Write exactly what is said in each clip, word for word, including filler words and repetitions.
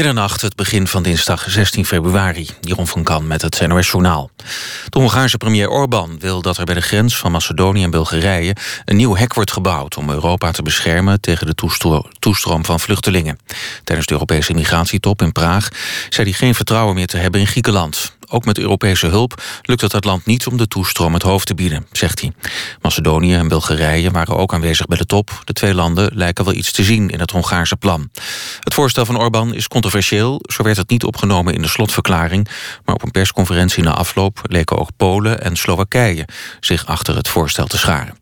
Middernacht, het begin van dinsdag zestien februari. Jeroen van Kan met het N O S-journaal. De Hongaarse premier Orbán wil dat er bij de grens van Macedonië en Bulgarije een nieuw hek wordt gebouwd om Europa te beschermen tegen de toestro- toestroom van vluchtelingen. Tijdens de Europese migratietop in Praag zei hij geen vertrouwen meer te hebben in Griekenland. Ook met Europese hulp lukt het dat land niet om de toestroom het hoofd te bieden, zegt hij. Macedonië en Bulgarije waren ook aanwezig bij de top. De twee landen lijken wel iets te zien in het Hongaarse plan. Het voorstel van Orbán is controversieel. Zo werd het niet opgenomen in de slotverklaring. Maar op een persconferentie na afloop leken ook Polen en Slowakije zich achter het voorstel te scharen.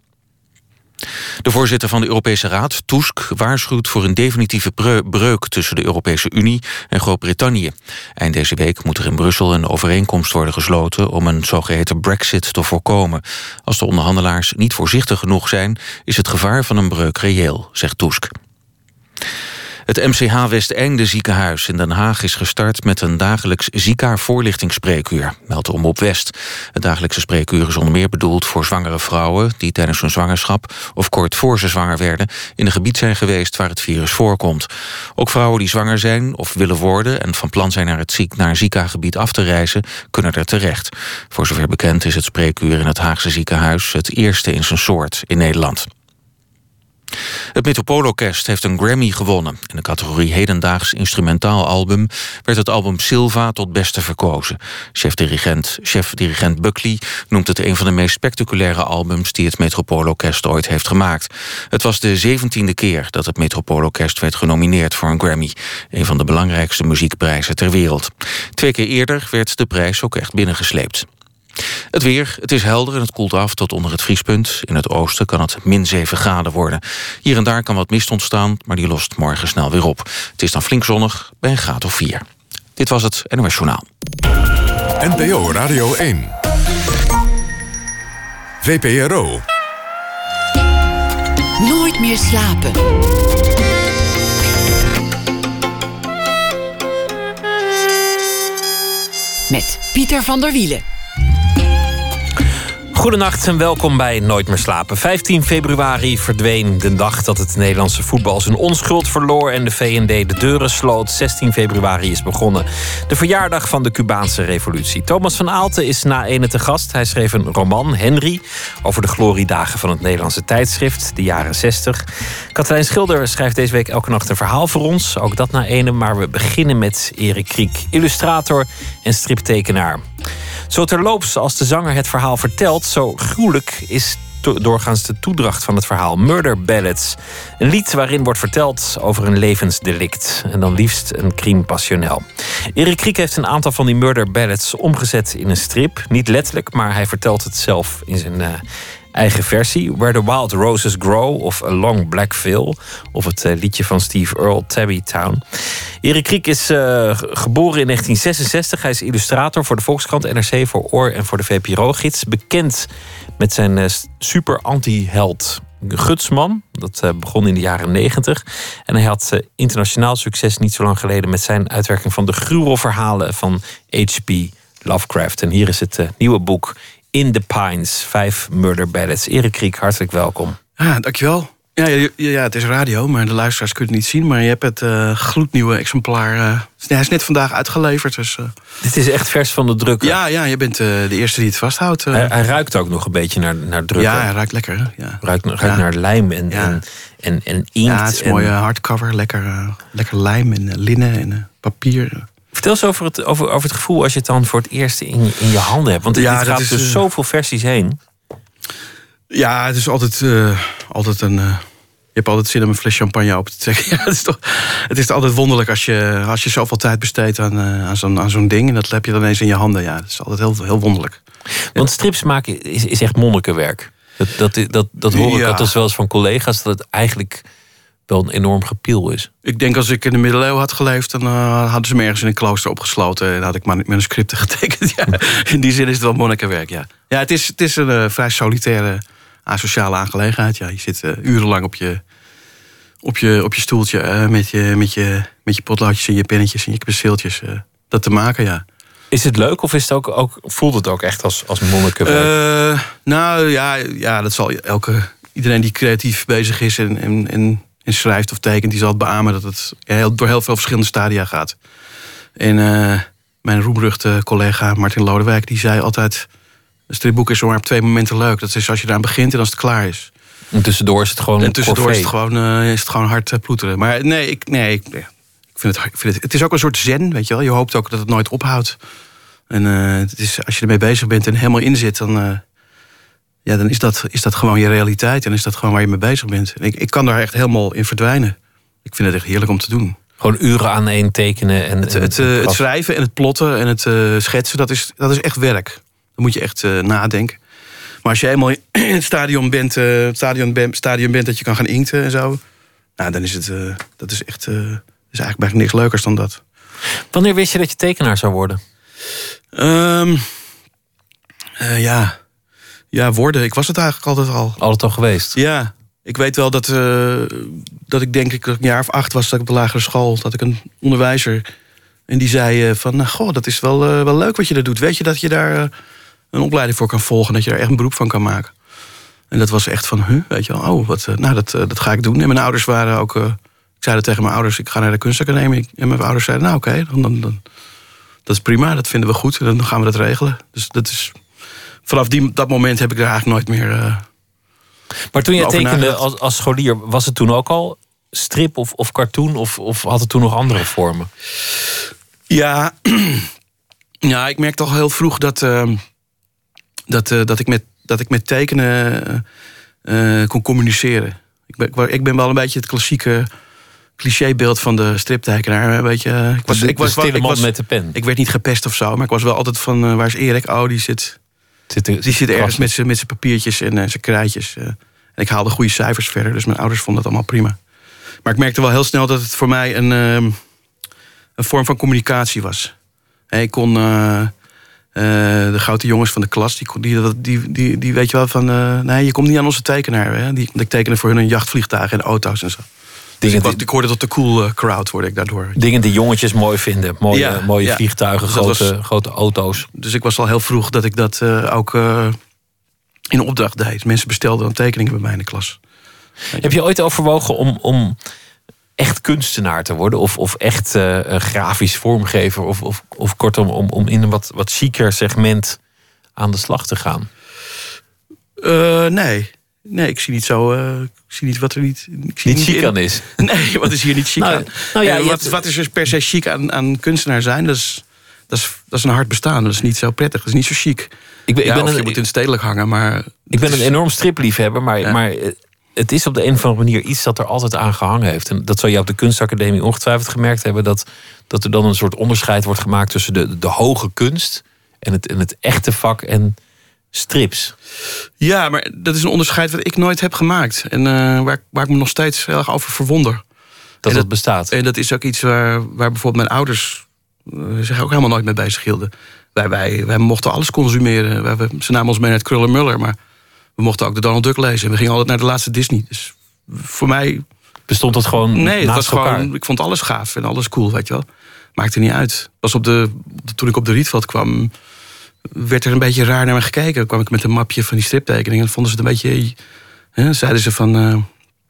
De voorzitter van de Europese Raad, Tusk, waarschuwt voor een definitieve breuk tussen de Europese Unie en Groot-Brittannië. Eind deze week moet er in Brussel een overeenkomst worden gesloten om een zogeheten Brexit te voorkomen. Als de onderhandelaars niet voorzichtig genoeg zijn, is het gevaar van een breuk reëel, zegt Tusk. Het M C H Westeinde ziekenhuis in Den Haag is gestart met een dagelijks zika-voorlichtingsspreekuur, meldt Omroep West. Het dagelijkse spreekuur is onder meer bedoeld voor zwangere vrouwen die tijdens hun zwangerschap of kort voor ze zwanger werden in een gebied zijn geweest waar het virus voorkomt. Ook vrouwen die zwanger zijn of willen worden en van plan zijn naar het ziek, naar Zika-gebied af te reizen, kunnen er terecht. Voor zover bekend is het spreekuur in het Haagse ziekenhuis het eerste in zijn soort in Nederland. Het Metropoolorkest heeft een Grammy gewonnen. In de categorie hedendaags instrumentaal album werd het album Silva tot beste verkozen. Chef-dirigent, chef-dirigent Buckley noemt het een van de meest spectaculaire albums die het Metropoolorkest ooit heeft gemaakt. Het was de zeventiende keer dat het Metropoolorkest werd genomineerd voor een Grammy, een van de belangrijkste muziekprijzen ter wereld. Twee keer eerder werd de prijs ook echt binnengesleept. Het weer, het is helder en het koelt af tot onder het vriespunt. In het oosten kan het min zeven graden worden. Hier en daar kan wat mist ontstaan, maar die lost morgen snel weer op. Het is dan flink zonnig bij een graad of vier. Dit was het N O S Journaal. N P O Radio één. V P R O. Nooit meer slapen. Met Pieter van der Wielen. Goedenacht en welkom bij Nooit meer slapen. vijftien februari verdween de dag dat het Nederlandse voetbal zijn onschuld verloor en de V N D de deuren sloot. zestien februari is begonnen de verjaardag van de Cubaanse revolutie. Thomas van Aalten is na ene te gast. Hij schreef een roman, Henry, over de gloriedagen van het Nederlandse tijdschrift, de jaren zestig. Katelijn Schilder schrijft deze week elke nacht een verhaal voor ons. Ook dat na ene, maar we beginnen met Erik Kriek, illustrator en striptekenaar. Zo terloops als de zanger het verhaal vertelt, zo gruwelijk is to- doorgaans de toedracht van het verhaal. Murder Ballads. Een lied waarin wordt verteld over een levensdelict. En dan liefst een crime passionnel. Erik Kriek heeft een aantal van die Murder Ballads omgezet in een strip. Niet letterlijk, maar hij vertelt het zelf in zijn uh, eigen versie. Where the Wild Roses Grow of A Long Black Veil. Of het uh, liedje van Steve Earle, Tabby Town. Erik Kriek is uh, geboren in negentien zesenzestig. Hij is illustrator voor de Volkskrant, N R C, voor Oor en voor de V P R O-gids. Bekend met zijn uh, super anti-held Gutsman. Dat uh, begon in de jaren negentig. En hij had uh, internationaal succes niet zo lang geleden met zijn uitwerking van de gruwelverhalen van H P Lovecraft. En hier is het uh, nieuwe boek In the Pines, vijf Murder Ballads. Erik Kriek, hartelijk welkom. Ah, dankjewel. Ja, ja, ja, het is radio, maar de luisteraars kunnen het niet zien. Maar je hebt het uh, gloednieuwe exemplaar. Uh, hij is net vandaag uitgeleverd. Dus, uh... Dit is echt vers van de drukker. Ja, ja, je bent uh, de eerste die het vasthoudt. Uh. Hij, hij ruikt ook nog een beetje naar, naar drukker. Ja, hij ruikt lekker. Hè? Ja. Ruikt, ruikt ja. naar lijm en, ja. en, en, en inkt. Ja, het is een en... mooie hardcover. Lekker, uh, lekker lijm en uh, linnen en uh, papier. Vertel eens over het, over, over het gevoel als je het dan voor het eerst in je, in je handen hebt. Want ja, het gaat is, dus uh... zoveel versies heen. Ja, het is altijd, uh, altijd een... Uh... Je hebt altijd zin om een fles champagne open te trekken. Ja, het, is toch, het is altijd wonderlijk als je, als je zoveel tijd besteedt aan, uh, aan, zo'n, aan zo'n ding. En dat heb je dan ineens in je handen. Ja, dat is altijd heel, heel wonderlijk. Want strips maken is, is echt monnikenwerk. Dat, dat, dat, dat hoor ik ja. altijd wel eens van collega's. Dat het eigenlijk wel een enorm gepiel is. Ik denk als ik in de middeleeuwen had geleefd, dan uh, hadden ze me ergens in een klooster opgesloten. En had ik manuscripten getekend. Ja, in die zin is het wel monnikenwerk, ja. Ja, het is, het is een uh, vrij solitaire, asociale aangelegenheid. Ja, je zit uh, urenlang op je, op je, op je stoeltje uh, met, je, met, je, met je potloodjes en je pennetjes en je penseeltjes uh, dat te maken, ja. Is het leuk of is het ook, ook, voelt het ook echt als, als monnikenwerk? Uh, nou ja, ja, dat zal elke... Iedereen die creatief bezig is en, en, en en schrijft of tekent, die zal het beamen dat het heel, door heel veel verschillende stadia gaat. En uh, mijn roemruchte collega Martin Lodewijk, die zei altijd, een stripboek is maar op twee momenten leuk. Dat is als je eraan begint en als het klaar is. En tussendoor is het gewoon En tussendoor is het gewoon, uh, is het gewoon hard uh, ploeteren. Maar nee, ik, nee ik, ik, vind het, ik vind het... Het is ook een soort zen, weet je wel. Je hoopt ook dat het nooit ophoudt. En uh, het is, als je ermee bezig bent en helemaal in zit, dan, uh, ja, dan is, dat, is dat gewoon je realiteit. En is dat gewoon waar je mee bezig bent. En ik, ik kan daar echt helemaal in verdwijnen. Ik vind het echt heerlijk om te doen. Gewoon uren aan één tekenen. En, het, het, uh, het schrijven en het plotten en het uh, schetsen, dat is, dat is echt werk. Dan moet je echt uh, nadenken. Maar als je eenmaal in het stadion bent, uh, het stadion, ben, stadion bent dat je kan gaan inkten en zo, nou, dan is het, uh, dat is echt, uh, is eigenlijk bijna niks leukers dan dat. Wanneer wist je dat je tekenaar zou worden? Um, uh, ja. ja, worden. Ik was het eigenlijk altijd al. Altijd al geweest? Ja. Ik weet wel dat, uh, dat ik denk ik dat ik een jaar of acht was, dat ik op de lagere school, dat ik een onderwijzer, en die zei uh, van, nou, goh, dat is wel, uh, wel leuk wat je dat doet. Weet je dat je daar uh, een opleiding voor kan volgen, dat je daar echt een beroep van kan maken. En dat was echt van, huh, weet je wel, oh, wat, uh, nou, dat, uh, dat ga ik doen. En mijn ouders waren ook, uh, ik zei dat tegen mijn ouders, ik ga naar de kunstacademie. En mijn ouders zeiden, nou oké, okay, dan, dan, dan, dat is prima, dat vinden we goed. En dan gaan we dat regelen. Dus dat is, vanaf die, dat moment heb ik daar eigenlijk nooit meer... Uh, maar toen jij tekende als, als scholier, was het toen ook al strip of, of cartoon? Of, of had het toen nog andere vormen? Ja, ja ik merkte al heel vroeg dat, uh, dat, uh, dat, ik, met, dat ik met tekenen uh, kon communiceren. Ik ben, ik ben wel een beetje het klassieke clichébeeld van de striptekenaar. Een beetje, uh, ik was, de, ik was, de stille ik man was, met de pen. Ik werd niet gepest of zo, maar ik was wel altijd van, uh, waar is Erik? Oh, die zit... Zit er, die zit ergens met zijn met zijn papiertjes en uh, zijn krijtjes. Uh, en ik haalde goede cijfers verder, dus mijn ouders vonden dat allemaal prima. Maar ik merkte wel heel snel dat het voor mij een, uh, een vorm van communicatie was. Hey, ik kon uh, uh, de grote jongens van de klas, die, die, die, die, die weet je wel van, uh, nee, je komt niet aan onze tekenaar. Hè? Die, ik tekende voor hun een jachtvliegtuigen en auto's en zo. Dus ik, was, ik hoorde tot de cool crowd, word ik daardoor. Dingen die jongetjes mooi vinden. Mooie, ja, mooie ja. vliegtuigen, dus grote, was, grote auto's. Dus ik was al heel vroeg dat ik dat uh, ook uh, in opdracht deed. Mensen bestelden dan tekeningen bij mij in de klas. Heb je ooit overwogen om, om echt kunstenaar te worden? Of, of echt uh, een grafisch vormgever? Of, of, of kortom, om, om in een wat, wat chiquer segment aan de slag te gaan? Uh, nee. Nee, ik zie niet zo. Uh, ik zie niet wat er niet. Ik zie niet chic aan is. Nee, wat is hier niet chic nou, aan? Nou ja, uh, wat, hebt... wat is er per se chic aan, aan kunstenaar zijn? Dat is, dat, is, dat is een hard bestaan. Dat is niet zo prettig. Dat is niet zo chic. Ik ben, ja, ik ben of een, je moet in het stedelijk hangen, maar. Ik ben is, een enorm stripliefhebber, maar, ja. maar het is op de een of andere manier iets dat er altijd aan gehangen heeft. En dat zou je op de kunstacademie ongetwijfeld gemerkt hebben, dat, dat er dan een soort onderscheid wordt gemaakt tussen de, de hoge kunst en het, en het echte vak en strips. Ja, maar dat is een onderscheid wat ik nooit heb gemaakt. En uh, waar, waar ik me nog steeds heel erg over verwonder. Dat dat, dat bestaat. En dat is ook iets waar, waar bijvoorbeeld mijn ouders uh, zich ook helemaal nooit mee bezig hielden. Wij, wij, wij mochten alles consumeren. Wij, wij, ze namen ons mee naar het Kruller-Muller, maar we mochten ook de Donald Duck lezen. En we gingen altijd naar de laatste Disney. Dus voor mij... Bestond dat gewoon Nee, naast het was elkaar? gewoon, ik vond alles gaaf en alles cool, weet je wel. Maakte niet uit. Pas op de, toen ik op de Rietveld kwam, werd er een beetje raar naar me gekeken. Dan kwam ik met een mapje van die striptekeningen. En vonden ze het een beetje... Hè, zeiden ze van... Uh,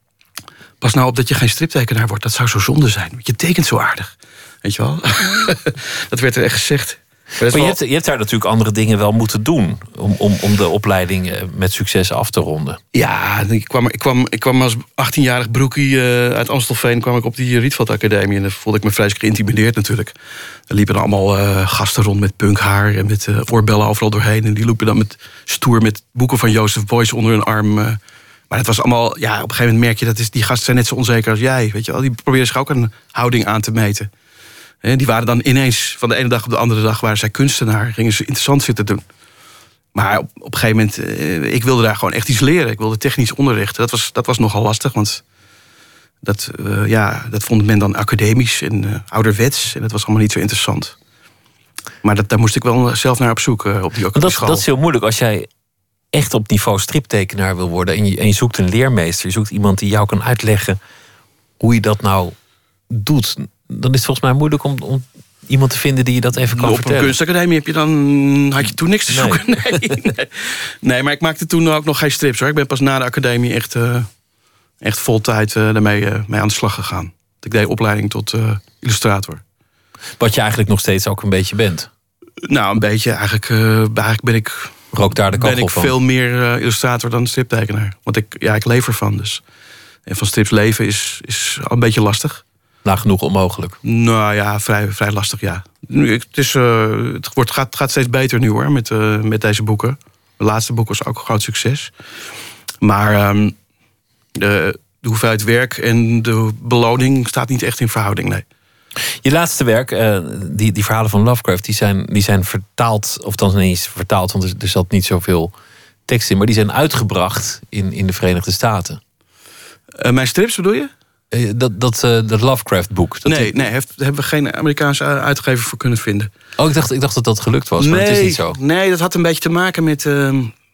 pas nou op dat je geen striptekenaar wordt. Dat zou zo zonde zijn. Want je tekent zo aardig. Weet je wel? Dat werd er echt gezegd. Maar, maar wel... je, hebt, je hebt daar natuurlijk andere dingen wel moeten doen. Om, om, om de opleiding met succes af te ronden. Ja, ik kwam, ik kwam, ik kwam als achttienjarig broekie uh, uit Amstelveen. Kwam ik op die Rietveld Academie. En dan voelde ik me vreselijk geïntimideerd natuurlijk. Er liepen dan allemaal uh, gasten rond met punkhaar. En met uh, oorbellen overal doorheen. En die liepen dan met stoer met boeken van Joseph Beuys onder hun arm. Uh, maar het was allemaal... Ja, op een gegeven moment merk je dat is, die gasten zijn net zo onzeker als jij. Weet je wel? Die proberen zich ook een houding aan te meten. He, die waren dan ineens, van de ene dag op de andere dag, waren zij kunstenaar. Gingen ze interessant zitten doen. Maar op, op een gegeven moment, eh, ik wilde daar gewoon echt iets leren. Ik wilde technisch onderrichten. Dat was, dat was nogal lastig, want dat, uh, ja, dat vond men dan academisch en uh, ouderwets. En dat was allemaal niet zo interessant. Maar dat, daar moest ik wel zelf naar op zoek, uh, op die academie. Dat, dat is heel moeilijk als jij echt op niveau striptekenaar wil worden. En je, en je zoekt een leermeester. Je zoekt iemand die jou kan uitleggen hoe je dat nou doet. Dan is het volgens mij moeilijk om, om iemand te vinden die je dat even kan op vertellen. Op een kunstacademie heb je dan, had je toen niks te zoeken. Nee. Nee, nee. nee, maar ik maakte toen ook nog geen strips hoor. Ik ben pas na de academie echt, uh, echt vol tijd uh, daarmee uh, mee aan de slag gegaan. Ik deed opleiding tot uh, illustrator. Wat je eigenlijk nog steeds ook een beetje bent. Nou, een beetje. Eigenlijk, uh, eigenlijk ben ik, Rook daar de ben ik van. veel meer uh, illustrator dan striptekenaar. Want ik, ja, ik leef ervan dus. En van strips leven is, is al een beetje lastig. Nagenoeg onmogelijk. Nou ja, vrij, vrij lastig, ja. Het, is, uh, het wordt, gaat, gaat steeds beter nu hoor, met, uh, met deze boeken. De laatste boek was ook een groot succes. Maar um, de, de hoeveelheid werk en de beloning staat niet echt in verhouding, nee. Je laatste werk, uh, die, die verhalen van Lovecraft, die zijn, die zijn vertaald, of dan niet eens vertaald, want er, er zat niet zoveel tekst in, maar die zijn uitgebracht in, in de Verenigde Staten. Uh, mijn strips bedoel je? Uh, dat, dat, uh, dat Lovecraft-boek. Dat nee, die... nee heeft, daar hebben we geen Amerikaanse uitgever voor kunnen vinden. Oh, ik dacht, ik dacht dat dat gelukt was, maar nee, het is niet zo. Nee, dat had een beetje te maken met... Uh,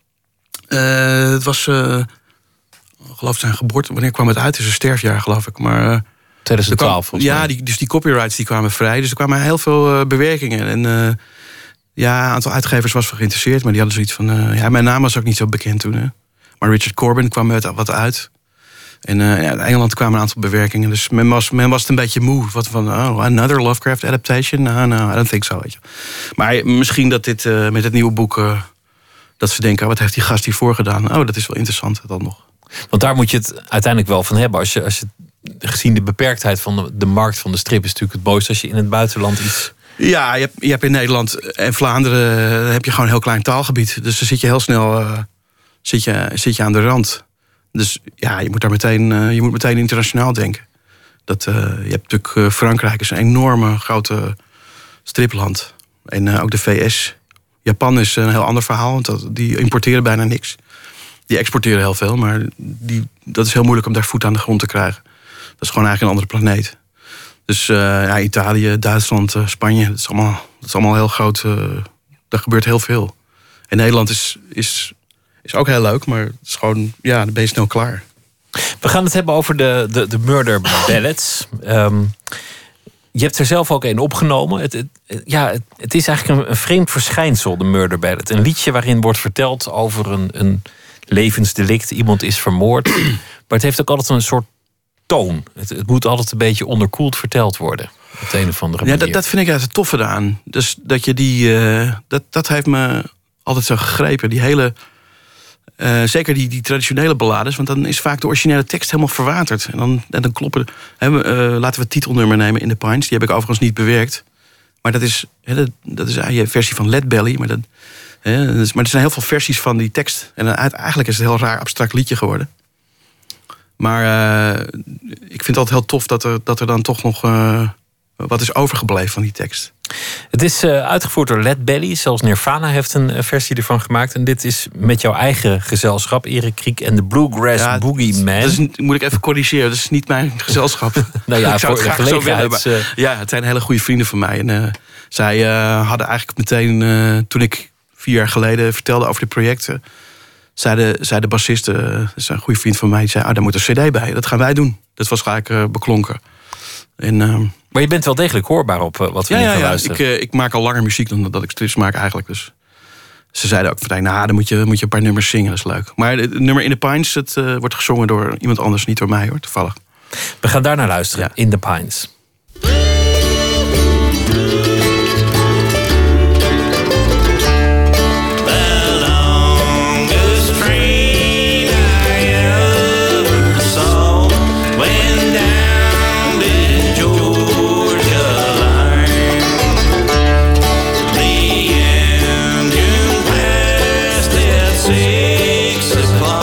uh, het was, uh, geloof zijn geboorte... Wanneer kwam het uit? Het is een sterfjaar, geloof ik. Maar, uh, twintig twaalf, kwam, Ja, die, dus die copyrights die kwamen vrij. Dus er kwamen heel veel uh, bewerkingen. En uh, ja, een aantal uitgevers was voor geïnteresseerd. Maar die hadden zoiets van... Uh, ja, mijn naam was ook niet zo bekend toen. Hè. Maar Richard Corbin kwam met wat uit... En uh, ja, in Engeland kwamen een aantal bewerkingen. Dus men was, men was het een beetje moe. Wat van, oh, another Lovecraft adaptation? No, no, I don't think so. Weet je. Maar misschien dat dit uh, met het nieuwe boek... Uh, dat ze denken, oh, wat heeft die gast hiervoor gedaan? Oh, dat is wel interessant dan nog. Want daar moet je het uiteindelijk wel van hebben. Als je, als je, gezien de beperktheid van de, de markt van de strip... is natuurlijk het mooiste als je in het buitenland iets... Ja, je hebt, je hebt in Nederland en Vlaanderen... Uh, heb je gewoon een heel klein taalgebied. Dus dan zit je heel snel uh, zit je, zit je aan de rand... Dus ja, je moet daar meteen, uh, je moet meteen internationaal denken. Dat, uh, je hebt natuurlijk uh, Frankrijk is een enorme grote stripland. En uh, ook de V S. Japan is een heel ander verhaal, want dat, die importeren bijna niks. Die exporteren heel veel, maar die, dat is heel moeilijk om daar voet aan de grond te krijgen. Dat is gewoon eigenlijk een andere planeet. Dus uh, ja, Italië, Duitsland, uh, Spanje, dat is allemaal, dat is allemaal heel groot. Uh, daar gebeurt heel veel. En Nederland is... is Is ook heel leuk, maar het is gewoon, ja, dan ben je snel klaar. We gaan het hebben over de, de, de murder ballads. Um, je hebt er zelf ook een opgenomen. Het, het, ja, het, het is eigenlijk een, een vreemd verschijnsel, de murder ballad. Een liedje waarin wordt verteld over een, een levensdelict. Iemand is vermoord. Maar het heeft ook altijd een soort toon. Het, het moet altijd een beetje onderkoeld verteld worden. Op de een of andere manier. Ja, dat, dat vind ik juist het toffe eraan. Dus dat je die, uh, dat, dat heeft me altijd zo gegrepen. Die hele... Uh, zeker die, die traditionele ballades, want dan is vaak de originele tekst helemaal verwaterd. En dan, en dan kloppen... He, uh, laten we het titelnummer nemen, In the Pines. Die heb ik overigens niet bewerkt. Maar dat is, he, dat, dat is een versie van Lead Belly. Maar, dat, he, dat is, maar er zijn heel veel versies van die tekst. En eigenlijk is het een heel raar abstract liedje geworden. Maar uh, ik vind het altijd heel tof dat er, dat er dan toch nog uh, wat is overgebleven van die tekst. Het is uh, uitgevoerd door Lead Belly. Zelfs Nirvana heeft een uh, versie ervan gemaakt. En dit is met jouw eigen gezelschap, Erik Kriek en de Bluegrass ja, Boogie Man. Dat is, moet ik even corrigeren, dat is niet mijn gezelschap. Nou ja, ik zou voor het graag zo willen. Maar, uh... ja, het zijn hele goede vrienden van mij. En uh, zij uh, hadden eigenlijk meteen, uh, toen ik vier jaar geleden vertelde over dit project... Uh, zei, de, zei de bassist, uh, dat is een goede vriend van mij... die zei, ah, daar moet een cd bij, dat gaan wij doen. Dat was gelijk uh, beklonken. En, uh, maar je bent wel degelijk hoorbaar op uh, wat we ja, nu gaan ja, ja, luisteren. Ik, uh, ik maak al langer muziek dan dat ik strips maak eigenlijk. Dus ze zeiden ook van, nou, dan moet je, moet je een paar nummers zingen, dat is leuk. Maar het nummer In the Pines, het uh, wordt gezongen door iemand anders, niet door mij hoor, toevallig. We gaan daar naar luisteren, ja. In the Pines.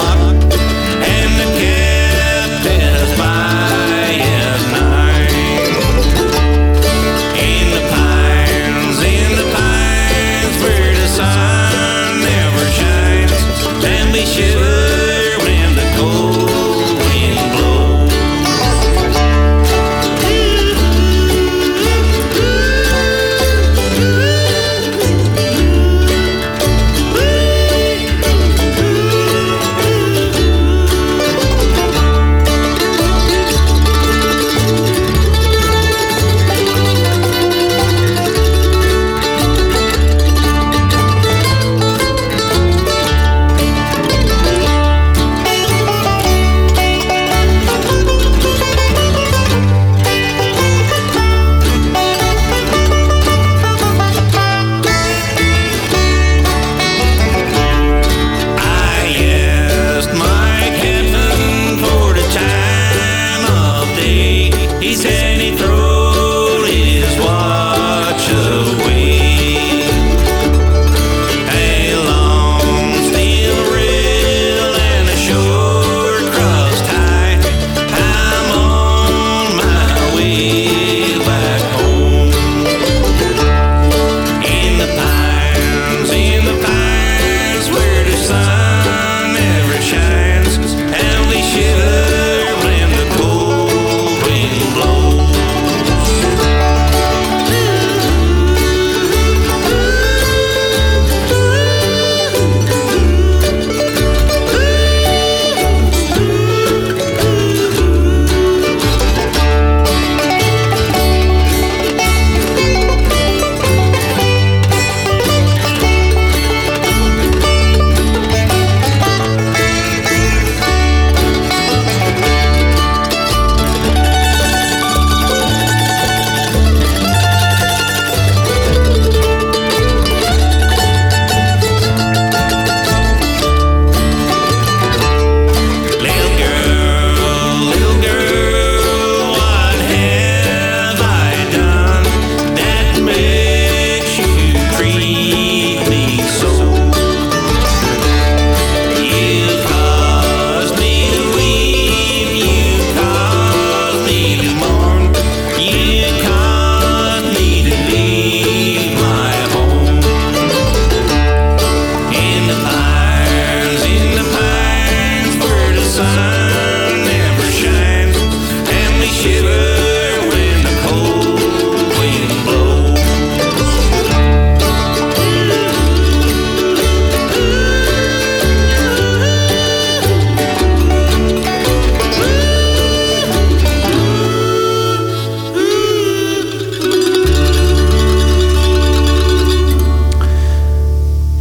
And the captain's by at night.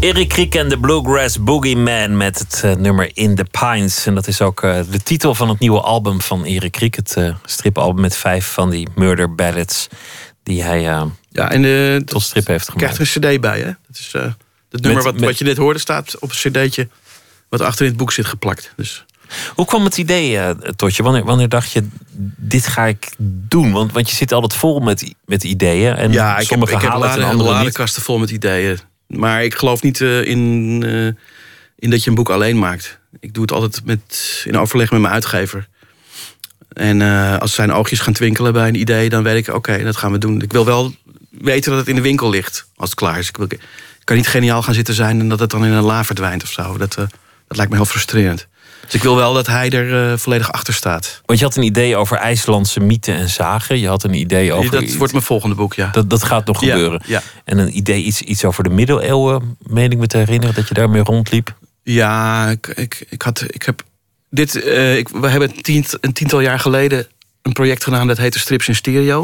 Eric Kriek en de Bluegrass Boogeyman met het uh, nummer In the Pines. En dat is ook uh, de titel van het nieuwe album van Eric Kriek. Het uh, stripalbum met vijf van die murder ballads die hij uh, ja, en, uh, tot strip heeft gemaakt. Er krijgt een cd bij, hè? Dat is uh, het nummer wat, met... wat je net hoorde staat op een cd'tje wat achter in het boek zit geplakt. Dus... Hoe kwam het idee uh, tot je? Wanneer, wanneer dacht je, dit ga ik doen? Want, want je zit altijd vol met, met ideeën. En ja, ik sommige heb, ik halen heb het en andere niet. ladenkasten vol met ideeën. Maar ik geloof niet uh, in, uh, in dat je een boek alleen maakt. Ik doe het altijd met, in overleg met mijn uitgever. En uh, als zijn oogjes gaan twinkelen bij een idee, dan weet ik, oké, okay, dat gaan we doen. Ik wil wel weten dat het in de winkel ligt, als het klaar is. Ik, wil, ik kan niet geniaal gaan zitten zijn en dat het dan in een la verdwijnt of zo. Dat, uh, dat lijkt me heel frustrerend. Dus ik wil wel dat hij er uh, volledig achter staat. Want je had een idee over IJslandse mythen en zagen. Je had een idee over... Dat iets, wordt mijn volgende boek, ja. Dat, dat gaat nog ja, gebeuren. Ja. En een idee, iets, iets over de middeleeuwen, meen ik me te herinneren, dat je daarmee rondliep? Ja, ik, ik, ik, had, ik heb... Dit, uh, ik, we hebben tien, een tiental jaar geleden een project gedaan dat heette Strips in Stereo.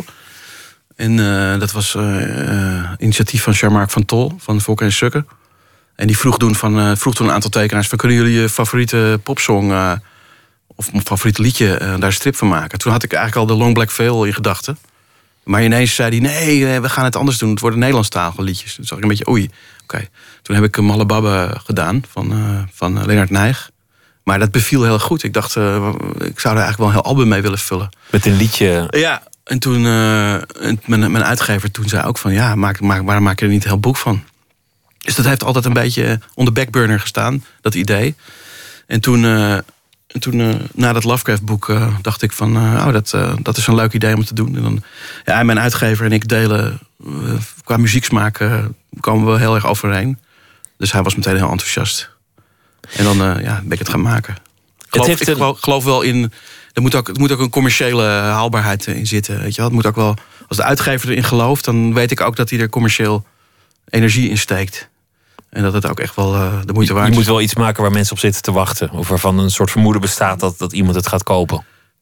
En uh, dat was uh, uh, initiatief van Jean-Marc van Tol van Fokker en Sukker. En die vroeg, doen van, uh, vroeg toen een aantal tekenaars van, kunnen jullie je favoriete popsong uh, of mijn favoriete liedje uh, daar een strip van maken? Toen had ik eigenlijk al de Long Black Veil in gedachten. Maar ineens zei hij, nee, we gaan het anders doen. Het worden Nederlandstalige liedjes. Toen zag ik een beetje, oei, oké. Okay. Toen heb ik Malle Babbe gedaan van, uh, van Lennart Nijg. Maar dat beviel heel goed. Ik dacht, uh, ik zou er eigenlijk wel een heel album mee willen vullen. Met een liedje? Ja, en toen, uh, en mijn, mijn uitgever toen zei ook van, ja, maak, maak, waarom maak je er niet een heel boek van? Dus dat heeft altijd een beetje on the backburner gestaan, dat idee. En toen, uh, en toen uh, na dat Lovecraft-boek uh, dacht ik van, uh, oh, dat, uh, dat is een leuk idee om te doen. En dan, ja, mijn uitgever en ik delen, uh, qua muzieksmaak uh, komen we heel erg overeen. Dus hij was meteen heel enthousiast. En dan uh, ja, ben ik het gaan maken. Geloof, het heeft ik een... geloof wel in, er moet ook, er moet ook een commerciële haalbaarheid in zitten. Weet je wel? Het moet ook wel, als de uitgever erin gelooft, dan weet ik ook dat hij er commercieel energie in steekt. En dat het ook echt wel uh, de moeite waard is. Je moet wel iets maken waar mensen op zitten te wachten. Of waarvan een soort vermoeden bestaat dat, dat iemand het gaat kopen.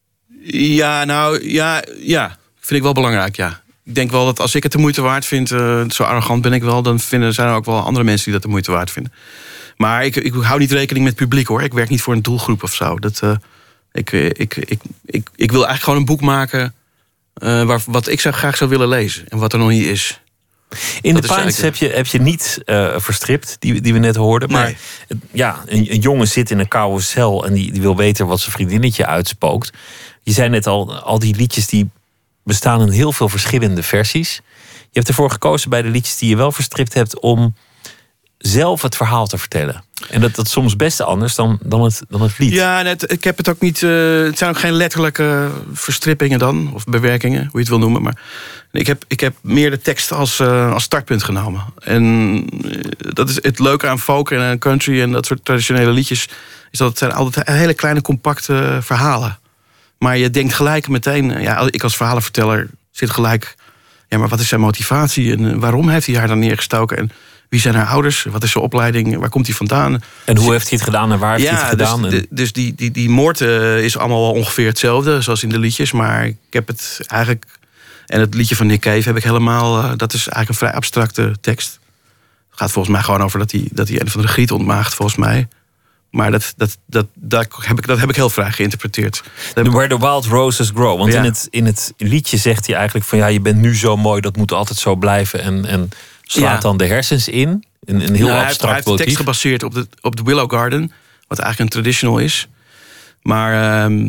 Ja, nou, ja, ja. Vind ik wel belangrijk, ja. Ik denk wel dat als ik het de moeite waard vind, uh, zo arrogant ben ik wel, dan vinden, zijn er ook wel andere mensen die dat de moeite waard vinden. Maar ik, ik hou niet rekening met publiek, hoor. Ik werk niet voor een doelgroep of zo. Dat, uh, ik, ik, ik, ik, ik wil eigenlijk gewoon een boek maken uh, waar, wat ik zou, graag zou willen lezen. En wat er nog niet is. In de Pines heb je, heb je niet uh, verstript, die, die we net hoorden. Maar nee. ja, een, een jongen zit in een koude cel en die, die wil weten wat zijn vriendinnetje uitspookt. Je zei net al, al die liedjes die bestaan in heel veel verschillende versies. Je hebt ervoor gekozen bij de liedjes die je wel verstript hebt om zelf het verhaal te vertellen. En dat dat soms best anders dan, dan, het, dan het lied. Ja, net, ik heb het ook niet. Uh, het zijn ook geen letterlijke verstrippingen dan, of bewerkingen, hoe je het wil noemen. Maar ik heb, ik heb meer de tekst als, uh, als startpunt genomen. En uh, dat is het leuke aan folk en aan country en dat soort traditionele liedjes, is dat het zijn altijd hele kleine, compacte verhalen. Maar je denkt gelijk meteen, ja, ik als verhalenverteller zit gelijk, ja, maar wat is zijn motivatie en waarom heeft hij haar dan neergestoken? En wie zijn haar ouders? Wat is zijn opleiding? Waar komt hij vandaan? En hoe heeft hij het gedaan en waar heeft ja, hij het gedaan? Dus, en... de, dus die, die, die moord uh, is allemaal wel ongeveer hetzelfde, zoals in de liedjes. Maar ik heb het eigenlijk... En het liedje van Nick Cave heb ik helemaal... Uh, dat is eigenlijk een vrij abstracte tekst. Het gaat volgens mij gewoon over dat hij, dat hij een van de griet ontmaagt, volgens mij. Maar dat, dat, dat, dat, heb ik, dat heb ik heel vrij geïnterpreteerd. Where the Wild Roses Grow. Want ja. in, het, in het liedje zegt hij eigenlijk van, ja, je bent nu zo mooi, dat moet altijd zo blijven. En, en slaat ja. dan de hersens in. Een, een heel nou, abstract hij heeft de tekst gebaseerd op de, op de Willow Garden. Wat eigenlijk een traditional is. Maar um,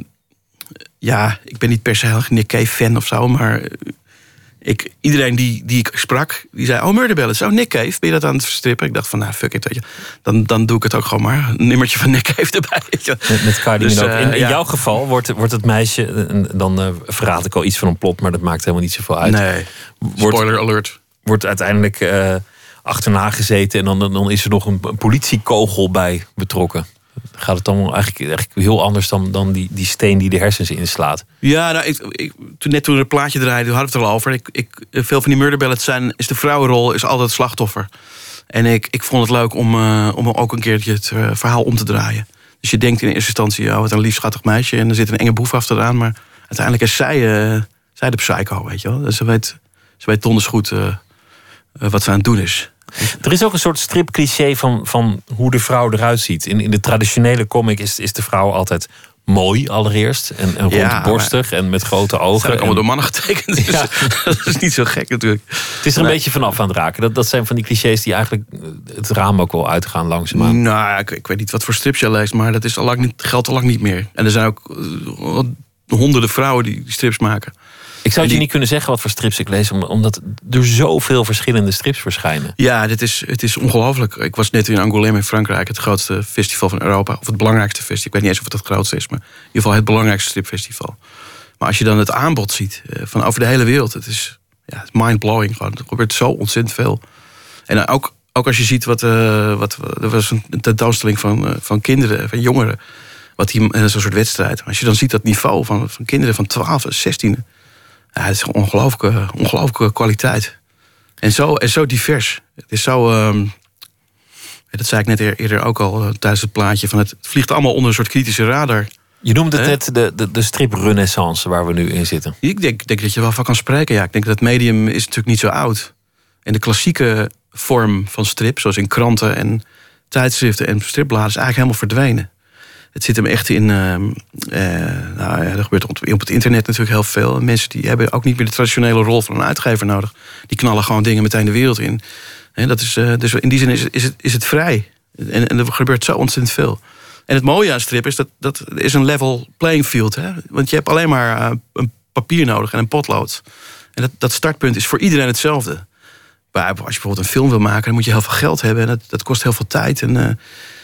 ja, ik ben niet per se heel erg Nick Cave fan of zo. Maar ik, iedereen die, die ik sprak, die zei, oh, Murder Ballads, oh, Nick Cave, ben je dat aan het verstrippen? Ik dacht van, nou, fuck it, weet je. Dan, dan doe ik het ook gewoon maar. Een nummertje van Nick Cave erbij. Weet je. Met, met Cardi dus, uh, in, in ja. jouw geval wordt, wordt het meisje, dan uh, verraad ik al iets van een plot, maar dat maakt helemaal niet zoveel uit. Nee, wordt, spoiler alert. Wordt uiteindelijk uh, achterna gezeten en dan, dan is er nog een, een politiekogel bij betrokken. Gaat het dan eigenlijk, eigenlijk heel anders dan, dan die, die steen die de hersens inslaat? Ja, nou, ik, ik, toen, net toen we het plaatje draaiden, hadden we het er al over. Ik, ik, veel van die murder ballads zijn, is de vrouwenrol is altijd het slachtoffer. En ik, ik vond het leuk om, uh, om ook een keertje het uh, verhaal om te draaien. Dus je denkt in eerste instantie, oh, wat een lief schattig meisje. En er zit een enge boef achteraan. Maar uiteindelijk is zij, uh, zij de psycho, weet je wel. Dus ze weet, ze weet donders goed uh, uh, wat ze aan het doen is. Er is ook een soort stripcliché van, van hoe de vrouw eruit ziet. In, in de traditionele comic is, is de vrouw altijd mooi allereerst. En, en Ja, rondborstig en met grote ogen. Dat zijn ook allemaal En- door mannen getekend. Dus Ja. dat is niet zo gek natuurlijk. Het is er een Nee. beetje vanaf aan het raken. Dat, dat zijn van die clichés die eigenlijk het raam ook wel uitgaan langzaamaan. Nou, ja, ik, ik weet niet wat voor strips je leest, maar dat is al lang niet, geldt al lang niet meer. En er zijn ook uh, honderden vrouwen die, die strips maken. Ik zou het je die- niet kunnen zeggen wat voor strips ik lees, om- omdat er zoveel verschillende strips verschijnen. Ja, dit is, het is ongelooflijk. Ik was net in Angoulême in Frankrijk, het grootste festival van Europa. Of het belangrijkste festival. Ik weet niet eens of het het grootste is, maar in ieder geval het belangrijkste stripfestival. Maar als je dan het aanbod ziet eh, van over de hele wereld, het is, ja, het is mind-blowing gewoon. Er gebeurt zo ontzettend veel. En dan ook, ook als je ziet wat, uh, wat. Er was een tentoonstelling van, uh, van kinderen, van jongeren. Wat die, uh, zo'n soort wedstrijd. Als je dan ziet dat niveau van, van kinderen van twaalf en zestien. Ja, het is een ongelooflijke, ongelooflijke kwaliteit. En zo, en zo divers. Het is zo. Um, dat zei ik net eer- eerder ook al uh, tijdens het plaatje. Van het, het vliegt allemaal onder een soort kritische radar. Je noemde het Hè? net de, de, de strip-renaissance waar we nu in zitten. Ik denk, denk dat je wel van kan spreken. Ja, ik denk dat het medium is natuurlijk niet zo oud. En de klassieke vorm van strip, zoals in kranten en tijdschriften en stripbladen, is eigenlijk helemaal verdwenen. Het zit hem echt in. Uh, uh, nou ja, er gebeurt op, op het internet natuurlijk heel veel. En mensen die hebben ook niet meer de traditionele rol van een uitgever nodig. Die knallen gewoon dingen meteen de wereld in. En dat is, uh, dus in die zin is, is, het, is het vrij. En, en er gebeurt zo ontzettend veel. En het mooie aan strip is dat dat is een level playing field. Hè? Want je hebt alleen maar uh, een papier nodig en een potlood. En dat, dat startpunt is voor iedereen hetzelfde. Maar als je bijvoorbeeld een film wil maken, dan moet je heel veel geld hebben. En dat, dat kost heel veel tijd. En uh,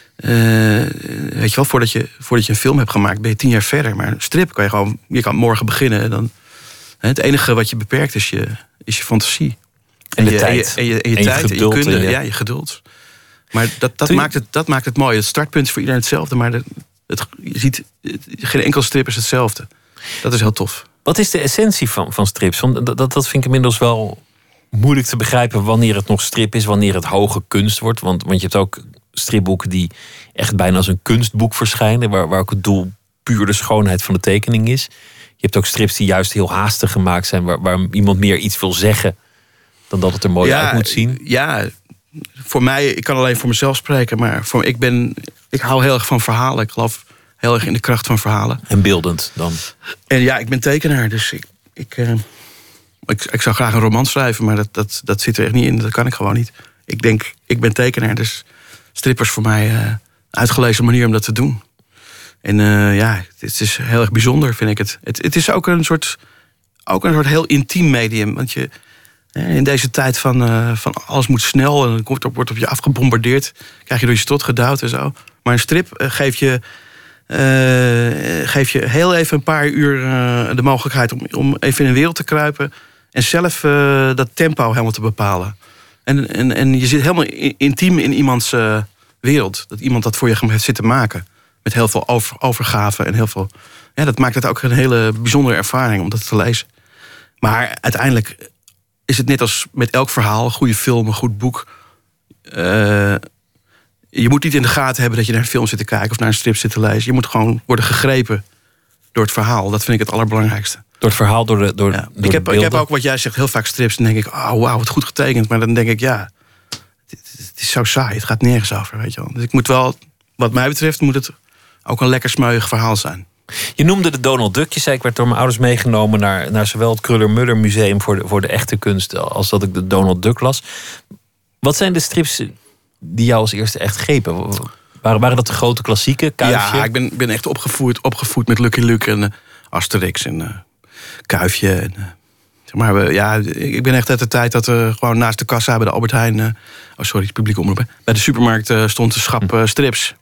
uh, weet je wel, voordat je, voordat je een film hebt gemaakt, ben je tien jaar verder. Maar een strip kan je gewoon, je kan morgen beginnen. En dan, hè, het enige wat je beperkt is je, is je fantasie. En de je, tijd. En je, en je, en je En je tijd, geduld, en je kunde, en je- ja, je geduld. Maar dat, dat, Toen je- maakt het, dat maakt het mooi. Het startpunt is voor iedereen hetzelfde. Maar de, het, je ziet, het- geen enkel strip is hetzelfde. Dat is heel tof. Wat is de essentie van, van strips? Want dat, dat, dat vind ik inmiddels wel moeilijk te begrijpen wanneer het nog strip is, wanneer het hoge kunst wordt. Want, want je hebt ook stripboeken die echt bijna als een kunstboek verschijnen, waar, waar ook het doel puur de schoonheid van de tekening is. Je hebt ook strips die juist heel haastig gemaakt zijn, waar, waar iemand meer iets wil zeggen dan dat het er mooi uit moet zien. Ja, voor mij, ik kan alleen voor mezelf spreken, maar voor, ik, ben, ik hou heel erg van verhalen. Ik geloof heel erg in de kracht van verhalen. En beeldend dan. En ja, ik ben tekenaar, dus ik, ik, uh, ik, ik zou graag een roman schrijven, maar dat, dat, dat zit er echt niet in. Dat kan ik gewoon niet. Ik denk, ik ben tekenaar, dus strippers voor mij uh, een uitgelezen manier om dat te doen. En uh, ja, het is heel erg bijzonder, vind ik het. Het, het is ook een soort, ook een soort heel intiem medium, want je in deze tijd van, uh, van alles moet snel en het wordt op, wordt op je afgebombardeerd, krijg je door je strot gedouwd en zo. Maar een strip uh, geeft je Uh, geef je heel even een paar uur uh, de mogelijkheid om, om even in een wereld te kruipen en zelf uh, dat tempo helemaal te bepalen. En, en, en je zit helemaal intiem in iemands uh, wereld. Dat iemand dat voor je heeft zitten maken. Met heel veel over, overgave en heel veel. Ja, dat maakt het ook een hele bijzondere ervaring om dat te lezen. Maar uiteindelijk is het net als met elk verhaal, een goede film, een goed boek. Uh, Je moet niet in de gaten hebben dat je naar een film zit te kijken of naar een strip zit te lezen. Je moet gewoon worden gegrepen door het verhaal. Dat vind ik het allerbelangrijkste. Door het verhaal, door de, door, Ja. door Ik, heb, de ik heb beelden. ook wat jij zegt, heel vaak strips. Dan denk ik, oh wauw, wat goed getekend. Maar dan denk ik, ja, het, het is zo saai. Het gaat nergens over, weet je wel. Dus ik moet wel, wat mij betreft, moet het ook een lekker smeuig verhaal zijn. Je noemde de Donald Duck. Je zei, ik werd door mijn ouders meegenomen naar, naar zowel het Kruller-Müller Museum voor de, voor de echte kunst als dat ik de Donald Duck las. Wat zijn de strips die jou als eerste echt grepen? Waren, waren dat de grote klassieken? Kuifje? Ja, ik ben, ben echt opgevoed, opgevoed met Lucky Luke en uh, Asterix en uh, Kuifje. En, uh, zeg maar, we, ja, ik ben echt uit de tijd dat we gewoon naast de kassa bij de Albert Heijn... Uh, oh sorry, het publiek omroep. Bij de supermarkt uh, stond een schap uh, strips.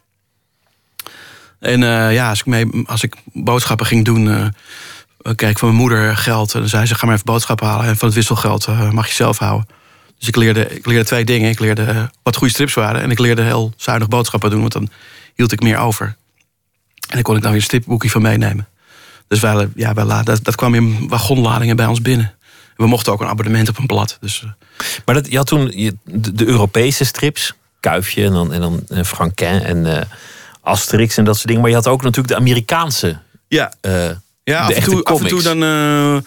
En uh, ja, als ik, mee, als ik boodschappen ging doen... Uh, kreeg ik van mijn moeder geld. En dan zei ze, ga maar even boodschappen halen. En van het wisselgeld uh, mag je zelf houden. Dus ik leerde, ik leerde twee dingen. Ik leerde uh, wat goede strips waren. En ik leerde heel zuinig boodschappen doen. Want dan hield ik meer over. En dan kon ik dan weer een stripboekje van meenemen. Dus wij, ja, wij, dat, dat kwam in wagonladingen bij ons binnen. En we mochten ook een abonnement op een blad. Dus, uh. Maar dat, je had toen je, de, de Europese strips. Kuifje en dan, en dan uh, Franquin en uh, Asterix en dat soort dingen. Maar je had ook natuurlijk de Amerikaanse. Ja, Uh, ja af, de en toe, af en toe dan... Uh,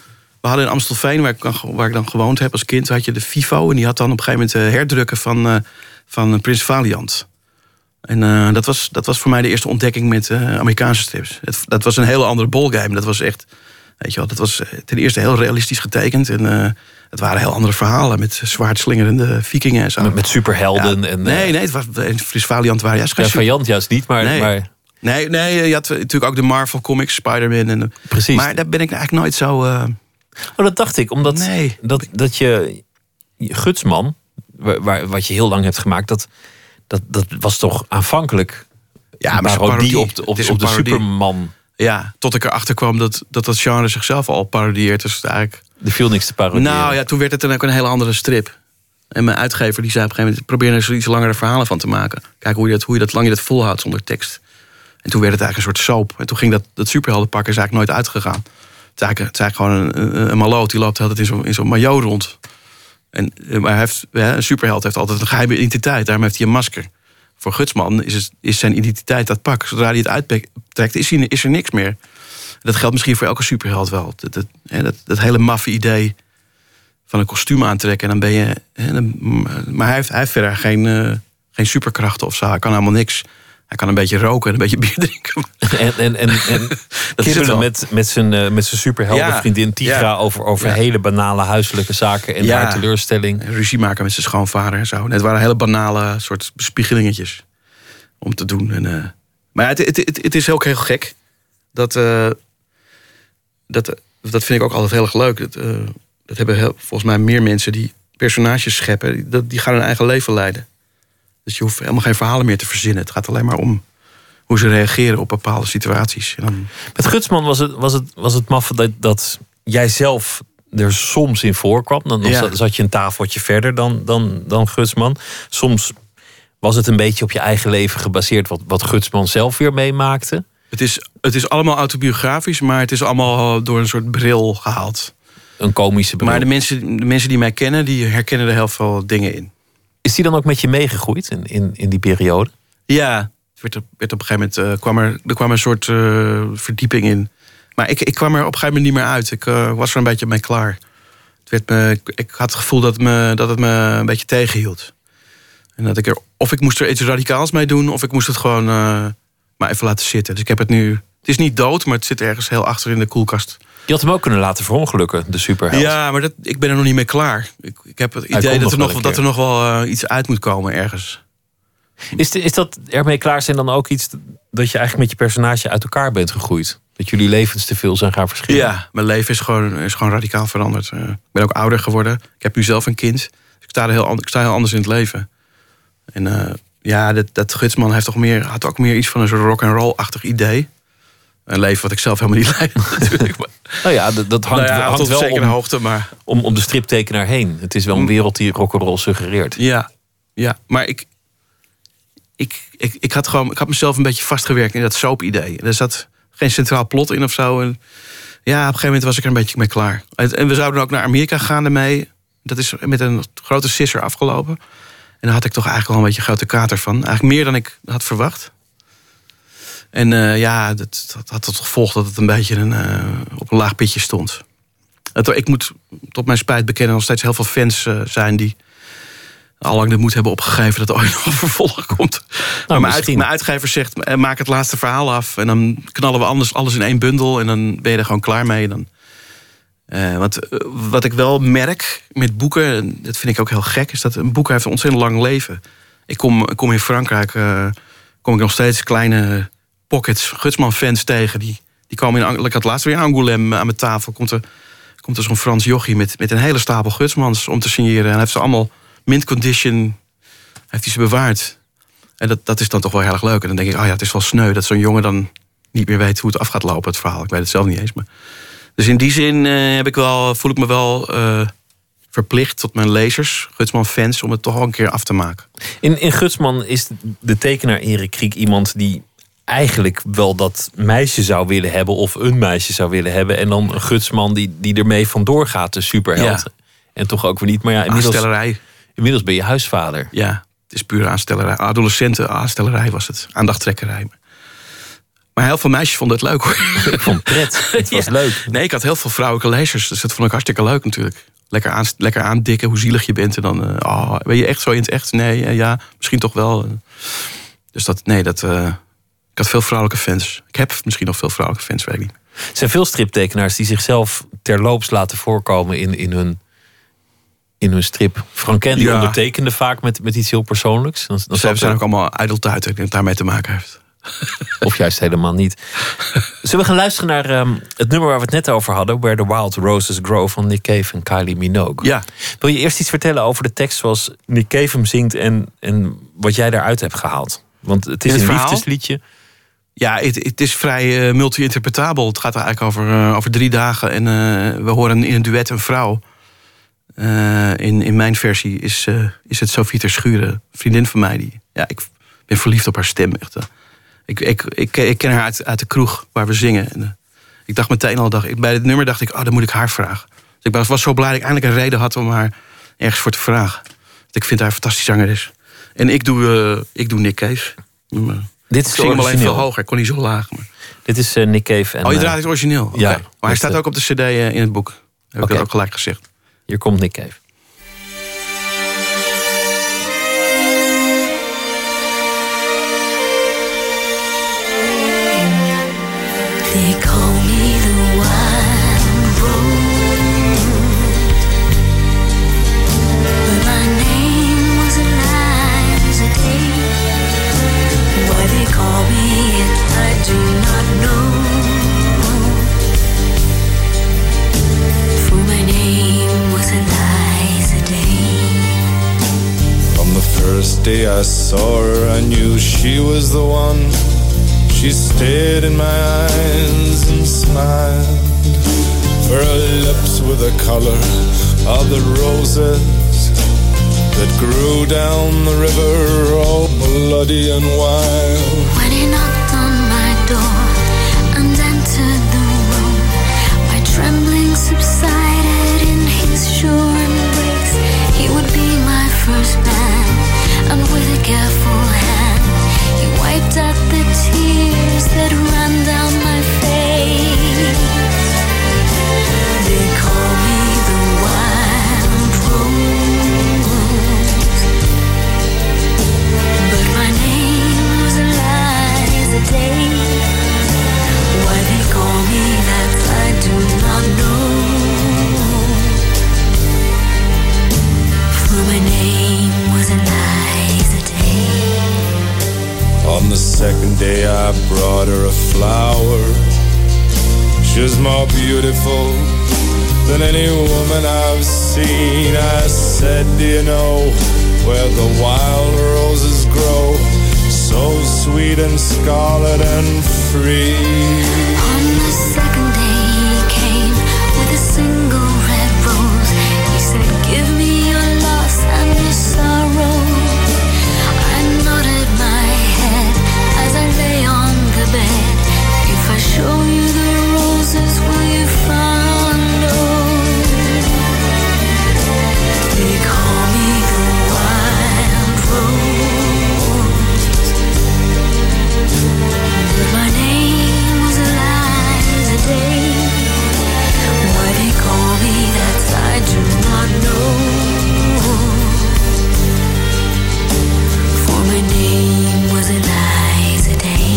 we hadden in Amstelveen, waar ik, dan, waar ik dan gewoond heb als kind, had je de FIFO. En die had dan op een gegeven moment uh, herdrukken van, uh, van Prins Valiant. En uh, dat, was, dat was voor mij de eerste ontdekking met uh, Amerikaanse strips. Het, dat was een hele andere ballgame. Dat was echt, weet je wel, dat was ten eerste heel realistisch getekend. En uh, het waren heel andere verhalen met zwaardslingerende vikingen en zo. Met, met superhelden. Ja, en, nee, nee, het was, Prins Valiant waren juist geen ja, Valiant juist niet, maar... Nee. maar... Nee, nee, je had natuurlijk ook de Marvel comics, Spider-Man. En, Precies. Maar daar ben ik eigenlijk nooit zo... Uh... Oh, dat dacht ik, omdat Nee. dat, dat je... Gutsman, waar, waar, wat je heel lang hebt gemaakt... dat, dat, dat was toch aanvankelijk Ja, een maar parodie, parodie op de, op, Het is op de een parodie. Superman. Ja, tot ik erachter kwam dat dat, dat genre zichzelf al parodieert. Dus het eigenlijk... Er viel niks te parodiëren. Nou ja, toen werd het dan ook een hele andere strip. En mijn uitgever die zei op een gegeven moment... probeer er zoiets langere verhalen van te maken. Kijk hoe je dat, hoe je dat lang je dat volhoudt zonder tekst. En toen werd het eigenlijk een soort soap. En toen ging dat, dat superheldenpak is eigenlijk nooit uitgegaan. Het is eigenlijk, het is eigenlijk gewoon een, een, een maloot. Die loopt altijd in zo'n in zo'n maillot rond. En, maar hij heeft, ja, een superheld heeft altijd een geheime identiteit. Daarom heeft hij een masker. Voor Gutsman is, het, is zijn identiteit dat pak. Zodra hij het uittrekt, is, hij, is er niks meer. Dat geldt misschien voor elke superheld wel. Dat, dat, dat, dat hele maffe idee van een kostuum aantrekken. En dan ben je... Dan, maar hij heeft, hij heeft verder geen, uh, geen superkrachten of zo. Hij kan helemaal niks. Hij kan een beetje roken en een beetje bier drinken. En, en, en, en kibbelen met, met zijn, uh, met zijn superheldenvriendin Tigra... Ja. over, over Ja. hele banale huiselijke zaken en Ja. haar teleurstelling. En ruzie maken met zijn schoonvader en zo. En het waren hele banale soort bespiegelingetjes om te doen. En, uh, maar het, het, het, het is ook heel gek. Dat, uh, dat, dat vind ik ook altijd heel erg leuk. Dat, uh, dat hebben heel, volgens mij meer mensen die personages scheppen. Die, dat, die gaan hun eigen leven leiden. Dus je hoeft helemaal geen verhalen meer te verzinnen. Het gaat alleen maar om hoe ze reageren op bepaalde situaties. En dan... Met Gutsman was het, was het, was het maffe dat, dat jij zelf er soms in voorkwam. Dan, dan Ja. zat je een tafeltje verder dan, dan, dan Gutsman. Soms was het een beetje op je eigen leven gebaseerd... wat, wat Gutsman zelf weer meemaakte. Het is, het is allemaal autobiografisch, maar het is allemaal door een soort bril gehaald. Een komische bril. Maar de mensen, de mensen die mij kennen, die herkennen er heel veel dingen in. Is die dan ook met je meegegroeid in, in, in die periode? Ja, het werd, op- werd op een gegeven moment uh, kwam er, er kwam een soort uh, verdieping in. Maar ik, ik kwam er op een gegeven moment niet meer uit. Ik uh, was er een beetje mee klaar. Het werd me, ik, ik had het gevoel dat, het me, dat het me een beetje tegenhield. En dat ik er, of ik moest er iets radicaals mee doen, of ik moest het gewoon uh, maar even laten zitten. Dus ik heb het nu. Het is niet dood, maar het zit ergens heel achter in de koelkast. Je had hem ook kunnen laten verongelukken, de superheld. Ja, maar dat, ik ben er nog niet mee klaar. Ik, ik heb het Hij idee komt dat er, nog nog, wel een dat er keer. nog wel uh, iets uit moet komen ergens. Is, de- is dat ermee klaar zijn dan ook iets dat je eigenlijk met je personage uit elkaar bent gegroeid? Dat jullie levens te veel zijn gaan verschillen? Ja, mijn leven is gewoon, is gewoon radicaal veranderd. Uh, ik ben ook ouder geworden. Ik heb nu zelf een kind. Dus ik sta, er heel, an- ik sta heel anders in het leven. En uh, ja, dat, dat Gutsman heeft toch meer, had ook meer iets van een soort rock'n'roll-achtig idee. Een leven wat ik zelf helemaal niet leid natuurlijk. Maar, Nou ja, dat, dat hangt, nou ja, hangt tot wel een zekere om, hoogte, maar om, om de striptekenaar heen. Het is wel een Mm. wereld die rock'n'roll suggereert. ja, ja. Maar ik, ik, ik, ik, had gewoon, ik had mezelf een beetje vastgewerkt in dat soap-idee. Er zat geen centraal plot in of zo. En ja, op een gegeven moment was ik er een beetje mee klaar. En we zouden ook naar Amerika gaan ermee. Dat is met een grote sisser afgelopen. En daar had ik toch eigenlijk wel een beetje grote kater van. Eigenlijk meer dan ik had verwacht. En uh, ja, dat, dat had tot gevolg dat het een beetje een, uh, op een laag pitje stond. Het, ik moet tot mijn spijt bekennen... nog steeds heel veel fans uh, zijn die allang de moed hebben opgegeven... dat er ooit nog een vervolg komt. maar mijn, uit, mijn uitgever zegt, uh, maak het laatste verhaal af... en dan knallen we anders alles in één bundel... en dan ben je er gewoon klaar mee. Dan, uh, want uh, wat ik wel merk met boeken... en dat vind ik ook heel gek... is dat een boek heeft een ontzettend lang leven. Ik kom, ik kom in Frankrijk... Uh, kom ik nog steeds kleine pockets Gutsman-fans tegen... die, die komen in... Ik had laatst weer in Angoulême aan mijn tafel... komt er, komt er zo'n Frans jochie met, met een hele stapel Gutsmans om te signeren... en hij heeft ze allemaal mint condition... heeft hij ze bewaard. En dat, dat is dan toch wel heel erg leuk. En dan denk ik, oh ja, het is wel sneu... dat zo'n jongen dan niet meer weet hoe het af gaat lopen, het verhaal. Ik weet het zelf niet eens. Maar... Dus in die zin uh, heb ik wel, voel ik me wel... Uh, verplicht tot mijn lezers, Gutsman-fans... om het toch al een keer af te maken. In, in Gutsman is de tekenaar Erik Kriek iemand die eigenlijk wel dat meisje zou willen hebben... of een meisje zou willen hebben. En dan een Gutsman die, die ermee vandoor gaat, de superheld. Ja. En toch ook weer niet. Maar ja, inmiddels, aanstellerij. Inmiddels ben je huisvader. Ja, het is pure aanstellerij. Adolescenten aanstellerij was het. Aandachttrekkerij. Maar heel veel meisjes vonden het leuk, hoor. Ik vond het pret. Het was Ja. leuk. Nee, ik had heel veel vrouwelijke lezers. Dus dat vond ik hartstikke leuk natuurlijk. Lekker, aan, lekker aandikken hoe zielig je bent. En dan, uh, oh, ben je echt zo in het echt? Nee, uh, ja, misschien toch wel. Dus dat, nee, dat... Uh, ik had veel vrouwelijke fans. Ik heb misschien nog veel vrouwelijke fans, weet ik niet. Er zijn veel striptekenaars die zichzelf terloops laten voorkomen in, in, hun, in hun strip. Frank Kent die Ja. ondertekende vaak met, met iets heel persoonlijks. Dan, dan Ze zat zijn er- ook allemaal ijdeltuiten. Ik denk dat het daarmee te maken heeft. Of juist helemaal niet. Zullen we gaan luisteren naar um, het nummer waar we het net over hadden... Where the Wild Roses Grow van Nick Cave en Kylie Minogue. Ja. Wil je eerst iets vertellen over de tekst zoals Nick Cave hem zingt... en, en wat jij daaruit hebt gehaald? Want het is In het een verhaal? liefdesliedje. Ja, het, het is vrij uh, multi-interpretabel. Het gaat eigenlijk over, uh, over drie dagen. En uh, we horen in een duet een vrouw. Uh, in, in mijn versie is, uh, is het Sophie ter Schuren. Een vriendin van mij. Die, ja, ik ben verliefd op haar stem. Echt, uh. ik, ik, ik, ik ken haar uit, uit de kroeg waar we zingen. En, uh, ik dacht meteen al, dag, bij het nummer dacht ik... oh, dan moet ik haar vragen. Dus ik was zo blij dat ik eindelijk een reden had om haar ergens voor te vragen. Want ik vind haar een fantastische zangeres. En ik doe, uh, ik doe Nick Cave. Uh, Dit is ik zing hem alleen origineel. veel hoger. Ik kon niet zo laag. Maar... Dit is uh, Nick Cave. En, Oh, je uh, draait het origineel? Okay. ja, Maar hij met, staat uh, ook op de cd uh, in het boek. Heb Oké. ik dat ook gelijk gezegd. Hier komt Nick Cave. They call me the wild rose, but my name was Eliza Day. Why they call me it, I do not know. For my name was Eliza Day. From the first day I saw her, I knew she was the one. She stared in my eyes and smiled. For her lips were the color of the roses that grew down the river, all bloody and wild. When he knocked on my door and entered the room, my trembling subsided in his sure embrace. He would be my first man, and with a careful hand he wiped out the tears that ran down my face. They call me the wild rose, but my name was Eliza Day. Why they call me that I do not know. For my name was Eliza Day. On the second day I brought her a flower. She was more beautiful than any woman I've seen. I said, do you know where the wild roses grow? So sweet and scarlet and free. On the second day he came with a single red rose. He said, give me your loss and your sorrow. I nodded my head as I lay on the bed. If I show you the roses, will you follow? They call me the wild rose, but my name was Eliza Day. Why they call me that I do not know. For my name was Eliza Day.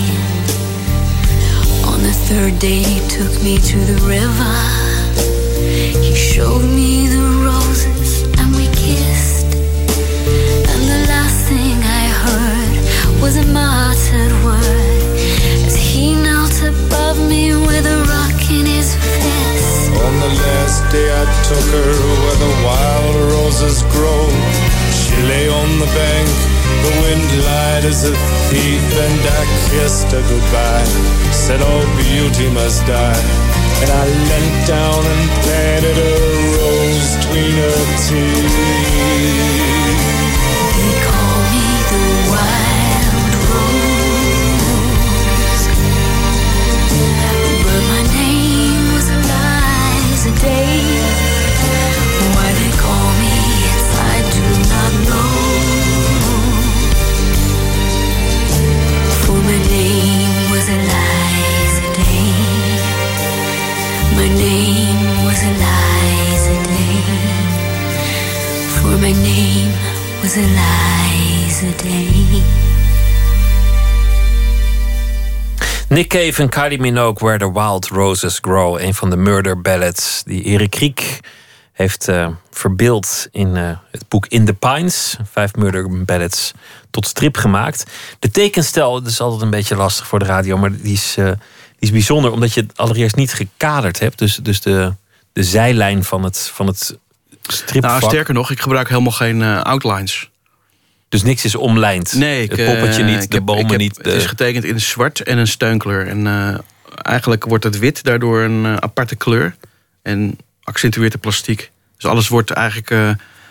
On the third day he took me to the river. He showed me the roses and we kissed. And the last thing I heard was a muttered word as he knelt above me with a rock in his fist. On the last day I took her where the wild roses grow. She lay on the bank, the wind lied as a thief, and I kissed her goodbye. Said all beauty must die. And I leant down and planted a rose between her teeth. They call me the wild rose, but my name was Eliza Day. Why they call me it, I do not know. For my name was Eliza Eliza Day. Nick Cave en Kylie Minogue, Where the Wild Roses Grow. Een van de murder ballads die Erik Kriek heeft uh, verbeeld in uh, het boek In the Pines. Vijf murder ballads tot strip gemaakt. De tekenstijl, dat is altijd een beetje lastig voor de radio, maar die is, uh, die is bijzonder omdat je het allereerst niet gekaderd hebt. Dus, dus de, de zijlijn van het, van het stripvak. Nou, sterker nog, ik gebruik helemaal geen uh, outlines. Dus niks is omlijnd? Nee, ik, het poppetje uh, niet, ik de heb, bomen ik heb, niet. De... Het is getekend in zwart en een steunkleur. En uh, eigenlijk wordt het wit daardoor een uh, aparte kleur. En accentueert de plastiek. Dus alles wordt eigenlijk uh,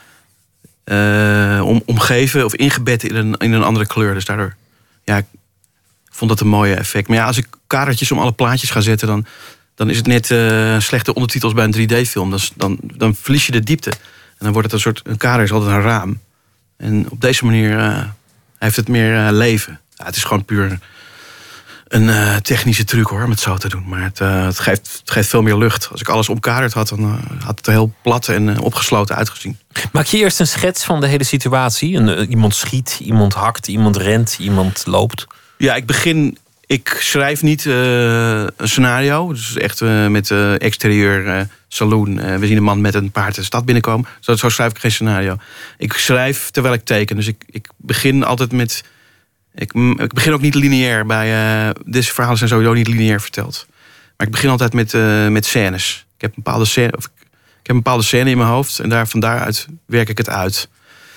uh, om, omgeven of ingebed in een, in een andere kleur. Dus daardoor, ja, ik vond dat een mooi effect. Maar ja, als ik kadertjes om alle plaatjes ga zetten, dan, dan is het net uh, slechte ondertitels bij een drie D-film. Dan, dan, dan verlies je de diepte. En dan wordt het een soort, een kader is altijd een raam. En op deze manier uh, heeft het meer uh, leven. Ja, het is gewoon puur een uh, technische truc hoor, om het zo te doen. Maar het, uh, het, geeft, het geeft veel meer lucht. Als ik alles omkaderd had, dan uh, had het er heel plat en uh, opgesloten uitgezien. Maak je eerst een schets van de hele situatie? Een, uh, iemand schiet, iemand hakt, iemand rent, iemand loopt? Ja, ik begin... Ik schrijf niet uh, een scenario. Dus echt uh, met uh, exterieur, uh, saloon. Uh, we zien een man met een paard de stad binnenkomen. Zo, zo schrijf ik geen scenario. Ik schrijf terwijl ik teken. Dus ik, ik begin altijd met... Ik, ik begin ook niet lineair bij... Uh, deze verhalen zijn sowieso niet lineair verteld. Maar ik begin altijd met, uh, met scènes. Ik heb een bepaalde scène, of ik, ik heb een bepaalde scène in mijn hoofd. En daar, van daaruit werk ik het uit.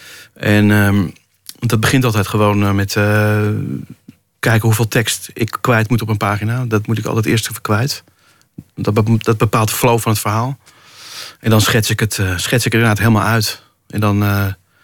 En um, dat begint altijd gewoon uh, met... Uh, kijken hoeveel tekst ik kwijt moet op een pagina. Dat moet ik altijd eerst even kwijt. Dat, be- dat bepaalt de flow van het verhaal. En dan schets ik het, uh, schets ik het inderdaad helemaal uit. En dan, uh,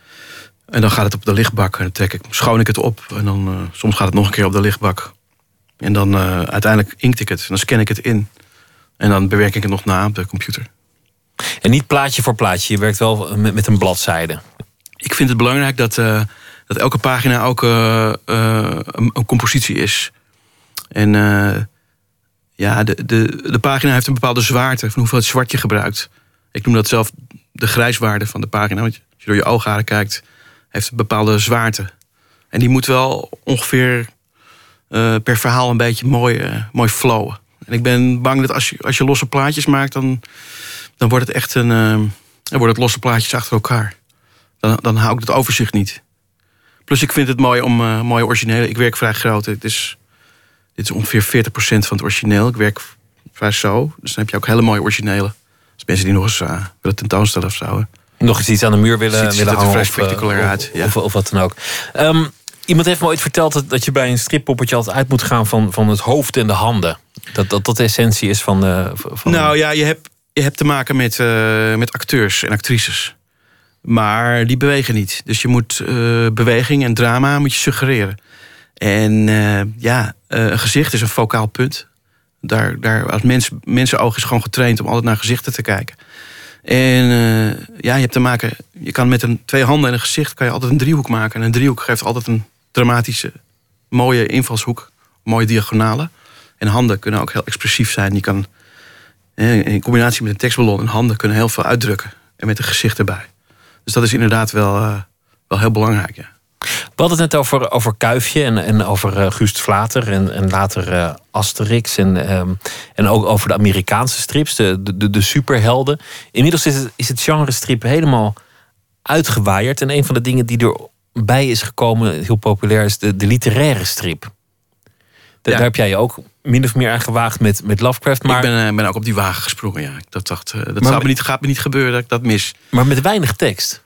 en dan gaat het op de lichtbak. En dan trek ik, schoon ik het op. En dan uh, soms gaat het nog een keer op de lichtbak. En dan uh, uiteindelijk inkt ik het. En dan scan ik het in. En dan bewerk ik het nog na op de computer. En niet plaatje voor plaatje. Je werkt wel met, met een bladzijde. Ik vind het belangrijk dat... Uh, dat elke pagina ook uh, uh, een, een compositie is. En uh, ja, de, de, de pagina heeft een bepaalde zwaarte... van hoeveel zwart je gebruikt. Ik noem dat zelf de grijswaarde van de pagina. Want als je door je oogharen kijkt, heeft een bepaalde zwaarte. En die moet wel ongeveer uh, per verhaal een beetje mooi, uh, mooi flowen. En ik ben bang dat als je, als je losse plaatjes maakt... dan, dan wordt het echt een... Uh, dan worden het losse plaatjes achter elkaar. Dan, dan hou ik het overzicht niet. Plus ik vind het mooi om uh, mooie originele... Ik werk vrij groot. Het is, dit is ongeveer veertig procent van het origineel. Ik werk vrij zo. Dus dan heb je ook hele mooie originele. Dus mensen die nog eens uh, willen tentoonstellen of zo. Hè. Nog eens iets aan de muur willen, Ziet, willen ziet hangen. er vrij spectaculair of, uit. Ja. Of, of wat dan ook. Um, iemand heeft me ooit verteld dat, dat je bij een strippoppetje altijd uit moet gaan... van, van het hoofd en de handen. Dat dat, dat de essentie is van... Uh, van nou ja, je hebt, je hebt te maken met, uh, met acteurs en actrices. Maar die bewegen niet. Dus je moet uh, beweging en drama moet je suggereren. En uh, ja, uh, een gezicht is een focaal punt. Daar, daar, als mens, mensenoog is gewoon getraind om altijd naar gezichten te kijken. En uh, ja, je hebt te maken... Je kan met een, twee handen en een gezicht kan je altijd een driehoek maken. En een driehoek geeft altijd een dramatische, mooie invalshoek. Mooie diagonalen. En handen kunnen ook heel expressief zijn. Je kan in combinatie met een tekstballon en handen kunnen heel veel uitdrukken. En met een gezicht erbij. Dus dat is inderdaad wel, uh, wel heel belangrijk, ja. We hadden het net over, over Kuifje en, en over uh, Guust Vlater en, en later uh, Asterix. En, um, en ook over de Amerikaanse strips, de, de, de superhelden. Inmiddels is het, is het genre strip helemaal uitgewaaierd. En een van de dingen die erbij is gekomen, heel populair, is de, de literaire strip. De, ja. Daar heb jij je ook min of meer aan gewaagd met, met Lovecraft. Maar... Ik ben, uh, ben ook op die wagen gesprongen, ja. Dat dacht, uh, dat zou me niet, gaat me niet gebeuren dat ik dat mis. Maar met weinig tekst.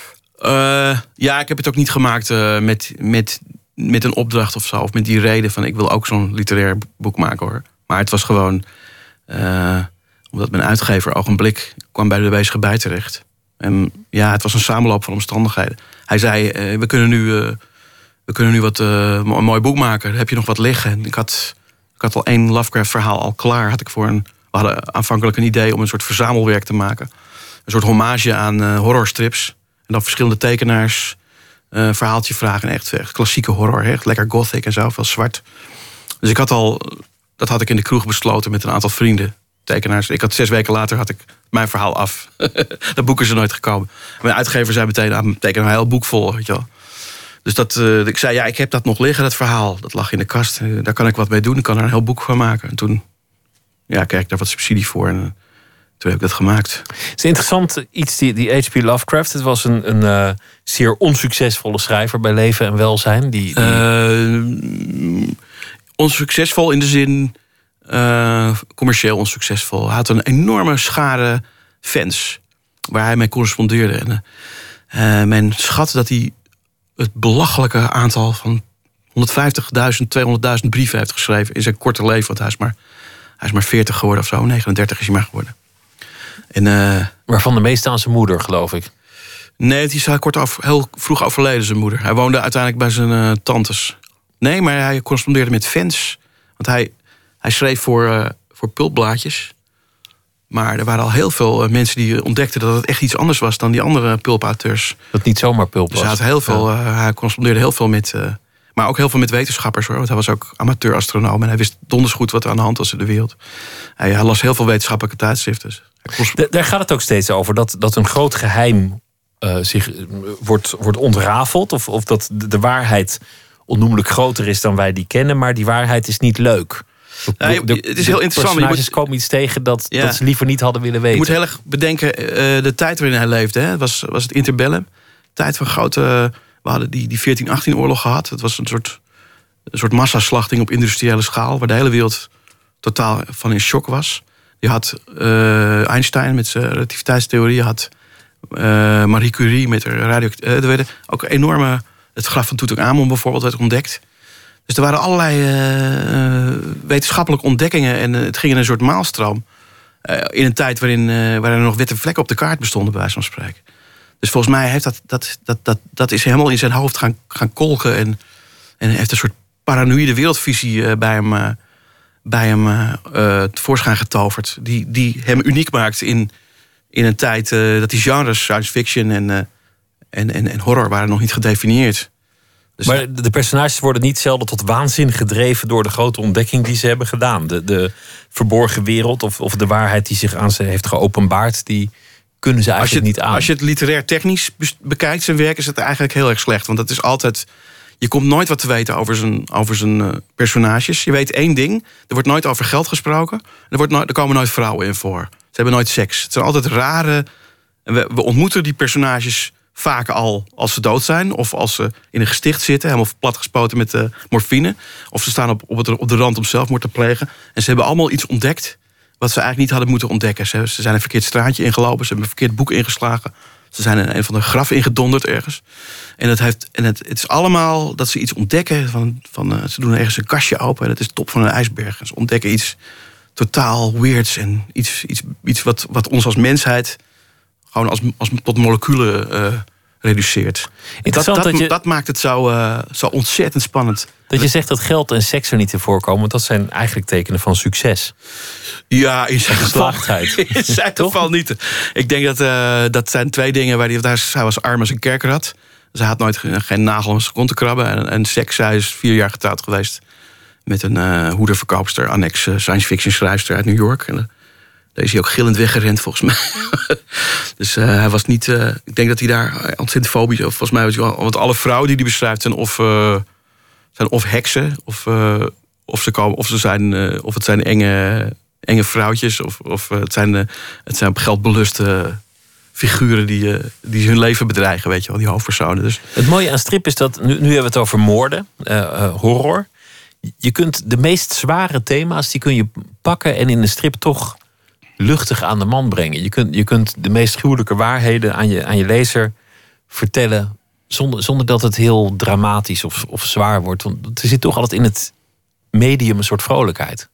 Uh, ja, ik heb het ook niet gemaakt uh, met, met, met een opdracht of zo. Of met die reden van ik wil ook zo'n literair boek maken, hoor. Maar het was gewoon... Uh, omdat mijn uitgever ogenblik kwam bij de bezige bij terecht. En ja, het was een samenloop van omstandigheden. Hij zei, uh, we kunnen nu... Uh, We kunnen nu wat, uh, een mooi boek maken. Heb je nog wat liggen? En ik had, ik had al één Lovecraft-verhaal al klaar. Had ik voor een, we hadden aanvankelijk een idee om een soort verzamelwerk te maken. Een soort hommage aan uh, horrorstrips. En dan verschillende tekenaars uh, verhaaltje vragen. Echt, echt klassieke horror. Echt lekker gothic en zo, veel zwart. Dus ik had al, dat had ik in de kroeg besloten met een aantal vrienden. tekenaars. Ik had zes weken later had ik mijn verhaal af. Dat boek is er nooit gekomen. Mijn uitgever zei meteen, ah, teken een heel boek vol, weet je wel. Dus dat, uh, ik zei, ja, ik heb dat nog liggen, dat verhaal. Dat lag in de kast. Uh, daar kan ik wat mee doen. Ik kan er een heel boek van maken. En toen ja, kreeg ik daar wat subsidie voor. En uh, toen heb ik dat gemaakt. Het is interessant, iets, die, die H P Lovecraft. Het was een, een uh, zeer onsuccesvolle schrijver bij leven en welzijn. Die, die... Uh, onsuccesvol in de zin... Uh, commercieel onsuccesvol. Hij had een enorme schare fans. Waar hij mee correspondeerde. En, uh, men schat dat hij het belachelijke aantal van honderdvijftigduizend, tweehonderdduizend brieven heeft geschreven in zijn korte leven. Want hij is maar, hij is maar veertig geworden of zo. negenendertig is hij maar geworden. En, uh, Waarvan de meeste aan zijn moeder, geloof ik. Nee, die is kort over, heel vroeg overleden, zijn moeder. Hij woonde uiteindelijk bij zijn uh, tantes. Nee, maar hij correspondeerde met fans. Want hij, hij schreef voor, uh, voor pulpblaadjes. Maar er waren al heel veel uh, mensen die ontdekten dat het echt iets anders was dan die andere pulpauteurs. Dat niet zomaar pulp was. Dus hij, had heel veel, uh, hij correspondeerde heel veel met... Uh, maar ook heel veel met wetenschappers, hoor. Want hij was ook amateur-astronoom. En hij wist donders goed wat er aan de hand was in de wereld. Hij, hij las heel veel wetenschappelijke tijdschriften. Dus D- daar gaat het ook steeds over. Dat, dat een groot geheim uh, zich uh, wordt, wordt ontrafeld. Of, of dat de, de waarheid onnoemelijk groter is dan wij die kennen. Maar die waarheid is niet leuk. De, ja, de, het is heel interessant. De je moet, komen iets tegen dat, ja. dat ze liever niet hadden willen weten. Je moet heel erg bedenken, uh, de tijd waarin hij leefde. Hè, was, was het interbellum. Tijd van grote... We hadden die, die veertien achttien oorlog gehad. Het was een soort, een soort massaslachting op industriële schaal. Waar de hele wereld totaal van in shock was. Je had uh, Einstein met zijn relativiteitstheorie. Je had uh, Marie Curie met haar radio... Uh, er werden ook enorme... Het graf van Tutankhamon bijvoorbeeld werd ontdekt. Dus er waren allerlei uh, wetenschappelijke ontdekkingen. En uh, het ging in een soort maalstroom. Uh, in een tijd waarin, uh, waarin er nog witte vlekken op de kaart bestonden, bij wijze van spreken. Dus volgens mij heeft dat, dat, dat, dat, dat is helemaal in zijn hoofd gaan, gaan kolken. En, en heeft een soort paranoïde wereldvisie uh, bij hem, uh, bij hem uh, uh, tevoorschijn getoverd. Die, die hem uniek maakt in, in een tijd uh, dat die genres, science fiction en, uh, en, en, en horror, waren nog niet gedefinieerd. Dus maar de personages worden niet zelden tot waanzin gedreven door de grote ontdekking die ze hebben gedaan. De, de verborgen wereld of, of de waarheid die zich aan ze heeft geopenbaard, die kunnen ze eigenlijk als je het, niet aan. Als je het literair technisch bekijkt, zijn werk, is het eigenlijk heel erg slecht. Want dat is altijd... Je komt nooit wat te weten over zijn, over zijn uh, personages. Je weet één ding. Er wordt nooit over geld gesproken. Er, wordt nooit, er komen nooit vrouwen in voor. Ze hebben nooit seks. Het zijn altijd rare... We, we ontmoeten die personages vaak al als ze dood zijn. Of als ze in een gesticht zitten. Helemaal platgespoten met uh, morfine. Of ze staan op, op, het, op de rand om zelfmoord te plegen. En ze hebben allemaal iets ontdekt wat ze eigenlijk niet hadden moeten ontdekken. Ze, ze zijn een verkeerd straatje ingelopen. Ze hebben een verkeerd boek ingeslagen. Ze zijn in een van de graf ingedonderd ergens. En, het, heeft, en het, het is allemaal dat ze iets ontdekken. Van, van, uh, ze doen ergens een kastje open en het is de top van een ijsberg. En ze ontdekken iets totaal weirds. En iets, iets, iets wat, wat ons als mensheid gewoon als, als tot moleculen uh, reduceert. Dat, dat, dat, je, dat maakt het zo, uh, zo ontzettend spannend. Dat je zegt dat geld en seks er niet in voorkomen. Want dat zijn eigenlijk tekenen van succes. Ja, in zijn geval, geslaagdheid. in zijn geval niet. Ik denk dat uh, dat zijn twee dingen waar hij... Hij was arm als een kerkrat. Dus hij had nooit geen nagel om zijn kont te krabben. En, en seks, hij is vier jaar getrouwd geweest met een uh, hoederverkoopster, annex uh, science fiction schrijfster uit New York. En, uh, daar is hij ook gillend weggerend, volgens mij. Dus uh, hij was niet... Uh, ik denk dat hij daar ontzettend fobisch... Of volgens mij was hij wel... Want alle vrouwen die hij beschrijft zijn of... Uh, zijn of heksen, of, uh, of, ze komen, of, ze zijn, uh, of het zijn enge, enge vrouwtjes... of, of het zijn, uh, het zijn geldbeluste figuren die, uh, die hun leven bedreigen, weet je wel, die hoofdpersonen. Dus. Het mooie aan strip is dat, nu, nu hebben we het over moorden, uh, uh, horror. Je kunt de meest zware thema's, die kun je pakken en in de strip toch luchtig aan de man brengen. Je kunt, je kunt de meest gruwelijke waarheden aan je, aan je lezer vertellen, Zonder, zonder dat het heel dramatisch of, of zwaar wordt. Want er zit toch altijd in het medium een soort vrolijkheid.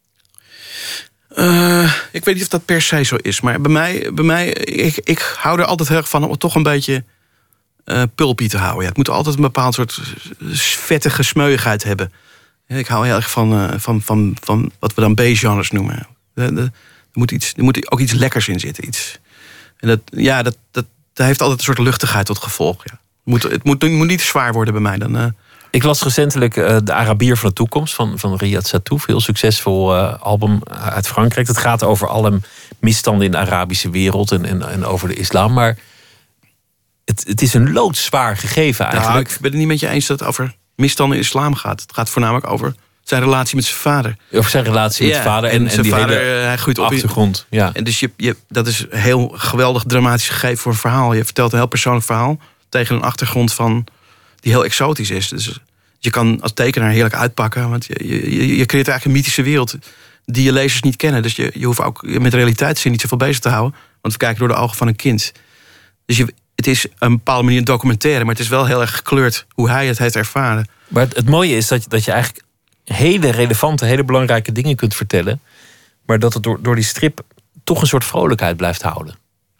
Uh, ik weet niet of dat per se zo is. Maar bij mij, bij mij ik, ik hou er altijd heel erg van om het toch een beetje uh, pulpy te houden. Ja, het moet altijd een bepaald soort vettige smeuigheid hebben. Ik hou heel erg van, uh, van, van, van wat we dan B-genres noemen. Er, er, moet iets, er moet ook iets lekkers in zitten. Iets. En dat, ja, dat, dat, dat heeft altijd een soort luchtigheid tot gevolg, ja. Het moet, het, moet, het moet niet zwaar worden bij mij. Dan, uh, Ik las recentelijk uh, De Arabier van de Toekomst van, van Riyad Sattouf. Heel succesvol uh, album uit Frankrijk. Het gaat over alle misstanden in de Arabische wereld en, en, en over de islam. Maar het, het is een loodzwaar gegeven eigenlijk. Nou, ik ben het niet met je eens dat het over misstanden in islam gaat. Het gaat voornamelijk over zijn relatie met zijn vader. Over zijn relatie met ja, zijn vader en, en, en zijn die vader, hele hij groeit op achtergrond. In, ja. En dus je, je, dat is heel geweldig dramatisch gegeven voor een verhaal. Je vertelt een heel persoonlijk verhaal tegen een achtergrond van die heel exotisch is. Dus je kan als tekenaar heerlijk uitpakken. Want je, je, je creëert eigenlijk een mythische wereld die je lezers niet kennen. Dus je, je hoeft ook met realiteitszin niet zoveel bezig te houden. Want we kijken door de ogen van een kind. Dus je, het is op een bepaalde manier documentaire, maar het is wel heel erg gekleurd hoe hij het heeft ervaren. Maar het, het mooie is dat je, dat je eigenlijk hele relevante, hele belangrijke dingen kunt vertellen. Maar dat het door, door die strip toch een soort vrolijkheid blijft houden.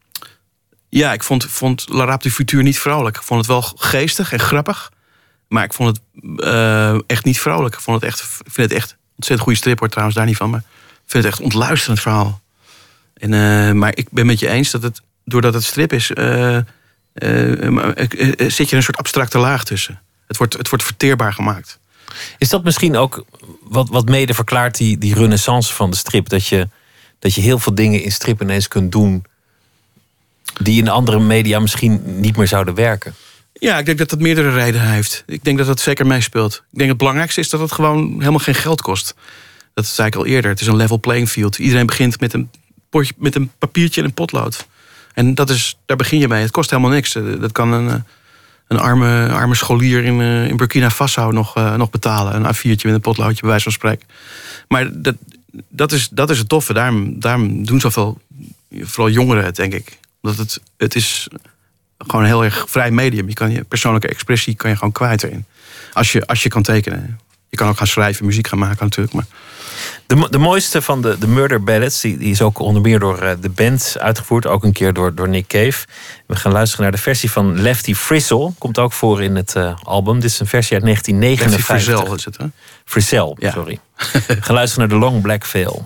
Ja, ik vond, vond La Rap du Futur niet vrolijk. Ik vond het wel geestig en grappig. Maar ik vond het uh, echt niet vrolijk. Ik, vond het echt, ik vind het echt een ontzettend goede strip, hoor, trouwens, daar niet van. Maar ik vind het echt ontluisterend verhaal. En, uh, maar ik ben met je eens dat het, doordat het strip is, Uh, uh, uh, uh, zit je in een soort abstracte laag tussen. Het wordt, het wordt verteerbaar gemaakt. Is dat misschien ook wat, wat mede verklaart die, die renaissance van de strip? Dat je, dat je heel veel dingen in strip ineens kunt doen die in andere media misschien niet meer zouden werken? Ja, ik denk dat dat meerdere redenen heeft. Ik denk dat dat zeker meespeelt. Ik denk dat het belangrijkste is dat het gewoon helemaal geen geld kost. Dat zei ik al eerder. Het is een level playing field. Iedereen begint met een, potje, met een papiertje en een potlood. En dat is, daar begin je mee. Het kost helemaal niks. Dat kan een, een arme, arme scholier in, in Burkina Faso nog, uh, nog betalen. Een A viertje met een potloodje, bij wijze van spreken. Maar dat, dat, is, dat is het toffe. Daarom, daarom doen zoveel, vooral jongeren het, denk ik. Omdat het, het is gewoon een heel erg vrij medium. Je kan je persoonlijke expressie kan je gewoon kwijt erin. Als je, als je kan tekenen. Je kan ook gaan schrijven, muziek gaan maken natuurlijk. Maar De, de mooiste van de, de Murder Ballads, die, die is ook onder meer door uh, de band uitgevoerd. Ook een keer door, door Nick Cave. We gaan luisteren naar de versie van Lefty Frizzell. Komt ook voor in het uh, album. Dit is een versie uit negentien negenenvijftig. Lefty Frizzell is het, hè? Frizzell, ja. sorry. We gaan luisteren naar The Long Black Veil.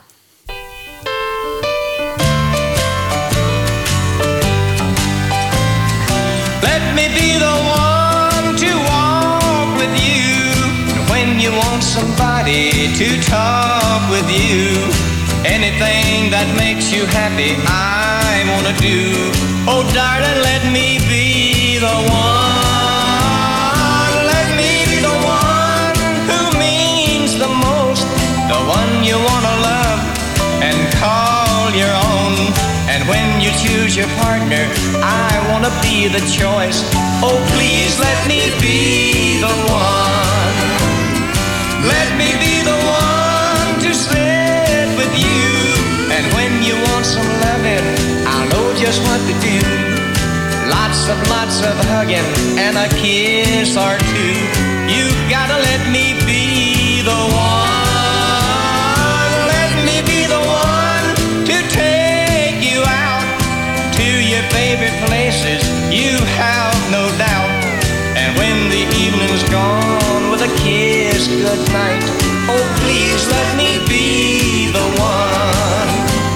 Let me be the one to walk with you when you want somebody to talk with you. Anything that makes you happy, I wanna do. Oh, darling, let me be the one. Let me be the one who means the most. The one you wanna love and call your own. And when you choose your partner, I wanna be the choice. Oh, please let me be the one. Let me be the one to sit with you. And when you want some loving, I'll know just what to do. Lots of, lots of hugging and a kiss or two. You gotta let me be the one. Let me be the one to take you out to your favorite places, you have no doubt. And when the evening's gone with a kiss goodnight, oh please let me be the one.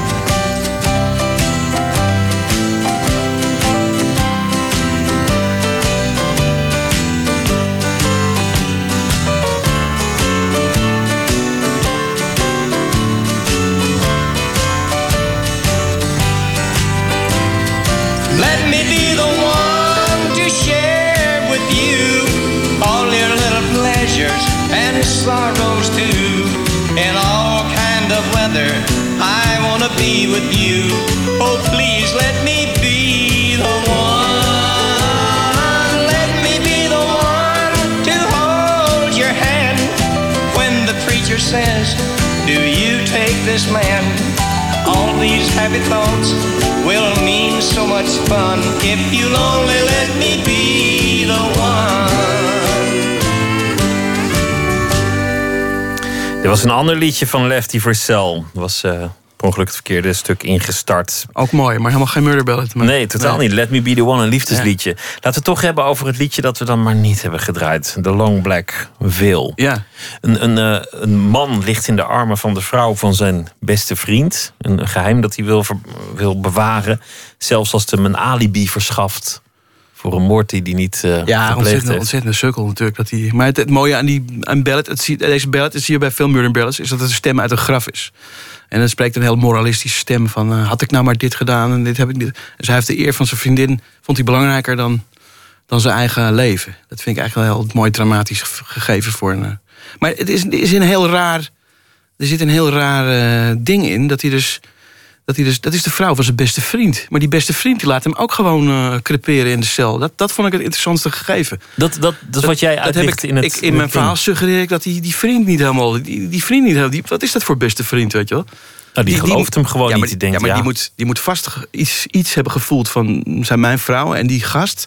Let me be the one to share with you all your little pleasures and sorrows too. In all kind of weather, I wanna be with you. Oh, please let me be the one. Let me be the one to hold your hand when the preacher says, do you take this man? All these happy thoughts will mean so much fun if you'll only let me be the one. Er was een ander liedje van Lefty Frizzell. Dat was uh, per ongeluk het verkeerde stuk ingestart. ook mooi, maar helemaal geen murder ballad. Maar Nee, totaal nee. niet. Let Me Be The One, een liefdesliedje. Laten we het toch hebben over het liedje dat we dan maar niet hebben gedraaid. The Long Black Veil. Ja. Een, een, uh, een man ligt in de armen van de vrouw van zijn beste vriend. Een geheim dat hij wil, ver, wil bewaren. Zelfs als het hem een alibi verschaft voor een moord die die niet uh, Ja, gepleegd ontzettend, heeft. ontzettend sukkel natuurlijk. Dat die, maar het, het mooie aan, die, aan Ballad, het, zie- deze Ballad, dat zie je bij veel murder ballads, is dat het een stem uit een graf is. En dan spreekt een heel moralistische stem van... Uh, had ik nou maar dit gedaan en dit heb ik niet. Dus hij heeft de eer van zijn vriendin, vond hij belangrijker dan, dan zijn eigen leven. Dat vind ik eigenlijk wel heel mooi dramatisch ge- gegeven voor een... Uh, maar het is, het is een heel raar... Er zit een heel raar uh, ding in, dat hij dus... Dat, hij dus, dat is de vrouw van zijn beste vriend. Maar die beste vriend die laat hem ook gewoon uh, creperen in de cel. Dat, dat vond ik het interessantste gegeven. Dat, dat, dat is wat jij uitlicht in het... Ik, in mijn verhaal suggereer ik dat die, die vriend niet helemaal... Die, die vriend niet helemaal... Die, wat is dat voor beste vriend, weet je wel? Nou, die, die gelooft hem gewoon ja, niet. Maar, Die denkt, ja, maar ja. Die, moet, die moet vast iets, iets hebben gevoeld van... zijn mijn vrouw en die gast.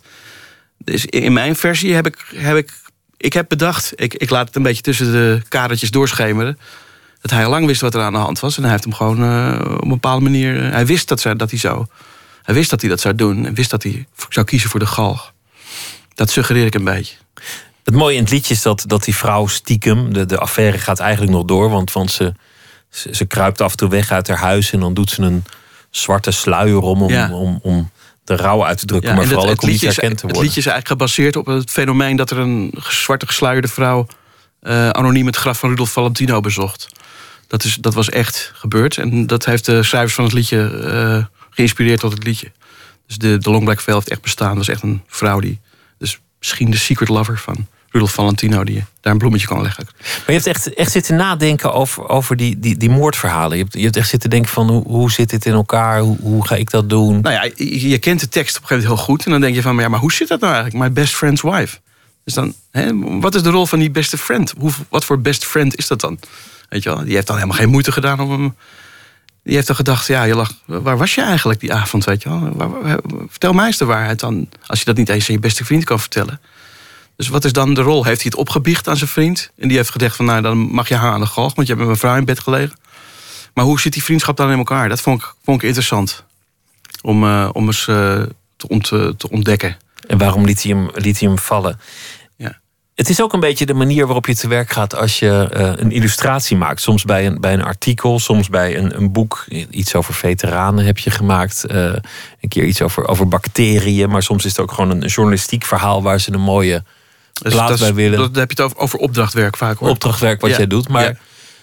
Dus in mijn versie heb ik... Heb ik, ik heb bedacht... Ik, ik laat het een beetje tussen de kadertjes doorschemeren... dat hij al lang wist wat er aan de hand was. En hij heeft hem gewoon uh, op een bepaalde manier... Uh, hij wist dat, zij, dat hij zou... Hij wist dat hij dat zou doen. En wist dat hij zou kiezen voor de galg. Dat suggereer ik een beetje. Het mooie in het liedje is dat, dat die vrouw stiekem... De, de affaire gaat eigenlijk nog door. Want, want ze, ze, ze kruipt af en toe weg uit haar huis... en dan doet ze een zwarte sluier om... om, Ja. om, om de rouw uit te drukken. Ja, maar en vooral het, ook om niet liedje is, herkend te het worden. liedje is eigenlijk gebaseerd op het fenomeen... dat er een zwarte gesluierde vrouw... Uh, anoniem het graf van Rudolf Valentino bezocht. Dat, is, dat was echt gebeurd. En dat heeft de schrijvers van het liedje uh, geïnspireerd tot het liedje. Dus de, de Long Black Veil heeft echt bestaan. Dat was echt een vrouw die... Dus misschien de secret lover van Rudolf Valentino... die je daar een bloemetje kan leggen. Maar je hebt echt, echt zitten nadenken over, over die, die, die moordverhalen. Je hebt, je hebt echt zitten denken van... Hoe, hoe zit dit in elkaar? Hoe, hoe ga ik dat doen? Nou ja, je, je kent de tekst op een gegeven moment heel goed. En dan denk je van... Maar, ja, maar hoe zit dat nou eigenlijk? My best friend's wife. Dus dan... Hè, wat is de rol van die beste friend? Hoe, wat voor best friend is dat dan? Weet je wel? Die heeft dan helemaal geen moeite gedaan om hem... Die heeft dan gedacht, ja, je lag, waar was je eigenlijk die avond, weet je wel? Waar, waar, vertel mij eens de waarheid dan, als je dat niet eens aan je beste vriend kan vertellen. Dus wat is dan de rol? Heeft hij het opgebiecht aan zijn vriend? En die heeft gedacht van, nou, dan mag je haar aan de galg... want je hebt met mijn vrouw in bed gelegen. Maar hoe zit die vriendschap dan in elkaar? Dat vond ik, vond ik interessant. Om, uh, om eens uh, te, ont, te ontdekken. En waarom liet hij hem, liet hij hem vallen? Ja. Het is ook een beetje de manier waarop je te werk gaat als je uh, een illustratie maakt. Soms bij een, bij een artikel, soms bij een, een boek. Iets over veteranen heb je gemaakt. Uh, een keer iets over, over bacteriën. Maar soms is het ook gewoon een, een journalistiek verhaal... waar ze een mooie dus plaats bij willen. Dan heb je het over, over opdrachtwerk vaak, hoor. Opdrachtwerk wat ja. jij doet, maar... Ja.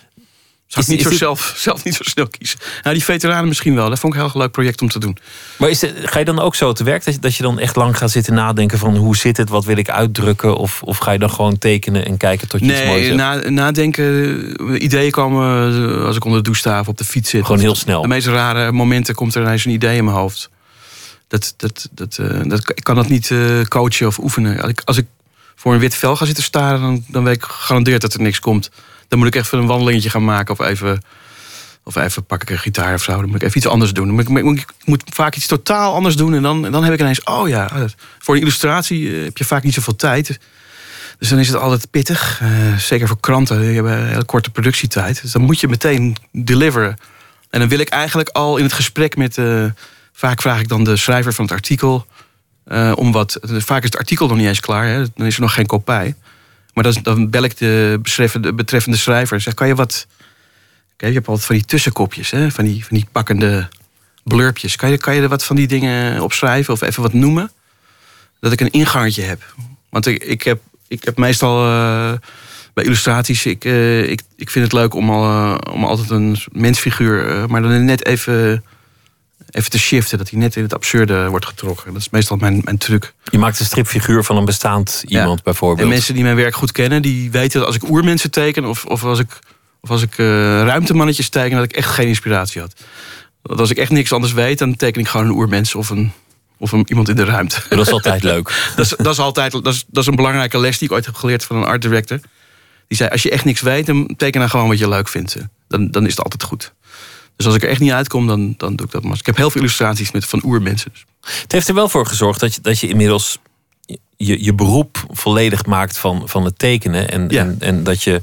Zou ik Is, niet is zo dit... zelf, zelf niet zo snel kiezen. Nou, die veteranen misschien wel. Dat vond ik een heel leuk project om te doen. Maar is het, ga je dan ook zo te werk? Dat je, dat je dan echt lang gaat zitten nadenken van... hoe zit het, wat wil ik uitdrukken? Of, of ga je dan gewoon tekenen en kijken tot je nee, iets moois hebt? Na, nadenken, ideeën komen als ik onder de douche sta of op de fiets zit. Gewoon heel snel. De meest rare momenten komt er ineens een idee in mijn hoofd. Dat, dat, dat, uh, dat, ik kan dat niet uh, coachen of oefenen. Als ik, als ik voor een wit vel ga zitten staren... Dan, dan weet ik gegarandeerd dat er niks komt. Dan moet ik even een wandelingetje gaan maken of even... Of even pak ik een gitaar of zo. Dan moet ik even iets anders doen. Dan moet ik, moet, ik moet vaak iets totaal anders doen. En dan, en dan heb ik ineens, oh ja, voor een illustratie heb je vaak niet zoveel tijd. Dus dan is het altijd pittig. Uh, zeker voor kranten, die hebben een hele korte productietijd. Dus dan moet je meteen deliveren. En dan wil ik eigenlijk al in het gesprek met... Uh, vaak vraag ik dan de schrijver van het artikel... Uh, om wat... Vaak is het artikel nog niet eens klaar. Hè, dan is er nog geen kopij. Maar dan, dan bel ik de betreffende, betreffende schrijver en zeg... kan je wat... Okay, je hebt altijd van die tussenkopjes, hè? Van, die, van die pakkende blurpjes. Kan je, kan je er wat van die dingen opschrijven of even wat noemen? Dat ik een ingangetje heb. Want ik, ik, heb, ik heb meestal uh, bij illustraties... Ik, uh, ik, ik vind het leuk om, al, uh, om altijd een mensfiguur... Uh, maar dan net even, even te shiften. Dat hij net in het absurde wordt getrokken. Dat is meestal mijn, mijn truc. Je maakt een stripfiguur van een bestaand iemand ja. bijvoorbeeld. En mensen die mijn werk goed kennen... die weten dat als ik oermensen teken... of, of als ik... Of als ik uh, ruimtemannetjes teken, dat ik echt geen inspiratie had. Want als ik echt niks anders weet, dan teken ik gewoon een oermens of een, of een, iemand in de ruimte. Dat is altijd leuk. dat, is, dat, is altijd, dat, is, dat is een belangrijke les die ik ooit heb geleerd van een art director. Die zei, als je echt niks weet, dan teken dan gewoon wat je leuk vindt. Dan, dan is het altijd goed. Dus als ik er echt niet uitkom, dan, dan doe ik dat maar. Ik heb heel veel illustraties met, van oermensen. Het heeft er wel voor gezorgd dat je, dat je inmiddels je, je beroep volledig maakt van, van het tekenen. En, ja. en, en dat je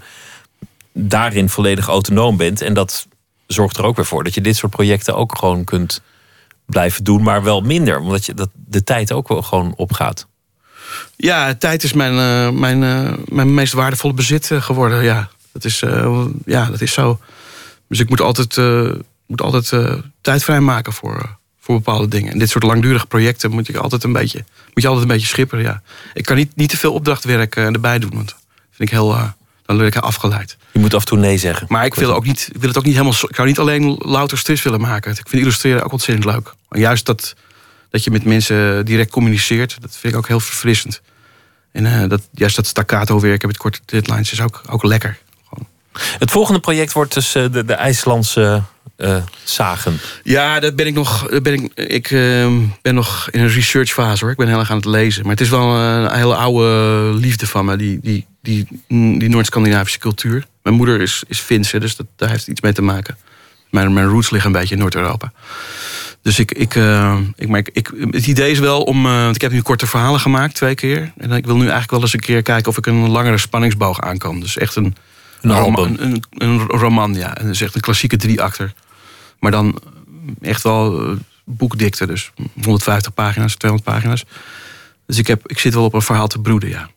daarin volledig autonoom bent. En dat zorgt er ook weer voor dat je dit soort projecten ook gewoon kunt blijven doen, maar wel minder. Omdat je, dat de tijd ook wel gewoon opgaat. Ja, tijd is mijn, uh, mijn, uh, mijn meest waardevolle bezit geworden. Ja, dat is, uh, ja, dat is zo. Dus ik moet altijd, uh, moet altijd uh, tijd vrijmaken voor, uh, voor bepaalde dingen. En dit soort langdurige projecten moet je altijd een beetje, moet je altijd een beetje schipperen. Ja. Ik kan niet, niet te veel opdrachtwerk uh, erbij doen, want dat vind ik heel, uh, dan word ik afgeleid. Je moet af en toe nee zeggen. Maar ik wil, ook niet, ik wil het ook niet helemaal. Ik zou niet alleen louter strips willen maken. Ik vind illustreren ook ontzettend leuk. En juist dat, dat je met mensen direct communiceert, dat vind ik ook heel verfrissend. En uh, dat, juist dat staccato werken met korte deadlines is ook, ook lekker. Gewoon. Het volgende project wordt dus uh, de, de IJslandse uh, zagen. Ja, daar ben ik nog. Daar ben ik ik uh, ben nog in een researchfase hoor. Ik ben heel erg aan het lezen. Maar het is wel een hele oude liefde van me, die, die, die, die Noord-Scandinavische cultuur. Mijn moeder is, is Finse, dus dat, daar heeft iets mee te maken. Mijn, mijn roots liggen een beetje in Noord-Europa. Dus ik, ik, uh, ik, maar ik, ik, het idee is wel om. Uh, ik heb nu korte verhalen gemaakt, twee keer. En ik wil nu eigenlijk wel eens een keer kijken of ik een langere spanningsboog aan kan. Dus echt een, een, een, album. Een, een, een roman, ja. En dat is echt een klassieke drie-akter. Maar dan echt wel uh, boekdikte, dus honderdvijftig pagina's, tweehonderd pagina's. Dus ik, heb, ik zit wel op een verhaal te broeden, ja.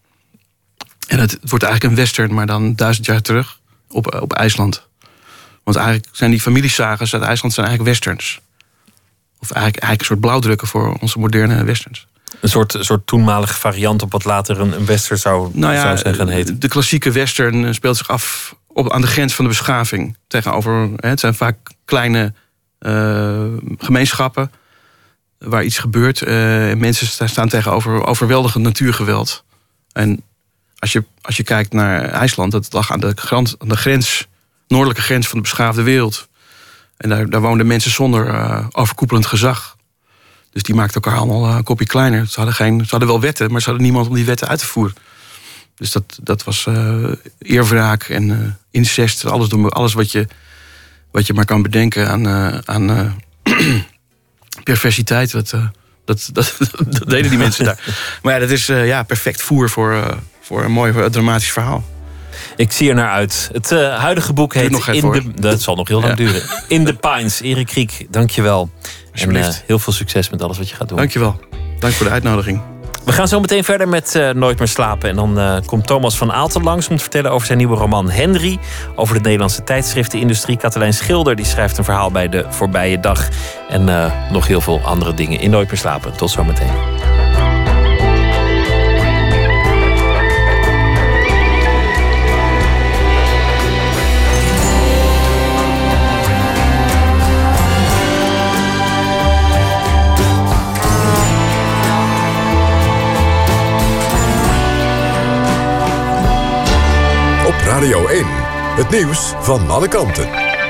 En het, het wordt eigenlijk een western, maar dan duizend jaar terug op, op IJsland. Want eigenlijk zijn die familiesagas uit IJsland zijn eigenlijk westerns. Of eigenlijk, eigenlijk een soort blauwdrukken voor onze moderne westerns. Een soort, soort toenmalige variant op wat later een, een western zou, nou ja, zou zijn gaan heten. De klassieke western speelt zich af op, aan de grens van de beschaving. Tegenover, hè, het zijn vaak kleine uh, gemeenschappen waar iets gebeurt. Uh, mensen staan tegenover overweldigend natuurgeweld. En als je, als je kijkt naar IJsland, dat lag aan de, grens, aan de grens, noordelijke grens van de beschaafde wereld. En daar, daar woonden mensen zonder uh, overkoepelend gezag. Dus die maakten elkaar allemaal uh, een kopje kleiner. Ze hadden, geen, ze hadden wel wetten, maar ze hadden niemand om die wetten uit te voeren. Dus dat, dat was uh, eerwraak en uh, incest. Alles, doen, alles wat, je, wat je maar kan bedenken aan, uh, aan uh, perversiteit. Dat, uh, dat, dat, dat deden die mensen daar. Maar ja, dat is uh, ja, perfect voer voor, uh, voor een mooi uh, dramatisch verhaal. Ik zie er naar uit. Het uh, huidige boek heet... Nog in de, dat zal nog heel lang ja. duren. In the Pines. Erik Kriek, dank je wel. En uh, heel veel succes met alles wat je gaat doen. Dank je wel. Dank voor de uitnodiging. We gaan zo meteen verder met uh, Nooit meer slapen. En dan uh, komt Thomas van Aalten langs om te vertellen over zijn nieuwe roman Henry. Over de Nederlandse tijdschriftenindustrie. Katelijn Schilder die schrijft een verhaal bij De Voorbije Dag. En uh, nog heel veel andere dingen in Nooit meer slapen. Tot zo meteen. Radio één, het nieuws van alle kanten.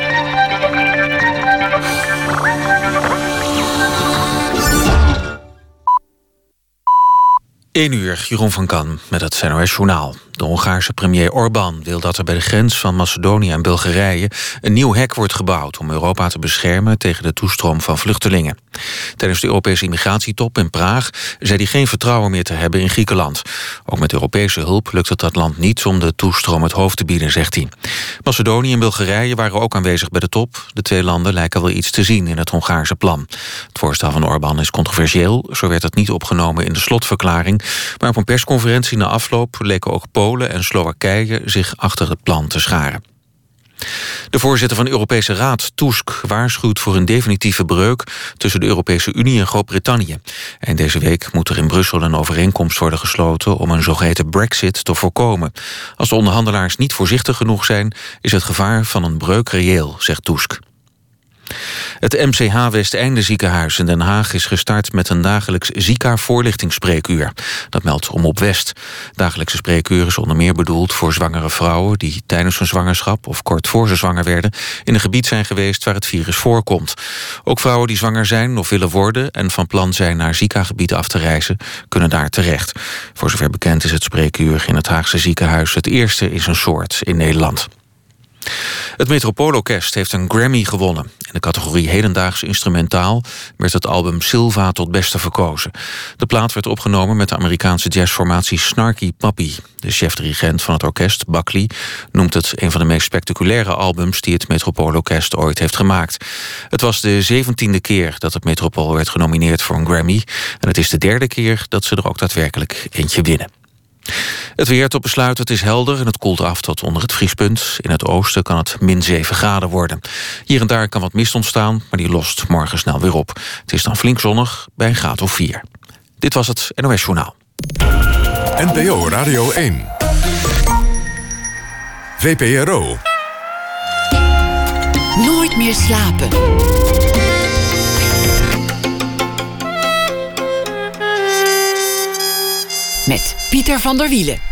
één uur, Jeroen van Kan met het N O S-journaal. De Hongaarse premier Orbán wil dat er bij de grens van Macedonië en Bulgarije een nieuw hek wordt gebouwd om Europa te beschermen tegen de toestroom van vluchtelingen. Tijdens de Europese immigratietop in Praag zei hij geen vertrouwen meer te hebben in Griekenland. Ook met Europese hulp lukt het dat land niet om de toestroom het hoofd te bieden, zegt hij. Macedonië en Bulgarije waren ook aanwezig bij de top. De twee landen lijken wel iets te zien in het Hongaarse plan. Het voorstel van Orbán is controversieel. Zo werd het niet opgenomen in de slotverklaring. Maar op een persconferentie na afloop leken ook Polen en Slowakije zich achter het plan te scharen. De voorzitter van de Europese Raad, Tusk, waarschuwt voor een definitieve breuk tussen de Europese Unie en Groot-Brittannië. En deze week moet er in Brussel een overeenkomst worden gesloten om een zogeheten Brexit te voorkomen. Als de onderhandelaars niet voorzichtig genoeg zijn, is het gevaar van een breuk reëel, zegt Tusk. Het M C H Westeinde ziekenhuis in Den Haag is gestart met een dagelijks Zika-voorlichtingsspreekuur. Dat meldt Omroep West. Dagelijkse spreekuur is onder meer bedoeld voor zwangere vrouwen die tijdens hun zwangerschap of kort voor ze zwanger werden in een gebied zijn geweest waar het virus voorkomt. Ook vrouwen die zwanger zijn of willen worden en van plan zijn naar Zika-gebieden af te reizen, kunnen daar terecht. Voor zover bekend is het spreekuur in het Haagse ziekenhuis het eerste in zijn soort in Nederland. Het Metropoolorkest heeft een Grammy gewonnen. In de categorie hedendaags instrumentaal werd het album Silva tot beste verkozen. De plaat werd opgenomen met de Amerikaanse jazzformatie Snarky Puppy. De chef-dirigent van het orkest, Buckley, noemt het een van de meest spectaculaire albums die het Metropoolorkest ooit heeft gemaakt. Het was de zeventiende keer dat het Metropool werd genomineerd voor een Grammy. En het is de derde keer dat ze er ook daadwerkelijk eentje winnen. Het weer tot besluit, het is helder en het koelt af tot onder het vriespunt. In het oosten kan het min zeven graden worden. Hier en daar kan wat mist ontstaan, maar die lost morgen snel weer op. Het is dan flink zonnig bij een graad of vier. Dit was het N O S Journaal. N P O Radio één. V P R O. Nooit meer slapen. Met Pieter van der Wielen.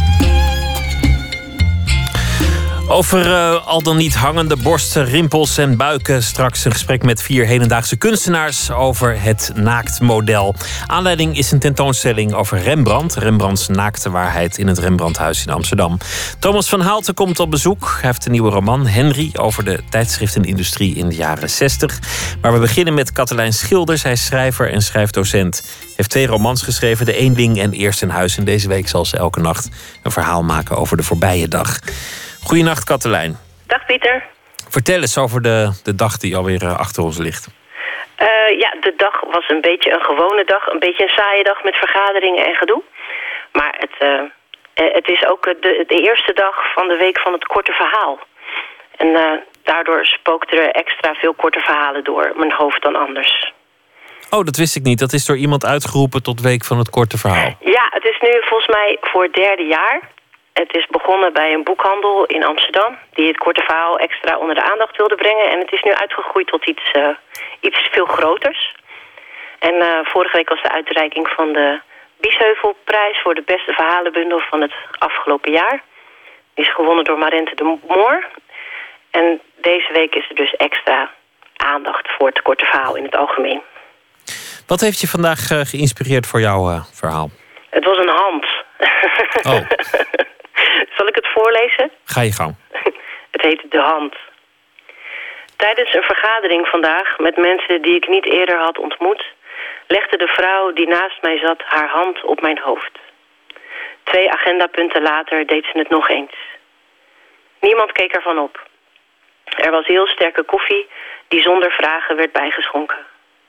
Over uh, al dan niet hangende borsten, rimpels en buiken. Straks een gesprek met vier hedendaagse kunstenaars over het naaktmodel. Aanleiding is een tentoonstelling over Rembrandt. Rembrandts naakte waarheid in het Rembrandthuis in Amsterdam. Thomas van Haalten komt op bezoek. Hij heeft een nieuwe roman, Henry, over de tijdschriftenindustrie in de jaren zestig. Maar we beginnen met Katelijn Schilders. Hij is schrijver en schrijfdocent. Heeft twee romans geschreven, De Eenling en Eerst in Huis. En deze week zal ze elke nacht een verhaal maken over de voorbije dag. Goedenacht, Katelijn. Dag, Pieter. Vertel eens over de, de dag die alweer uh, achter ons ligt. Uh, ja, de dag was een beetje een gewone dag. Een beetje een saaie dag met vergaderingen en gedoe. Maar het, uh, het is ook de, de eerste dag van de week van het korte verhaal. En uh, daardoor spookten er extra veel korte verhalen door mijn hoofd dan anders. Oh, dat wist ik niet. Dat is door iemand uitgeroepen tot week van het korte verhaal. Ja, het is nu volgens mij voor het derde jaar. Het is begonnen bij een boekhandel in Amsterdam die het korte verhaal extra onder de aandacht wilde brengen. En het is nu uitgegroeid tot iets, uh, iets veel groters. En uh, vorige week was de uitreiking van de Biesheuvelprijs voor de beste verhalenbundel van het afgelopen jaar. Die is gewonnen door Marente de Moor. En deze week is er dus extra aandacht voor het korte verhaal in het algemeen. Wat heeft je vandaag uh, geïnspireerd voor jouw uh, verhaal? Het was een hand. Oh. Zal ik het voorlezen? Ga je gang. Het heet De Hand. Tijdens een vergadering vandaag met mensen die ik niet eerder had ontmoet, legde de vrouw die naast mij zat haar hand op mijn hoofd. Twee agendapunten later deed ze het nog eens. Niemand keek ervan op. Er was heel sterke koffie die zonder vragen werd bijgeschonken.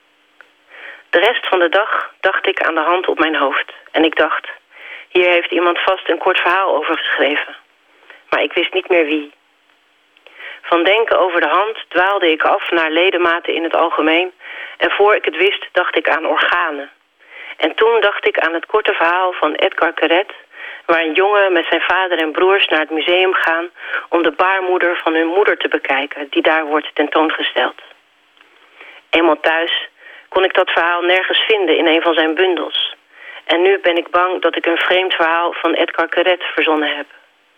De rest van de dag dacht ik aan de hand op mijn hoofd. En ik dacht, hier heeft iemand vast een kort verhaal over geschreven. Maar ik wist niet meer wie. Van denken over de hand dwaalde ik af naar ledematen in het algemeen. En voor ik het wist, dacht ik aan organen. En toen dacht ik aan het korte verhaal van Edgar Queret, waar een jongen met zijn vader en broers naar het museum gaan om de baarmoeder van hun moeder te bekijken, die daar wordt tentoongesteld. Eenmaal thuis kon ik dat verhaal nergens vinden in een van zijn bundels. En nu ben ik bang dat ik een vreemd verhaal van Edgar Queret verzonnen heb.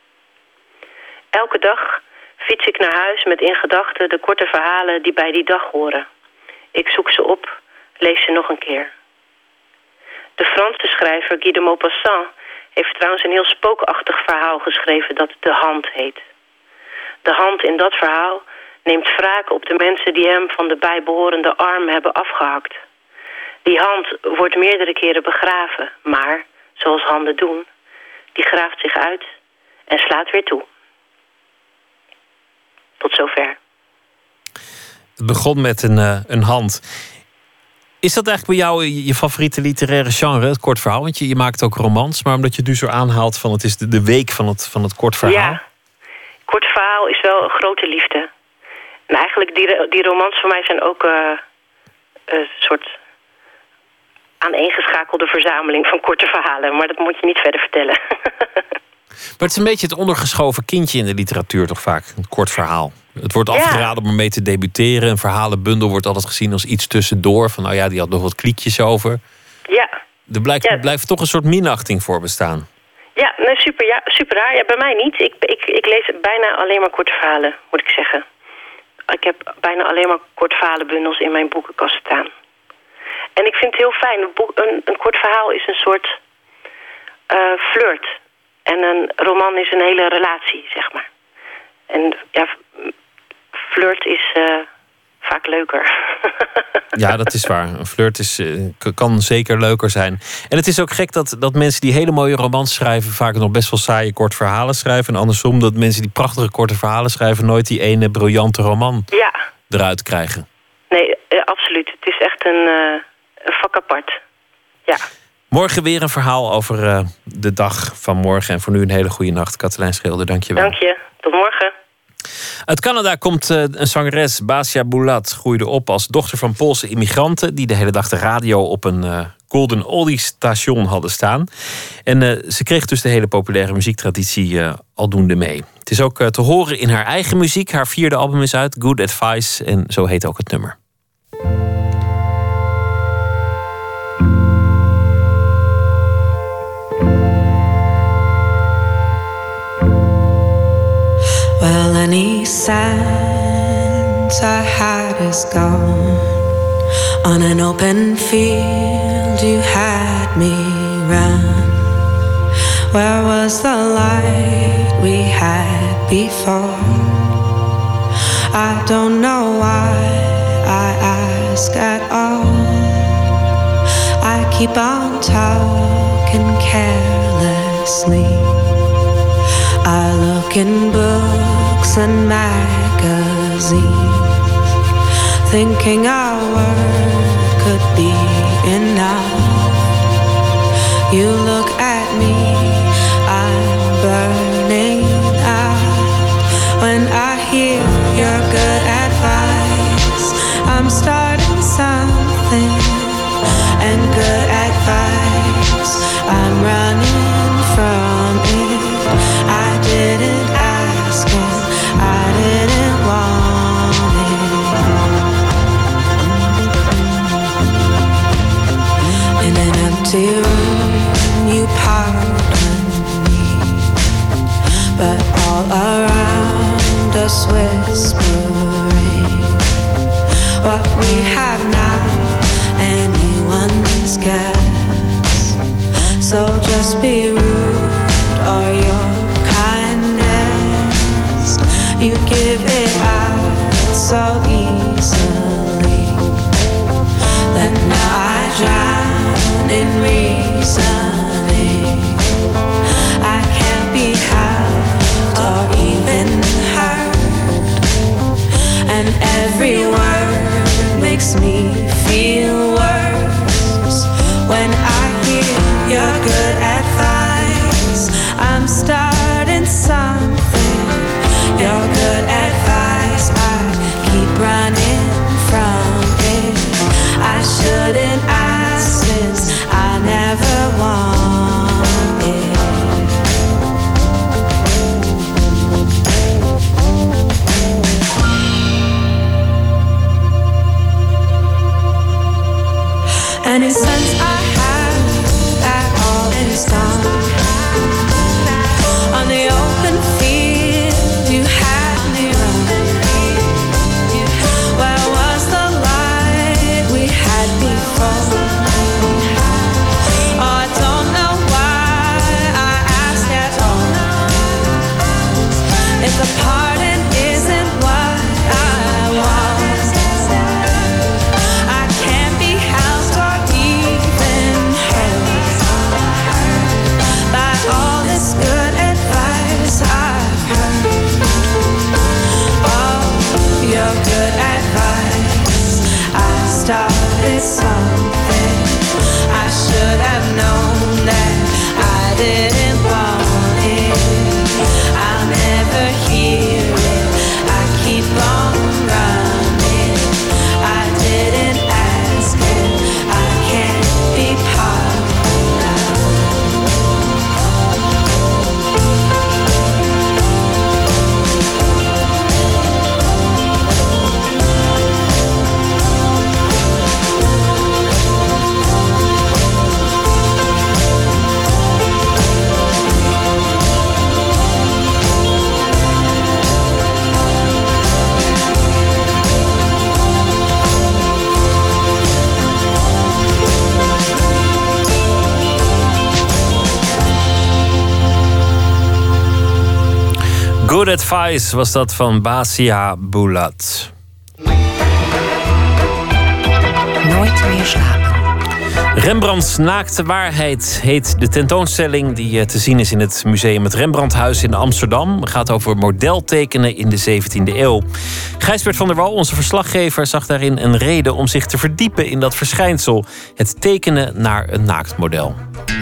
Elke dag fiets ik naar huis met in gedachten de korte verhalen die bij die dag horen. Ik zoek ze op, lees ze nog een keer. De Franse schrijver Guy de Maupassant heeft trouwens een heel spookachtig verhaal geschreven dat De Hand heet. De hand in dat verhaal neemt wraak op de mensen die hem van de bijbehorende arm hebben afgehakt. Die hand wordt meerdere keren begraven, maar, zoals handen doen, die graaft zich uit en slaat weer toe. Tot zover. Het begon met een, uh, een hand. Is dat eigenlijk bij jou je favoriete literaire genre, het kort verhaal? Want je, je maakt ook romans, maar omdat je dus zo aanhaalt van het is de, de week van het, van het kort verhaal. Ja, kort verhaal is wel een grote liefde. En eigenlijk die, die romans van mij zijn ook uh, een soort aaneengeschakelde verzameling van korte verhalen. Maar dat moet je niet verder vertellen. Maar het is een beetje het ondergeschoven kindje in de literatuur toch vaak, een kort verhaal. Het wordt Ja. afgeraden om ermee te debuteren. Een verhalenbundel wordt altijd gezien als iets tussendoor. Van nou ja, die had nog wat kliekjes over. Ja, Er blijkt, Ja. er blijft toch een soort minachting voor bestaan. ja, nee, super, ja, super raar. Ja, bij mij niet. Ik, ik, ik lees bijna alleen maar korte verhalen, moet ik zeggen. Ik heb bijna alleen maar korte verhalenbundels in mijn boekenkast staan. En ik vind het heel fijn. Een, boek, een, een kort verhaal is een soort uh, flirt. En een roman is een hele relatie, zeg maar. En ja, flirt is uh, vaak leuker. Ja, dat is waar. Een flirt is, eh, k- kan zeker leuker zijn. En het is ook gek dat, dat mensen die hele mooie romans schrijven vaak nog best wel saaie kort verhalen schrijven. En andersom dat mensen die prachtige korte verhalen schrijven nooit die ene briljante roman Ja, eruit krijgen. nee, uh, absoluut. Het is echt een, uh, een vak apart. Ja. Morgen weer een verhaal over uh, de dag van morgen. En voor nu een hele goede nacht. Katelijn Schilder, dank je wel. Dank je. Tot morgen. Uit Canada komt uh, een zangeres, Basia Bulat. Groeide op als dochter van Poolse immigranten die de hele dag de radio op een uh, Golden Oldies station hadden staan. En uh, ze kreeg dus de hele populaire muziektraditie uh, aldoende mee. Het is ook uh, te horen in haar eigen muziek. Haar vierde album is uit, Good Advice. En zo heet ook het nummer. Well, any sense I had is gone. On an open field you had me run. Where was the light we had before? I don't know why I ask at all. I keep on talking carelessly. I look in books and magazines, thinking our word could be enough. You look at me, I'm burning out. When I hear your good advice, I'm starting something. And good advice, I'm running from it. I didn't ask it, I didn't want it. In an empty room you pardon me, but all around us whispering, what we have now, anyone's guess. So just be rude or your kindness, you give it out so easily that now I drown in reasoning. I can't be helped or even hurt, and every word makes me feel worse. When I hear your good advice, I'm starting something. Your good advice, I keep running from it. I shouldn't ask since I never want it. Any sense I have at all is gone. On the open field you had me run. Where was the light we had before? Oh, I don't know why I ask at all. If the pardon isn't what I want, I can't be helped or even hurt by all this good advice I've heard. Oh, your good advice, I started something. I should have known that I didn't want it. I'll never hear it, I keep on running. I didn't ask it, I can't be part now. Good Advice was dat van Basia Bulat. Nooit meer slapen. Rembrandts naakte waarheid heet de tentoonstelling die te zien is in het museum Het Rembrandthuis in Amsterdam. Het gaat over modeltekenen in de zeventiende eeuw. Gijsbert van der Wal, onze verslaggever, zag daarin een reden om zich te verdiepen in dat verschijnsel. Het tekenen naar een naaktmodel.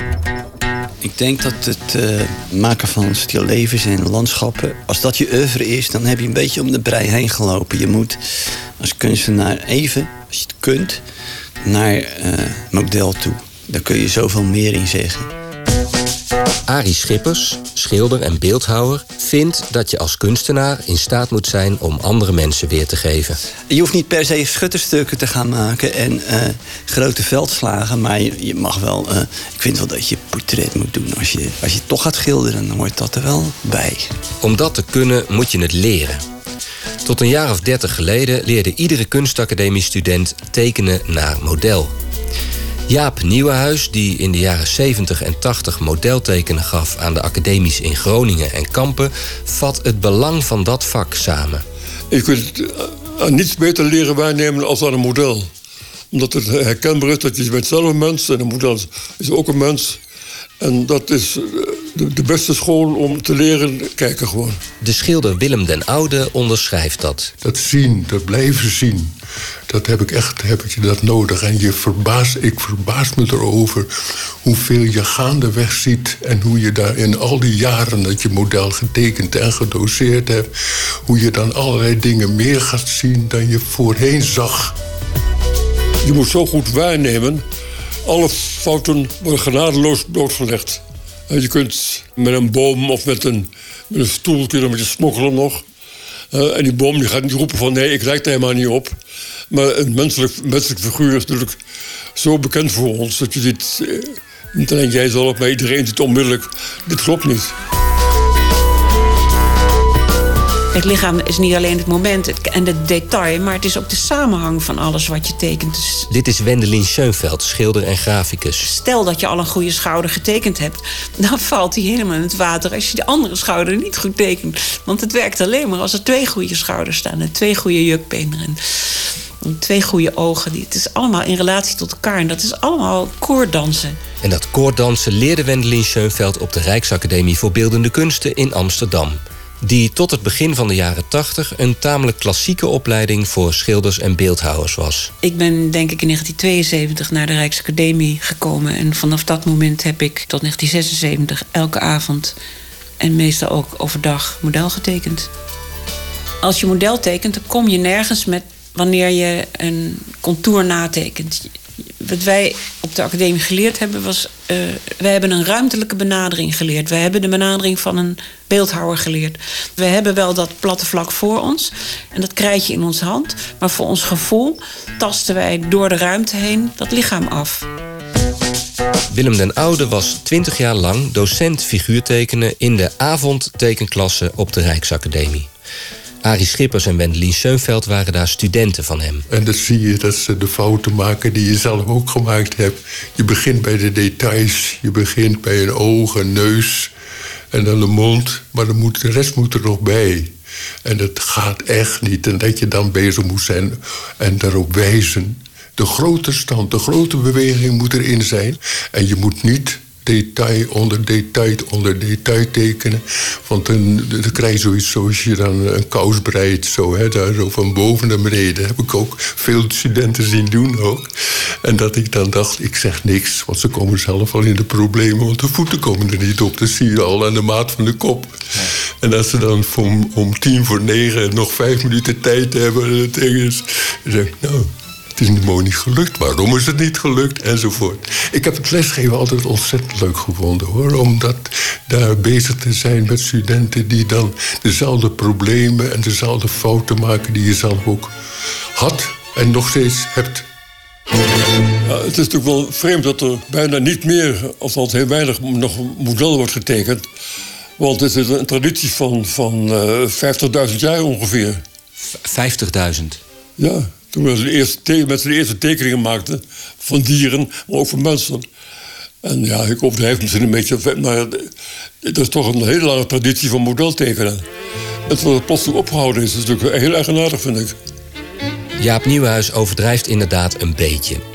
Ik denk dat het uh, maken van stillevens en landschappen, als dat je oeuvre is, dan heb je een beetje om de brei heen gelopen. Je moet als kunstenaar even, als je het kunt, naar uh, model toe. Daar kun je zoveel meer in zeggen. Arie Schippers, schilder en beeldhouwer, vindt dat je als kunstenaar in staat moet zijn om andere mensen weer te geven. Je hoeft niet per se schutterstukken te gaan maken en uh, grote veldslagen, maar je, je mag wel. Uh, ik vind wel dat je portret moet doen. Als je, als je toch gaat schilderen, dan hoort dat er wel bij. Om dat te kunnen moet je het leren. Tot een jaar of dertig geleden leerde iedere kunstacademie-student tekenen naar model. Jaap Nieuwenhuis, die in de jaren zeventig en tachtig modeltekenen gaf aan de academies in Groningen en Kampen, vat het belang van dat vak samen. Je kunt aan niets beter leren waarnemen als aan een model. Omdat het herkenbaar is dat je bent zelf een mens en een model is ook een mens. En dat is de, de beste school om te leren kijken gewoon. De schilder Willem den Oude onderschrijft dat. Dat zien, dat blijven zien. Dat heb ik echt, heb ik dat nodig. En je verbaast, ik verbaas me erover hoeveel je gaandeweg ziet en hoe je daar in al die jaren dat je model getekend en gedoseerd hebt, hoe je dan allerlei dingen meer gaat zien dan je voorheen zag. Je moet zo goed waarnemen. Alle fouten worden genadeloos doodgelegd. Je kunt met een boom of met een, met een stoel kun je een beetje smokkelen nog. Uh, en die boom die gaat niet roepen van nee, ik lijk er helemaal niet op. Maar een menselijk, menselijk figuur is natuurlijk zo bekend voor ons dat je dit, uh, niet alleen jij zelf, maar iedereen ziet onmiddellijk, dit klopt niet. Het lichaam is niet alleen het moment en het detail, maar het is ook de samenhang van alles wat je tekent. Dus dit is Wendelin Schoenfeld, schilder en graficus. Stel dat je al een goede schouder getekend hebt, dan valt die helemaal in het water als je de andere schouder niet goed tekent. Want het werkt alleen maar als er twee goede schouders staan en twee goede jukbenen en twee goede ogen. Het is allemaal in relatie tot elkaar en dat is allemaal koorddansen. En dat koorddansen leerde Wendelin Schoenfeld op de Rijksacademie voor Beeldende Kunsten in Amsterdam. Die tot het begin van de jaren tachtig een tamelijk klassieke opleiding voor schilders en beeldhouwers was. Ik ben denk ik in negentien tweeënzeventig naar de Rijksacademie gekomen. En vanaf dat moment heb ik tot negentien zesenzeventig elke avond en meestal ook overdag model getekend. Als je model tekent, dan kom je nergens met wanneer je een contour natekent. Wat wij op de academie geleerd hebben was, Uh, wij hebben een ruimtelijke benadering geleerd. Wij hebben de benadering van een beeldhouwer geleerd. We hebben wel dat platte vlak voor ons en dat krijtje in onze hand. Maar voor ons gevoel tasten wij door de ruimte heen dat lichaam af. Willem den Oude was twintig jaar lang docent figuurtekenen in de avondtekenklasse op de Rijksacademie. Arie Schippers en Wendelin Schoenfeld waren daar studenten van hem. En dan zie je dat ze de fouten maken die je zelf ook gemaakt hebt. Je begint bij de details. Je begint bij een oog, een neus en dan de mond. Maar dan moet, de rest moet er nog bij. En dat gaat echt niet. En dat je dan bezig moet zijn en daarop wijzen. De grote stand, de grote beweging moet erin zijn. En je moet niet detail onder detail onder detail tekenen. Want dan, dan krijg je zoiets zoals je dan een kous breidt. Zo, hè, daar zo van boven naar beneden. Heb ik ook veel studenten zien doen ook. En dat ik dan dacht, ik zeg niks. Want ze komen zelf al in de problemen. Want de voeten komen er niet op. Dat zie je al aan de maat van de kop. Ja. En als ze dan om, om tien voor negen nog vijf minuten tijd hebben. En dat is, dan zeg ik, nou, het is niet mooi niet gelukt. Waarom is het niet gelukt? Enzovoort. Ik heb het lesgeven altijd ontzettend leuk gevonden, hoor. Omdat daar bezig te zijn met studenten die dan dezelfde problemen en dezelfde fouten maken die je zelf ook had en nog steeds hebt. Ja, het is natuurlijk wel vreemd dat er bijna niet meer, of althans heel weinig, nog model wordt getekend. Want het is een traditie van, van uh, vijftigduizend jaar ongeveer. vijftigduizend? Ja. Toen ze de eerste, met de eerste tekeningen maakten van dieren, maar ook van mensen. En ja, ik overdrijf misschien een beetje, maar het is toch een hele lange traditie van modeltekenen. Het wat plotseling opgehouden is, is natuurlijk heel eigenaardig, vind ik. Jaap Nieuwenhuis overdrijft inderdaad een beetje.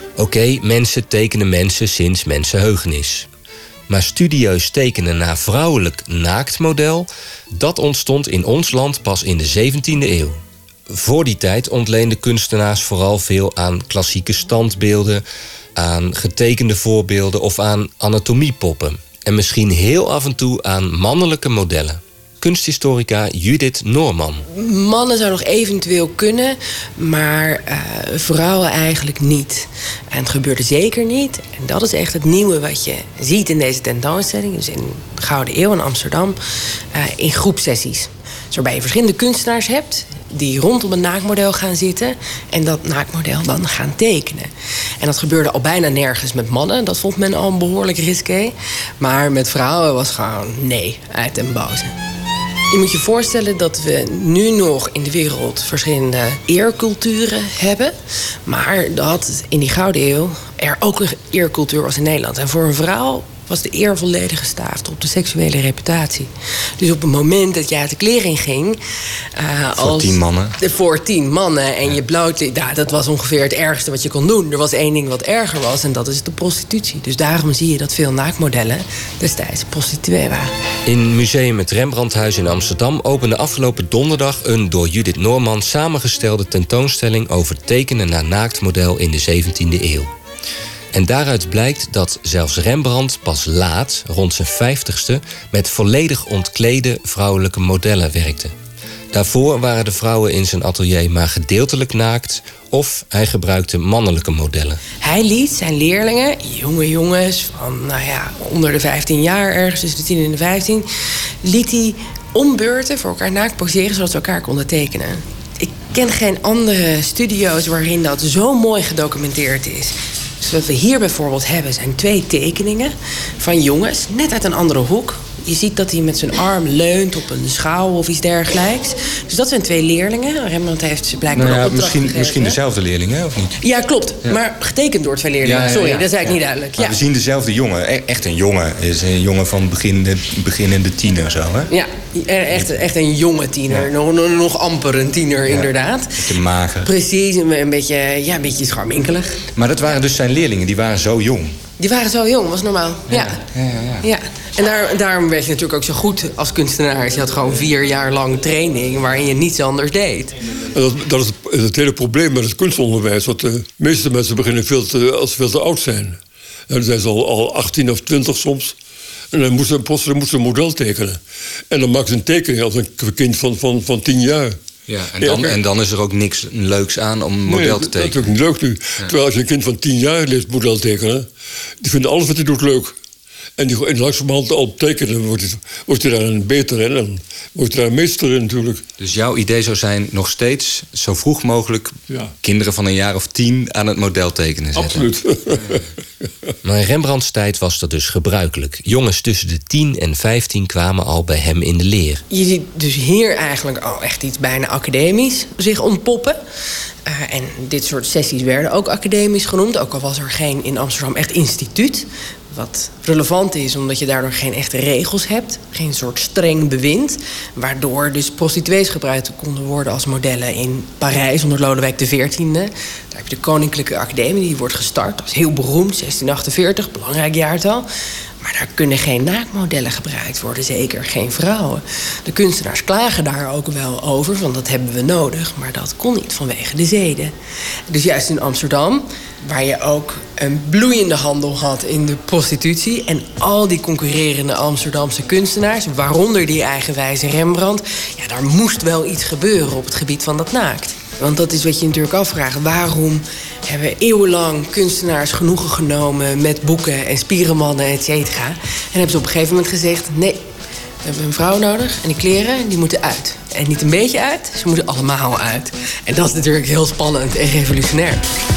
Oké, okay, mensen tekenen mensen sinds mensenheugenis. Maar studieus tekenen naar vrouwelijk naaktmodel, dat ontstond in ons land pas in de zeventiende eeuw. Voor die tijd ontleenden kunstenaars vooral veel aan klassieke standbeelden, aan getekende voorbeelden of aan anatomiepoppen. En misschien heel af en toe aan mannelijke modellen. Kunsthistorica Judith Noorman. Mannen zou nog eventueel kunnen, maar uh, vrouwen eigenlijk niet. En het gebeurde zeker niet. En dat is echt het nieuwe wat je ziet in deze tentoonstelling. Dus in de Gouden Eeuw in Amsterdam. Uh, in groepsessies. Dus waarbij je verschillende kunstenaars hebt die rondom een naaktmodel gaan zitten en dat naaktmodel dan gaan tekenen. En dat gebeurde al bijna nergens met mannen. Dat vond men al behoorlijk risqué. Maar met vrouwen was gewoon nee, uit den boze. Je moet je voorstellen dat we nu nog in de wereld verschillende eerculturen hebben. Maar dat in die Gouden Eeuw er ook een eercultuur was in Nederland. En voor een vrouw was de eer volledig gestaafd op de seksuele reputatie. Dus op het moment dat jij uit de klering ging Uh, voor als, tien mannen? De, voor tien mannen. En ja. je bloot, ja, dat was ongeveer het ergste wat je kon doen. Er was één ding wat erger was en dat is de prostitutie. Dus daarom zie je dat veel naaktmodellen destijds prostituee waren. In Museum het Rembrandthuis in Amsterdam opende afgelopen donderdag een door Judith Noorman samengestelde tentoonstelling over tekenen naar naaktmodel in de zeventiende eeuw. En daaruit blijkt dat zelfs Rembrandt pas laat, rond zijn vijftigste, met volledig ontklede vrouwelijke modellen werkte. Daarvoor waren de vrouwen in zijn atelier maar gedeeltelijk naakt of hij gebruikte mannelijke modellen. Hij liet zijn leerlingen, jonge jongens van nou ja, onder de vijftien jaar, ergens tussen de tien en de vijftien, liet hij om beurten voor elkaar naakt poseren zodat ze elkaar konden tekenen. Ik ken geen andere studio's waarin dat zo mooi gedocumenteerd is. Dus wat we hier bijvoorbeeld hebben zijn twee tekeningen van jongens, net uit een andere hoek. Je ziet dat hij met zijn arm leunt op een schouw of iets dergelijks. Dus dat zijn twee leerlingen. Rembrandt heeft ze blijkbaar nou ja, opdracht misschien, gegeven. misschien dezelfde leerlingen, of niet? Ja, klopt. Ja. Maar getekend door twee leerlingen. Ja, ja, Sorry, ja, dat is eigenlijk ja. niet duidelijk. Ja. We zien dezelfde jongen. E- echt een jongen. Is een jongen van begin, beginnende tiener, zo, hè? Ja, echt, echt een jonge tiener. Ja. Nog, nog, nog amper een tiener, ja. inderdaad. Een beetje mager. Precies, een, een beetje, ja, een beetje scharminkelig. Maar dat waren dus zijn leerlingen, die waren zo jong. Die waren zo jong, was normaal. Ja. Ja, ja, ja. ja. En daar, daarom werd je natuurlijk ook zo goed als kunstenaar. Je had gewoon vier jaar lang training waarin je niets anders deed. En dat, dat is het, het hele probleem met het kunstonderwijs. Want de meeste mensen beginnen veel te, als ze veel te oud zijn. En dan zijn ze al, al achttien of twintig soms. En dan moesten ze moest een model tekenen. En dan maakt ze een tekening als een kind van, van, van tien jaar. Ja, en dan, en dan is er ook niks leuks aan om een model nee, te tekenen. Dat is ook niet leuk nu. Ja. Terwijl als je een kind van tien jaar leert model tekenen, die vinden alles wat hij doet leuk. En, die, en langzamerhand al tekenen wordt hij, wordt hij daar een beter in en wordt hij daar een meester in natuurlijk. Dus jouw idee zou zijn nog steeds zo vroeg mogelijk ja. kinderen van een jaar of tien aan het model tekenen zetten. Absoluut. Maar in Rembrandts tijd was dat dus gebruikelijk. Jongens tussen de tien en vijftien kwamen al bij hem in de leer. Je ziet dus hier eigenlijk al echt iets bijna academisch zich ontpoppen. Uh, en dit soort sessies werden ook academisch genoemd. Ook al was er geen in Amsterdam echt instituut. Wat relevant is, omdat je daardoor geen echte regels hebt. Geen soort streng bewind. Waardoor dus prostituees gebruikt konden worden als modellen in Parijs onder Lodewijk de veertiende. Daar heb je de Koninklijke Academie, die wordt gestart. Dat is heel beroemd, zestien achtenveertig, belangrijk jaartal. Maar daar kunnen geen naaktmodellen gebruikt worden, zeker geen vrouwen. De kunstenaars klagen daar ook wel over, want dat hebben we nodig. Maar dat kon niet vanwege de zeden. Dus juist in Amsterdam, waar je ook een bloeiende handel had in de prostitutie. En al die concurrerende Amsterdamse kunstenaars, waaronder die eigenwijze Rembrandt. Ja, daar moest wel iets gebeuren op het gebied van dat naakt. Want dat is wat je natuurlijk afvraagt. Waarom hebben eeuwenlang kunstenaars genoegen genomen met boeken en spierenmannen, et cetera? En hebben ze op een gegeven moment gezegd, nee, we hebben een vrouw nodig en die kleren die moeten uit. En niet een beetje uit, ze moeten allemaal uit. En dat is natuurlijk heel spannend en revolutionair.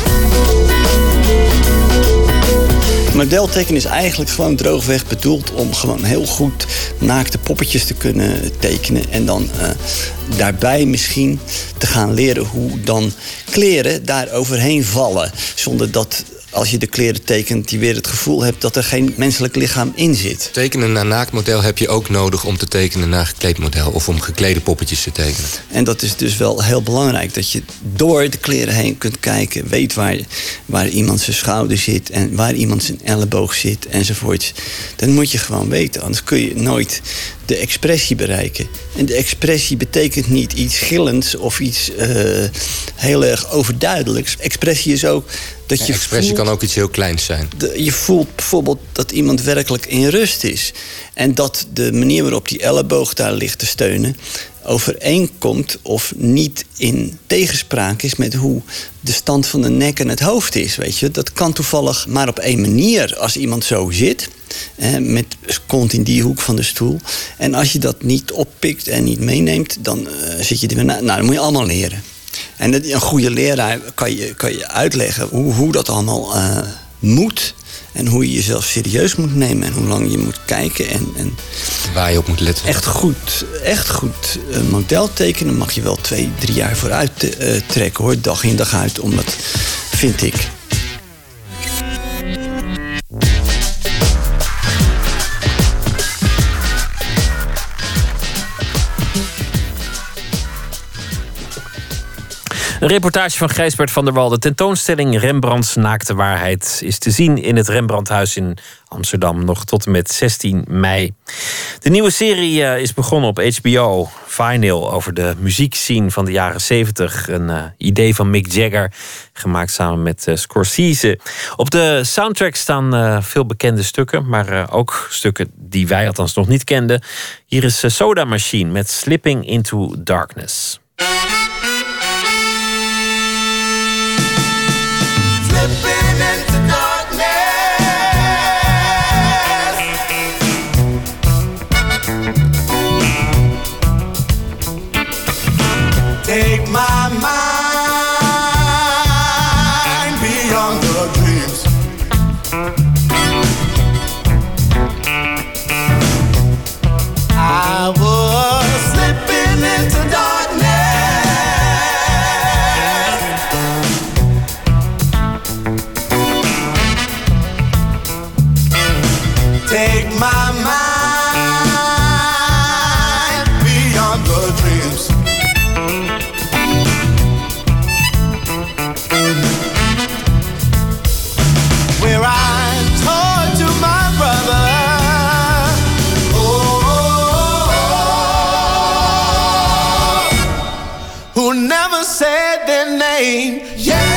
Modeltekenen is eigenlijk gewoon droogweg bedoeld om gewoon heel goed naakte poppetjes te kunnen tekenen. En dan uh, daarbij misschien te gaan leren hoe dan kleren daar overheen vallen. Zonder dat als je de kleren tekent, je weer het gevoel hebt dat er geen menselijk lichaam in zit. Tekenen naar naaktmodel heb je ook nodig om te tekenen naar gekleed model. Of om geklede poppetjes te tekenen. En dat is dus wel heel belangrijk. Dat je door de kleren heen kunt kijken. Weet waar, waar iemand zijn schouder zit. En waar iemand zijn elleboog zit. Enzovoorts. Dat moet je gewoon weten. Anders kun je nooit de expressie bereiken. En de expressie betekent niet iets gillends of iets uh, heel erg overduidelijks. Expressie is ook dat je ja, expressie voelt, kan ook iets heel kleins zijn. De, je voelt bijvoorbeeld dat iemand werkelijk in rust is. En dat de manier waarop die elleboog daar ligt te steunen overeenkomt of niet in tegenspraak is met hoe de stand van de nek en het hoofd is. Weet je? Dat kan toevallig maar op één manier als iemand zo zit. Eh, met kont in die hoek van de stoel. En als je dat niet oppikt en niet meeneemt, dan uh, zit je er weer na. Nou, dat moet je allemaal leren. En een goede leraar kan je, kan je uitleggen hoe, hoe dat allemaal uh, moet. En hoe je jezelf serieus moet nemen. En hoe lang je moet kijken. En, en waar je op moet letten. Echt goed, echt goed uh, model tekenen mag je wel twee, drie jaar vooruit uh, trekken hoor. Dag in dag uit. Omdat, vind ik. Een reportage van Gijsbert van der Wal. De tentoonstelling Rembrandts Naakte Waarheid is te zien in het Rembrandthuis in Amsterdam nog tot en met zestien mei. De nieuwe serie uh, is begonnen op H B O, Vinyl, over de muziekscene van de jaren zeventig. Een uh, idee van Mick Jagger, gemaakt samen met uh, Scorsese. Op de soundtrack staan uh, veel bekende stukken, maar uh, ook stukken die wij althans nog niet kenden. Hier is uh, Soda Machine met Slipping into Darkness. Slipping into darkness. Take my mind beyond the dreams. I was slipping into darkness. Take my mind beyond the dreams. Where I told to my brother, oh, who never said their name, yeah.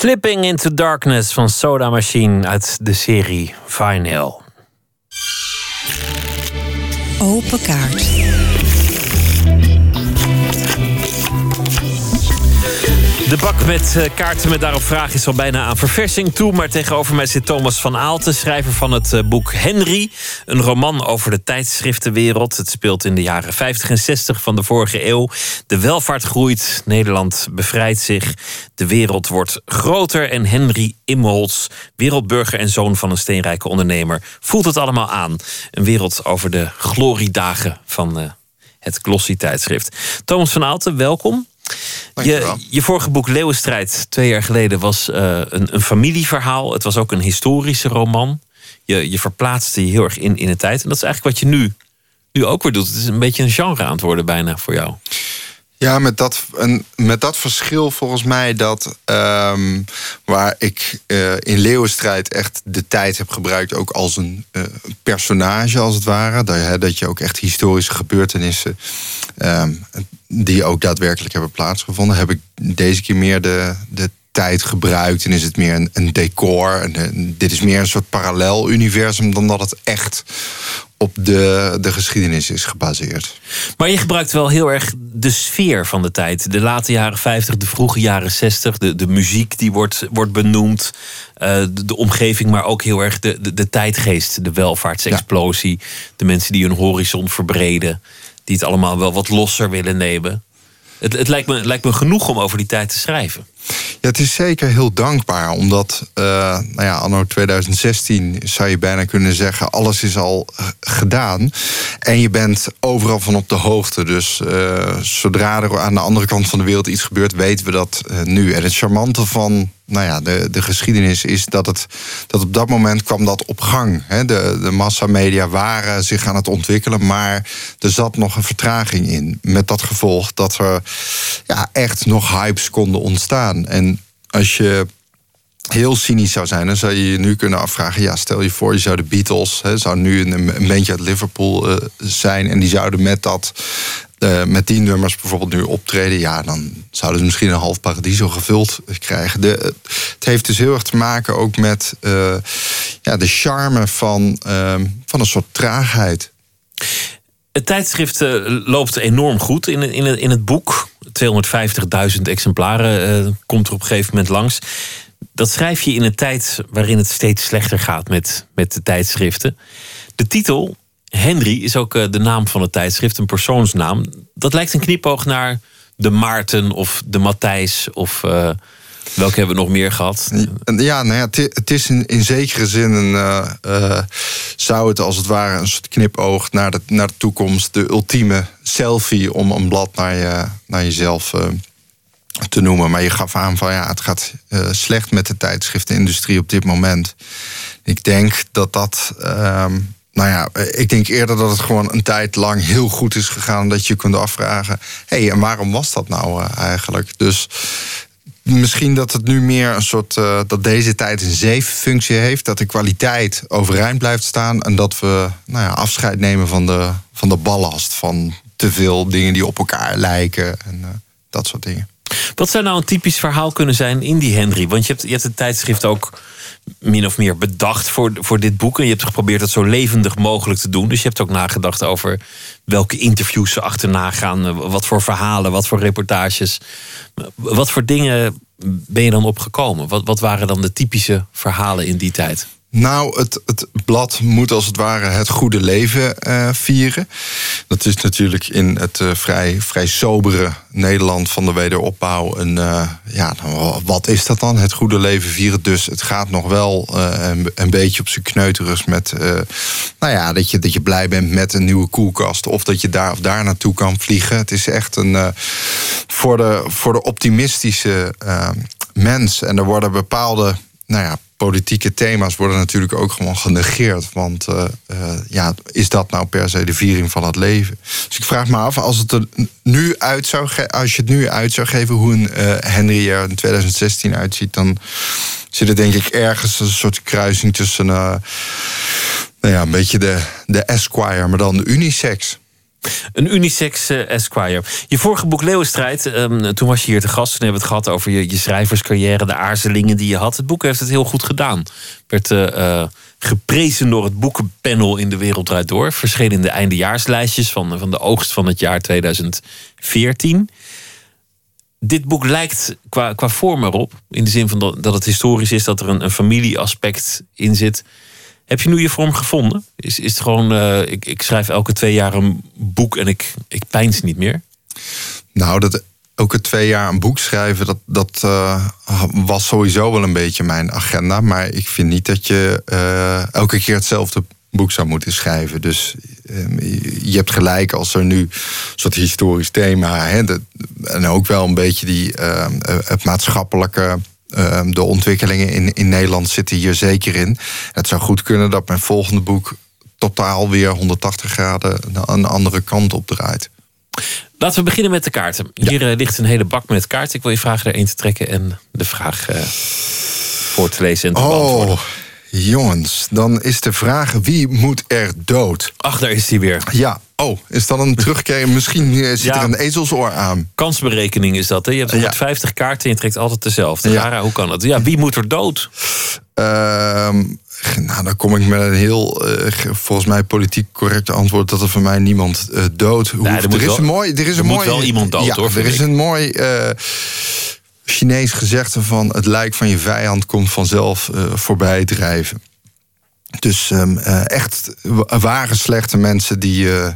Slipping into Darkness van Soda Machine uit de serie Vinyl. Open kaart. De bak met kaarten met daarop vragen is al bijna aan verversing toe. Maar tegenover mij zit Thomas van Aalten, schrijver van het boek Henry. Een roman over de tijdschriftenwereld. Het speelt in de jaren vijftig en zestig van de vorige eeuw. De welvaart groeit, Nederland bevrijdt zich. De wereld wordt groter en Henry Imholtz, wereldburger en zoon van een steenrijke ondernemer, voelt het allemaal aan. Een wereld over de gloriedagen van uh, het Glossy tijdschrift. Thomas van Aalten, welkom. Je, je vorige boek Leeuwenstrijd, twee jaar geleden, was uh, een, een familieverhaal. Het was ook een historische roman. Je, je verplaatste je heel erg in, in de tijd. En dat is eigenlijk wat je nu, nu ook weer doet. Het is een beetje een genre aan het worden bijna voor jou. Ja, met dat, en met dat verschil volgens mij dat um, waar ik uh, in Leeuwenstrijd echt de tijd heb gebruikt, ook als een uh, personage als het ware. Dat, hè, dat je ook echt historische gebeurtenissen um, die ook daadwerkelijk hebben plaatsgevonden, heb ik deze keer meer de, de tijd gebruikt en is het meer een, een decor. En, en dit is meer een soort parallel universum dan dat het echt op de, de geschiedenis is gebaseerd. Maar je gebruikt wel heel erg de sfeer van de tijd. De late jaren vijftig, de vroege jaren zestig. De, de muziek die wordt, wordt benoemd. Uh, de, de omgeving, maar ook heel erg de, de, de tijdgeest. De welvaartsexplosie. Ja. De mensen die hun horizon verbreden. Die het allemaal wel wat losser willen nemen. Het, het, lijkt me, het lijkt me genoeg om over die tijd te schrijven. Ja, het is zeker heel dankbaar, omdat uh, nou ja, anno tweeduizend zestien zou je bijna kunnen zeggen, alles is al uh, gedaan. En je bent overal van op de hoogte. Dus uh, zodra er aan de andere kant van de wereld iets gebeurt, weten we dat uh, nu. En het charmante van nou ja, de, de geschiedenis is dat het dat op dat moment kwam dat op gang. Hè. De, de massamedia waren zich aan het ontwikkelen, maar er zat nog een vertraging in. Met dat gevolg dat er ja, echt nog hypes konden ontstaan. En als je heel cynisch zou zijn, dan zou je je nu kunnen afvragen, ja, stel je voor, je zou de Beatles, hè, zou nu een, een bandje uit Liverpool uh, zijn en die zouden met dat Uh, met die nummers bijvoorbeeld nu optreden, ja, dan zouden ze misschien een half Paradiso gevuld krijgen. De, het heeft dus heel erg te maken ook met uh, ja, de charme van, uh, van een soort traagheid. Het tijdschrift uh, loopt enorm goed in, in, in het boek. tweehonderdvijftigduizend exemplaren uh, komt er op een gegeven moment langs. Dat schrijf je in een tijd waarin het steeds slechter gaat met, met de tijdschriften. De titel Henry is ook de naam van het tijdschrift, een persoonsnaam. Dat lijkt een knipoog naar de Maarten of de Matthijs of uh, welke hebben we nog meer gehad? Ja, nou ja, het is in, in zekere zin een, uh, uh, zou het als het ware een soort knipoog naar de, naar de toekomst, de ultieme selfie om een blad naar, je, naar jezelf uh, te noemen. Maar je gaf aan van ja, het gaat uh, slecht met de tijdschriftenindustrie op dit moment. Ik denk dat dat Uh, Nou ja, ik denk eerder dat het gewoon een tijd lang heel goed is gegaan, dat je je kunt afvragen, hé, hey, en waarom was dat nou uh, eigenlijk? Dus misschien dat het nu meer een soort, uh, dat deze tijd een zeeffunctie heeft, dat de kwaliteit overeind blijft staan en dat we nou ja, afscheid nemen van de, van de ballast, van te veel dingen die op elkaar lijken en uh, dat soort dingen. Wat zou nou een typisch verhaal kunnen zijn in die Henry? Want je hebt, je hebt het tijdschrift ook min of meer bedacht voor, voor dit boek. En je hebt geprobeerd het zo levendig mogelijk te doen. Dus je hebt ook nagedacht over welke interviews ze achterna gaan. Wat voor verhalen, wat voor reportages. Wat voor dingen ben je dan opgekomen? Wat, wat waren dan de typische verhalen in die tijd? Nou, het, het blad moet als het ware het goede leven uh, vieren. Dat is natuurlijk in het uh, vrij, vrij sobere Nederland van de wederopbouw. Een, uh, ja, nou, wat is dat dan? Het goede leven vieren. Dus het gaat nog wel uh, een, een beetje op zijn kneuterig met Uh, nou ja, dat je, dat je blij bent met een nieuwe koelkast. Of dat je daar of daar naartoe kan vliegen. Het is echt een Uh, voor, de, voor de optimistische uh, mens. En er worden bepaalde Nou ja, politieke thema's worden natuurlijk ook gewoon genegeerd. Want uh, uh, ja, is dat nou per se de viering van het leven? Dus ik vraag me af, als, het er nu uit zou ge- als je het nu uit zou geven hoe een uh, Henry er in tweeduizend zestien uitziet, dan zit er denk ik ergens een soort kruising tussen Uh, nou ja, een beetje de, de Esquire, maar dan de unisex. Een unisex uh, Esquire. Je vorige boek Leeuwenstrijd, um, toen was je hier te gast. Toen hebben we het gehad over je, je schrijverscarrière, de aarzelingen die je had. Het boek heeft het heel goed gedaan. Werd uh, uh, geprezen door het boekenpanel in De Wereld Draait Door. Verscheen in de eindejaarslijstjes van, van de oogst van het jaar tweeduizend veertien. Dit boek lijkt qua, qua vorm erop. In de zin van dat, dat het historisch is, dat er een, een familieaspect in zit. Heb je nu je vorm gevonden? Is, is het gewoon, uh, ik, ik schrijf elke twee jaar een boek en ik, ik peins niet meer? Nou, dat elke twee jaar een boek schrijven, dat, dat uh, was sowieso wel een beetje mijn agenda. Maar ik vind niet dat je uh, elke keer hetzelfde boek zou moeten schrijven. Dus uh, je hebt gelijk als er nu een soort historisch thema, hè, de, en ook wel een beetje die, uh, het maatschappelijke, uh, de ontwikkelingen in, in Nederland zitten hier zeker in. Het zou goed kunnen dat mijn volgende boek totaal weer honderdtachtig graden een andere kant op draait. Laten we beginnen met de kaarten. Hier ja. ligt een hele bak met kaarten. Ik wil je vragen er één te trekken en de vraag uh, voor te lezen en te oh, beantwoorden. Jongens, dan is de vraag: wie moet er dood? Ach, daar is hij weer. Ja. Oh, is dat een terugkeer? Misschien zit ja. er een ezelsoor aan. Kansberekening is dat, hè? Je hebt honderdvijftig ja. kaarten en je trekt altijd dezelfde. Ja. Lara, hoe kan dat? Ja, wie moet er dood? Uh, nou, dan kom ik met een heel, uh, volgens mij politiek correcte antwoord, dat er voor mij niemand uh, dood hoeft. Nee, er, er is wel, een mooi, er is er een moet mooi, wel iemand dood, ja, hoor. Er is ik. een mooi uh, Chinees gezegde van: het lijk van je vijand komt vanzelf uh, voorbij drijven. Dus um, uh, echt ware slechte mensen die. Uh,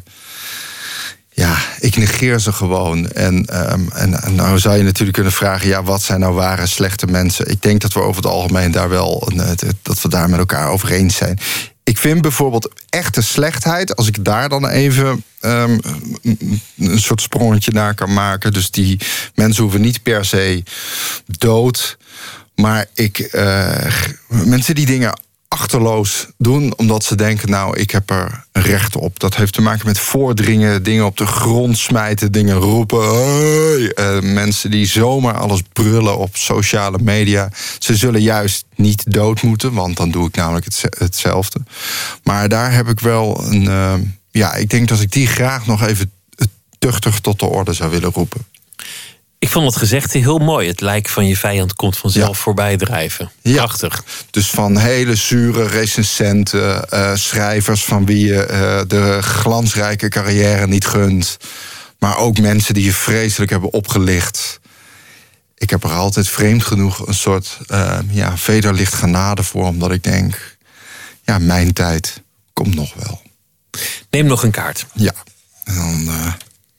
Ja, ik negeer ze gewoon. En, um, en, en nou zou je natuurlijk kunnen vragen: ja, wat zijn nou ware slechte mensen? Ik denk dat we over het algemeen daar wel een, dat we daar met elkaar over eens zijn. Ik vind bijvoorbeeld echte slechtheid, als ik daar dan even um, een soort sprongetje naar kan maken. Dus die mensen hoeven niet per se dood. Maar ik, uh, mensen die dingen achterloos doen, omdat ze denken: nou, ik heb er recht op. Dat heeft te maken met voordringen, dingen op de grond smijten, dingen roepen. Hey! Uh, mensen die zomaar alles brullen op sociale media. Ze zullen juist niet dood moeten, want dan doe ik namelijk het, hetzelfde. Maar daar heb ik wel een... Uh, ja, ik denk dat ik die graag nog even tuchtig tot de orde zou willen roepen. Ik vond het gezegde heel mooi. Het lijk van je vijand komt vanzelf ja. voorbij drijven. Prachtig. Ja. Dus van hele zure recensenten, uh, schrijvers van wie je uh, de glansrijke carrière niet gunt. Maar ook mensen die je vreselijk hebben opgelicht. Ik heb er altijd vreemd genoeg een soort uh, ja, vederlicht genade voor. Omdat ik denk, ja, mijn tijd komt nog wel. Neem nog een kaart. Ja. En dan... Uh,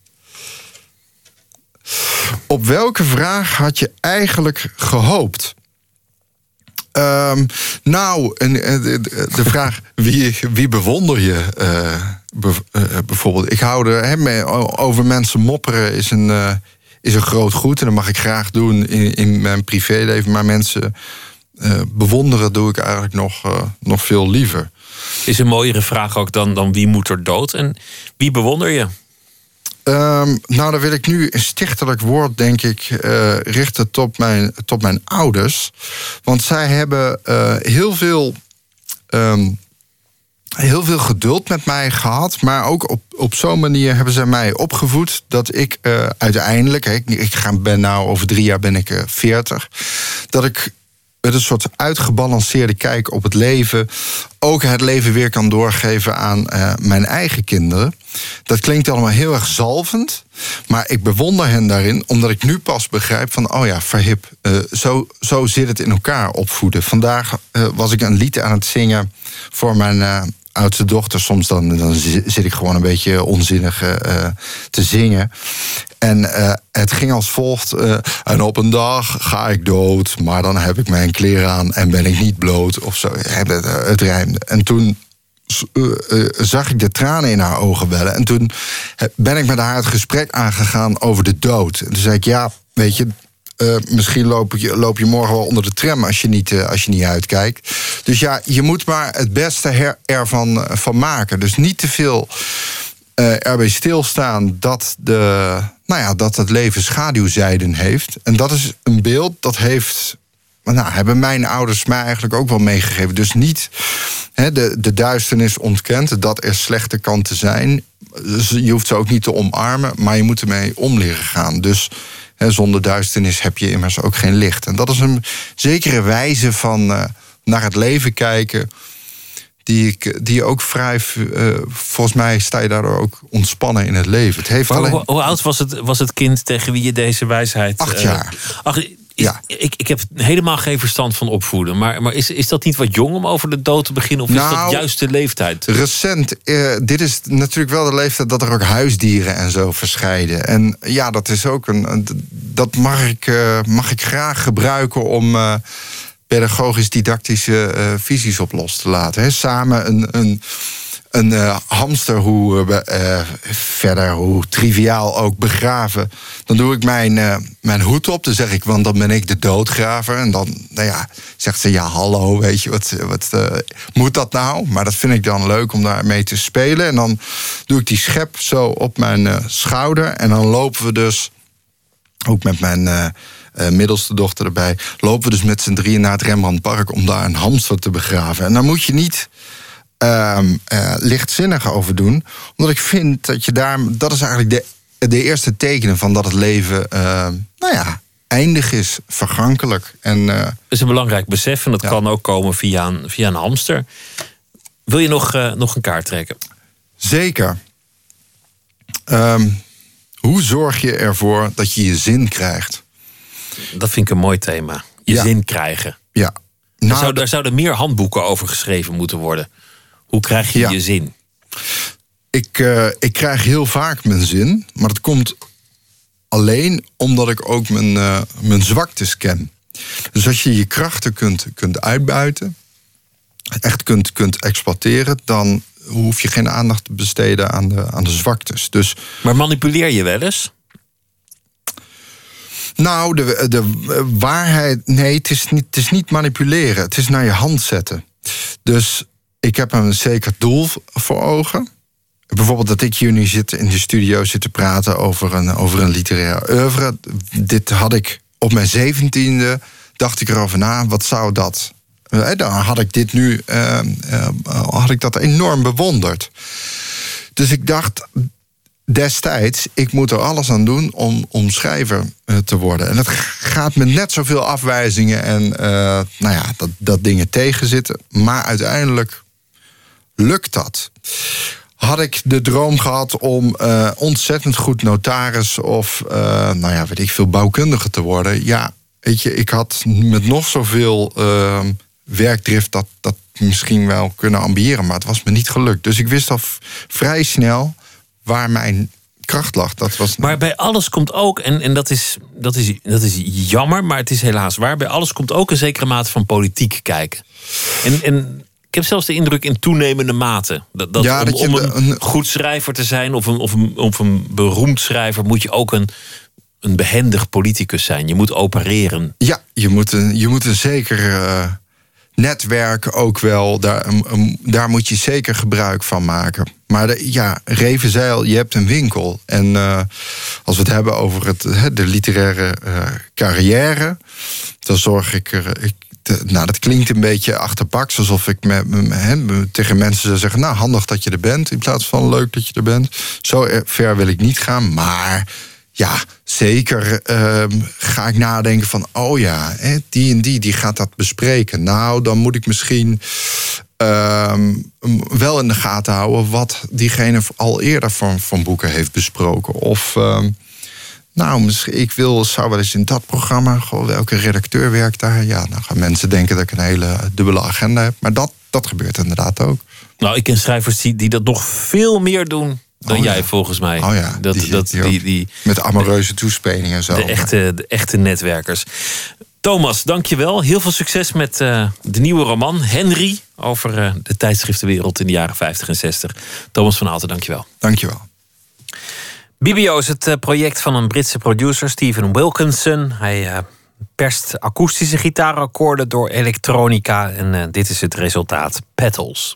Op welke vraag had je eigenlijk gehoopt? Um, nou, en, de, de vraag: wie, wie bewonder je uh, be, uh, bijvoorbeeld? Ik hou er, he, over mensen mopperen is een, uh, is een groot goed. En dat mag ik graag doen in, in mijn privéleven. Maar mensen uh, bewonderen doe ik eigenlijk nog, uh, nog veel liever. Is een mooiere vraag ook dan, dan wie moet er dood? En wie bewonder je? Um, nou, dan wil ik nu een stichtelijk woord, denk ik, uh, richten tot mijn, tot mijn ouders. Want zij hebben uh, heel veel... Um, heel veel geduld met mij gehad. Maar ook op, op zo'n manier hebben zij mij opgevoed dat ik uh, uiteindelijk... ik, ik ga, ben nou over drie jaar ben ik uh, veertig... dat ik met een soort uitgebalanceerde kijk op het leven ook het leven weer kan doorgeven aan uh, mijn eigen kinderen. Dat klinkt allemaal heel erg zalvend, maar ik bewonder hen daarin, omdat ik nu pas begrijp van, oh ja, verhip, uh, zo, zo zit het in elkaar opvoeden. Vandaag uh, was ik een lied aan het zingen voor mijn uh, oudste dochter. Soms dan, dan zit ik gewoon een beetje onzinnig uh, te zingen. En uh, het ging als volgt. Uh, en op een dag ga ik dood, maar dan heb ik mijn kleren aan en ben ik niet bloot. Of zo. Het, het rijmde. En toen uh, uh, zag ik de tranen in haar ogen wellen. En toen ben ik met haar het gesprek aangegaan over de dood. En toen zei ik, ja, weet je, Uh, misschien loop je, loop je morgen wel onder de tram als je niet, uh, als je niet uitkijkt. Dus ja, je moet maar het beste her, ervan uh, van maken. Dus niet te veel uh, erbij stilstaan dat, de, nou ja, dat het leven schaduwzijden heeft. En dat is een beeld dat heeft, nou, hebben mijn ouders mij eigenlijk ook wel meegegeven. Dus niet He, de, de duisternis ontkent dat er slechte kanten zijn. Dus je hoeft ze ook niet te omarmen, maar je moet ermee om leren gaan. Dus he, zonder duisternis heb je immers ook geen licht. En dat is een zekere wijze van uh, naar het leven kijken, die ik die ook vrij, uh, volgens mij sta je daardoor ook ontspannen in het leven. Het heeft maar alleen... hoe, hoe oud was het, was het kind tegen wie je deze wijsheid... Acht jaar. Uh, ach, is, ja. ik, ik heb helemaal geen verstand van opvoeden. Maar, maar is, is dat niet wat jong om over de dood te beginnen? Of nou, is dat juist de leeftijd? Recent, uh, dit is natuurlijk wel de leeftijd dat er ook huisdieren en zo verscheiden. En ja, dat is ook een... Dat mag ik, uh, mag ik graag gebruiken om... Uh, pedagogisch-didactische uh, visies op los te laten. He, samen een, een, een uh, hamster, hoe uh, verder, hoe triviaal ook, begraven. Dan doe ik mijn, uh, mijn hoed op, dan zeg ik, want dan ben ik de doodgraver. En dan, nou ja, zegt ze, ja, hallo, weet je, wat, wat uh, moet dat nou? Maar dat vind ik dan leuk om daar mee te spelen. En dan doe ik die schep zo op mijn uh, schouder. En dan lopen we dus, ook met mijn... Uh, Uh, middelste dochter erbij, lopen we dus met z'n drieën naar het Rembrandtpark om daar een hamster te begraven. En daar moet je niet uh, uh, lichtzinnig over doen, omdat ik vind dat je daar, dat is eigenlijk de, de eerste tekenen van dat het leven, uh, nou ja, eindig is, vergankelijk. En, uh, dat is een belangrijk besef en dat ja. kan ook komen via een, via een hamster. Wil je nog, uh, nog een kaart trekken? Zeker. Um, hoe zorg je ervoor dat je je zin krijgt? Dat vind ik een mooi thema. Je ja. zin krijgen. Ja. Nou, daar, zou, daar zouden meer handboeken over geschreven moeten worden. Hoe krijg je ja. je zin? Ik, uh, ik krijg heel vaak mijn zin. Maar dat komt alleen omdat ik ook mijn, uh, mijn zwaktes ken. Dus als je je krachten kunt, kunt uitbuiten, echt kunt, kunt exploiteren, dan hoef je geen aandacht te besteden aan de, aan de zwaktes. Dus, maar manipuleer je wel eens? Nou, de, de waarheid... Nee, het is, niet, het is niet manipuleren. Het is naar je hand zetten. Dus ik heb een zeker doel voor ogen. Bijvoorbeeld dat ik hier nu zit in de studio zit te praten over een, over een literair oeuvre. Dit had ik op mijn zeventiende, dacht ik erover na, wat zou dat? Dan had ik dit nu, uh, uh, had ik dat enorm bewonderd. Dus ik dacht destijds, ik moet er alles aan doen om, om schrijver te worden. En het gaat met net zoveel afwijzingen en uh, nou ja, dat, dat dingen tegenzitten. Maar uiteindelijk lukt dat. Had ik de droom gehad om uh, ontzettend goed notaris of uh, nou ja, weet ik veel, bouwkundige te worden? Ja, weet je, ik had met nog zoveel uh, werkdrift dat, dat misschien wel kunnen ambiëren, maar het was me niet gelukt. Dus ik wist al v- vrij snel waar mijn kracht lag. Dat was... Maar bij alles komt ook, en, en dat, is, dat, is, dat is jammer, maar het is helaas waar, bij alles komt ook een zekere mate van politiek kijken. En, en ik heb zelfs de indruk in toenemende mate dat, dat, ja, om, dat je om een, een goed schrijver te zijn of een, of, een, of een beroemd schrijver moet je ook een, een behendig politicus zijn. Je moet opereren. Ja, je moet een, je moet een zeker uh, netwerk ook wel, daar, um, daar moet je zeker gebruik van maken. Maar de, ja, Revenzeil, je hebt een winkel. En uh, als we het hebben over het, de literaire uh, carrière, dan zorg ik er... Ik, de, nou, dat klinkt een beetje achterpaks, alsof ik met, met, met, tegen mensen zou zeggen, nou, handig dat je er bent, in plaats van leuk dat je er bent. Zo ver wil ik niet gaan, maar ja, zeker uh, ga ik nadenken van, oh ja, hè, die en die, die gaat dat bespreken. Nou, dan moet ik misschien uh, wel in de gaten houden wat diegene al eerder van, van boeken heeft besproken. Of uh, nou, misschien, ik wil, zou wel eens in dat programma, goh, welke redacteur werkt daar? Ja, dan gaan mensen denken dat ik een hele dubbele agenda heb. Maar dat, dat gebeurt inderdaad ook. Nou, ik ken schrijvers die, die dat nog veel meer doen dan oh, jij, ja. volgens mij. Oh ja, dat, die, dat, die, die, die, met amoureuze toespelingen en zo. De echte, de echte netwerkers. Thomas, dank je wel. Heel veel succes met uh, de nieuwe roman Henry over uh, de tijdschriftenwereld in de jaren vijftig en zestig. Thomas van Aalten, dank je wel. Dank je wel. B B O is het project van een Britse producer, Stephen Wilkinson. Hij uh, perst akoestische gitaarakkoorden door elektronica. En uh, dit is het resultaat: Petals.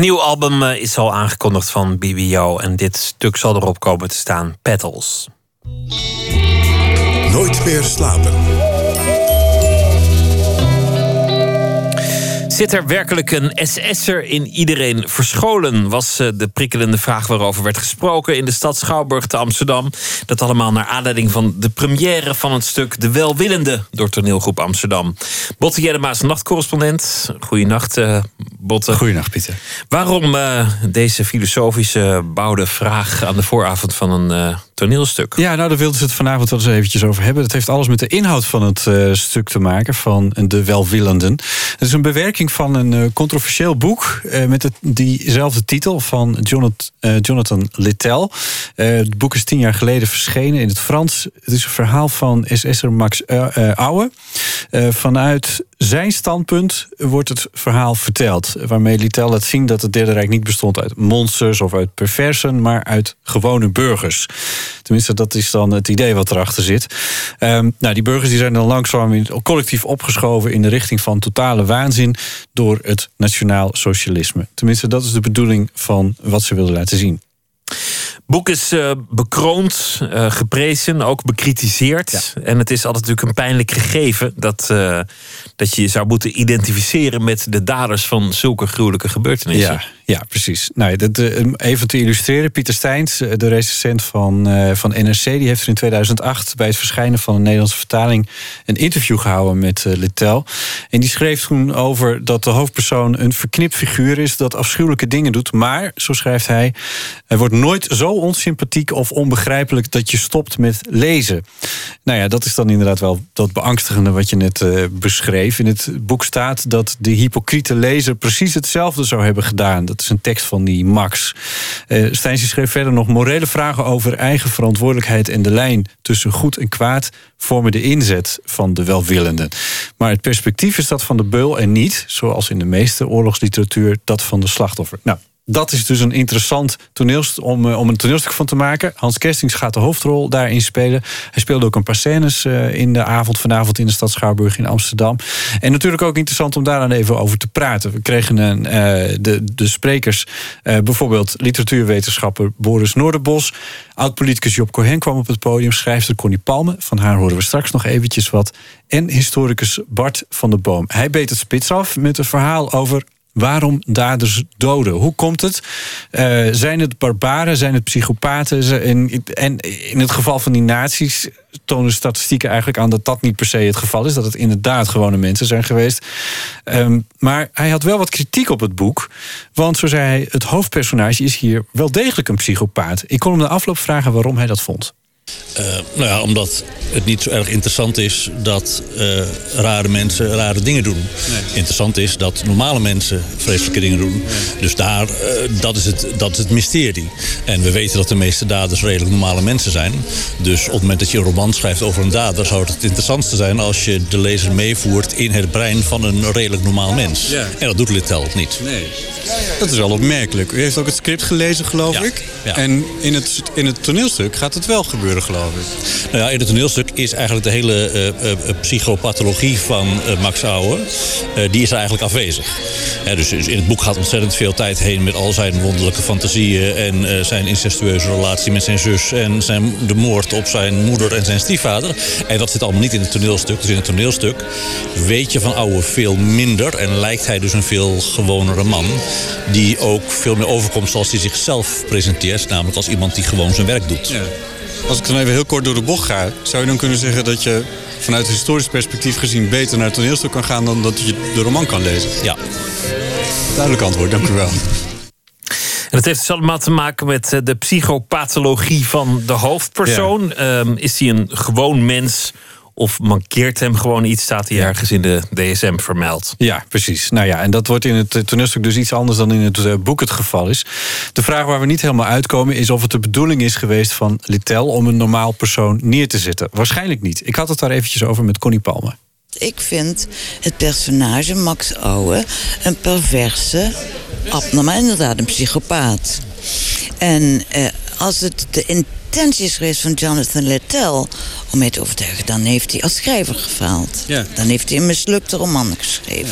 nieuw album uh, is al aangekondigd van B B O. En dit stuk zal erop komen te staan, Petals. Nooit meer slapen. Zit er werkelijk een S S'er in iedereen verscholen? Was de prikkelende vraag waarover werd gesproken in de stad Schouwburg te Amsterdam. Dat allemaal naar aanleiding van de première van het stuk De Welwillende door toneelgroep Amsterdam. Botte Jellema, nachtcorrespondent. Goeienacht, uh, Botte. Goeienacht, Pieter. Waarom uh, deze filosofische bouwde vraag aan de vooravond van een uh, toneelstuk? Ja, nou, daar wilden ze het vanavond wel eens eventjes over hebben. Dat heeft alles met de inhoud van het uh, stuk te maken, van De Welwillenden. Het is een bewerking van een uh, controversieel boek uh, met het, diezelfde titel van Jonathan, uh, Jonathan Littell. Uh, het boek is tien jaar geleden verschenen in het Frans. Het is een verhaal van S S'er Max uh, uh, Aue. Uh, vanuit zijn standpunt wordt het verhaal verteld, waarmee Littell laat zien dat het Derde Rijk niet bestond uit monsters of uit perversen, maar uit gewone burgers. Tenminste, dat is dan het idee wat erachter zit. Um, nou, die burgers die zijn dan langzaam collectief opgeschoven in de richting van totale waanzin door het nationaal socialisme. Tenminste, dat is de bedoeling van wat ze wilden laten zien. Het boek is uh, bekroond, uh, geprezen, ook bekritiseerd. Ja. En het is altijd natuurlijk een pijnlijk gegeven dat, uh, dat je je zou moeten identificeren met de daders van zulke gruwelijke gebeurtenissen. Ja, ja precies. Nou, dat, uh, even te illustreren, Pieter Steins, de recensent van, uh, van N R C, die heeft er in tweeduizend acht bij het verschijnen van een Nederlandse vertaling een interview gehouden met uh, Littell. En die schreef toen over dat de hoofdpersoon een verknipt figuur is dat afschuwelijke dingen doet. Maar, zo schrijft hij, hij wordt nooit zo onsympathiek of onbegrijpelijk dat je stopt met lezen. Nou ja, dat is dan inderdaad wel dat beangstigende wat je net uh, beschreef. In het boek staat dat de hypocriete lezer precies hetzelfde zou hebben gedaan. Dat is een tekst van die Max. Uh, Steins schreef verder nog: morele vragen over eigen verantwoordelijkheid en de lijn tussen goed en kwaad vormen de inzet van de welwillenden. Maar het perspectief is dat van de beul en niet, zoals in de meeste oorlogsliteratuur, dat van de slachtoffer. Nou, dat is dus een interessant toneelstuk om, om een toneelstuk van te maken. Hans Kerstings gaat de hoofdrol daarin spelen. Hij speelde ook een paar scènes uh, in de avond vanavond in de stad Schouwburg in Amsterdam. En natuurlijk ook interessant om daar dan even over te praten. We kregen een, uh, de, de sprekers, uh, bijvoorbeeld literatuurwetenschapper Boris Noorderbos. Oud-politicus Job Cohen kwam op het podium. Schrijfster Connie Palme, van haar horen we straks nog eventjes wat. En historicus Bart van der Boom. Hij beet het spits af met een verhaal over waarom daders doden. Hoe komt het? Uh, zijn het barbaren? Zijn het psychopaten? En, en in het geval van die nazi's tonen statistieken eigenlijk aan dat dat niet per se het geval is. Dat het inderdaad gewone mensen zijn geweest. Um, maar hij had wel wat kritiek op het boek. Want, zo zei hij, het hoofdpersonage is hier wel degelijk een psychopaat. Ik kon hem na afloop vragen waarom hij dat vond. Uh, nou ja, omdat het niet zo erg interessant is dat uh, rare mensen rare dingen doen. Nee. Interessant is dat normale mensen vreselijke dingen doen. Nee. Dus daar, uh, dat, is het, dat is het mysterie. En we weten dat de meeste daders redelijk normale mensen zijn. Dus op het moment dat je een roman schrijft over een dader, zou het het interessantste zijn als je de lezer meevoert in het brein van een redelijk normaal mens. Ja. En dat doet Littell niet. Nee. Dat is wel opmerkelijk. U heeft ook het script gelezen, geloof ja. ik. Ja. En in het, in het toneelstuk gaat het wel gebeuren, geloof ik. Nou ja, in het toneelstuk is eigenlijk de hele uh, uh, psychopathologie van uh, Max Aue, uh, die is er eigenlijk afwezig. Ja, dus in het boek gaat ontzettend veel tijd heen met al zijn wonderlijke fantasieën en uh, zijn incestueuze relatie met zijn zus en zijn, de moord op zijn moeder en zijn stiefvader. En dat zit allemaal niet in het toneelstuk. Dus in het toneelstuk weet je van Aue veel minder en lijkt hij dus een veel gewonere man, die ook veel meer overkomt zoals hij zichzelf presenteert, namelijk als iemand die gewoon zijn werk doet. Ja. Als ik dan even heel kort door de bocht ga, zou je dan kunnen zeggen dat je vanuit historisch perspectief gezien beter naar het toneelstuk kan gaan dan dat je de roman kan lezen? Ja. Duidelijk antwoord, dank u wel. En dat heeft dus allemaal te maken met de psychopathologie van de hoofdpersoon. Ja. Um, is hij een gewoon mens of mankeert hem gewoon iets, staat hij ergens in de D S M vermeld. Ja, precies. Nou ja, en dat wordt in het toneelstuk dus iets anders dan in het boek het geval is. De vraag waar we niet helemaal uitkomen is of het de bedoeling is geweest van Littell om een normaal persoon neer te zetten. Waarschijnlijk niet. Ik had het daar eventjes over met Connie Palme. Ik vind het personage Max Aue een perverse, abnormaal, inderdaad een psychopaat. En eh, als het de intentie is geweest van Jonathan Littell om mij te overtuigen, dan heeft hij als schrijver gefaald. Ja. Dan heeft hij een mislukte roman geschreven. Ja.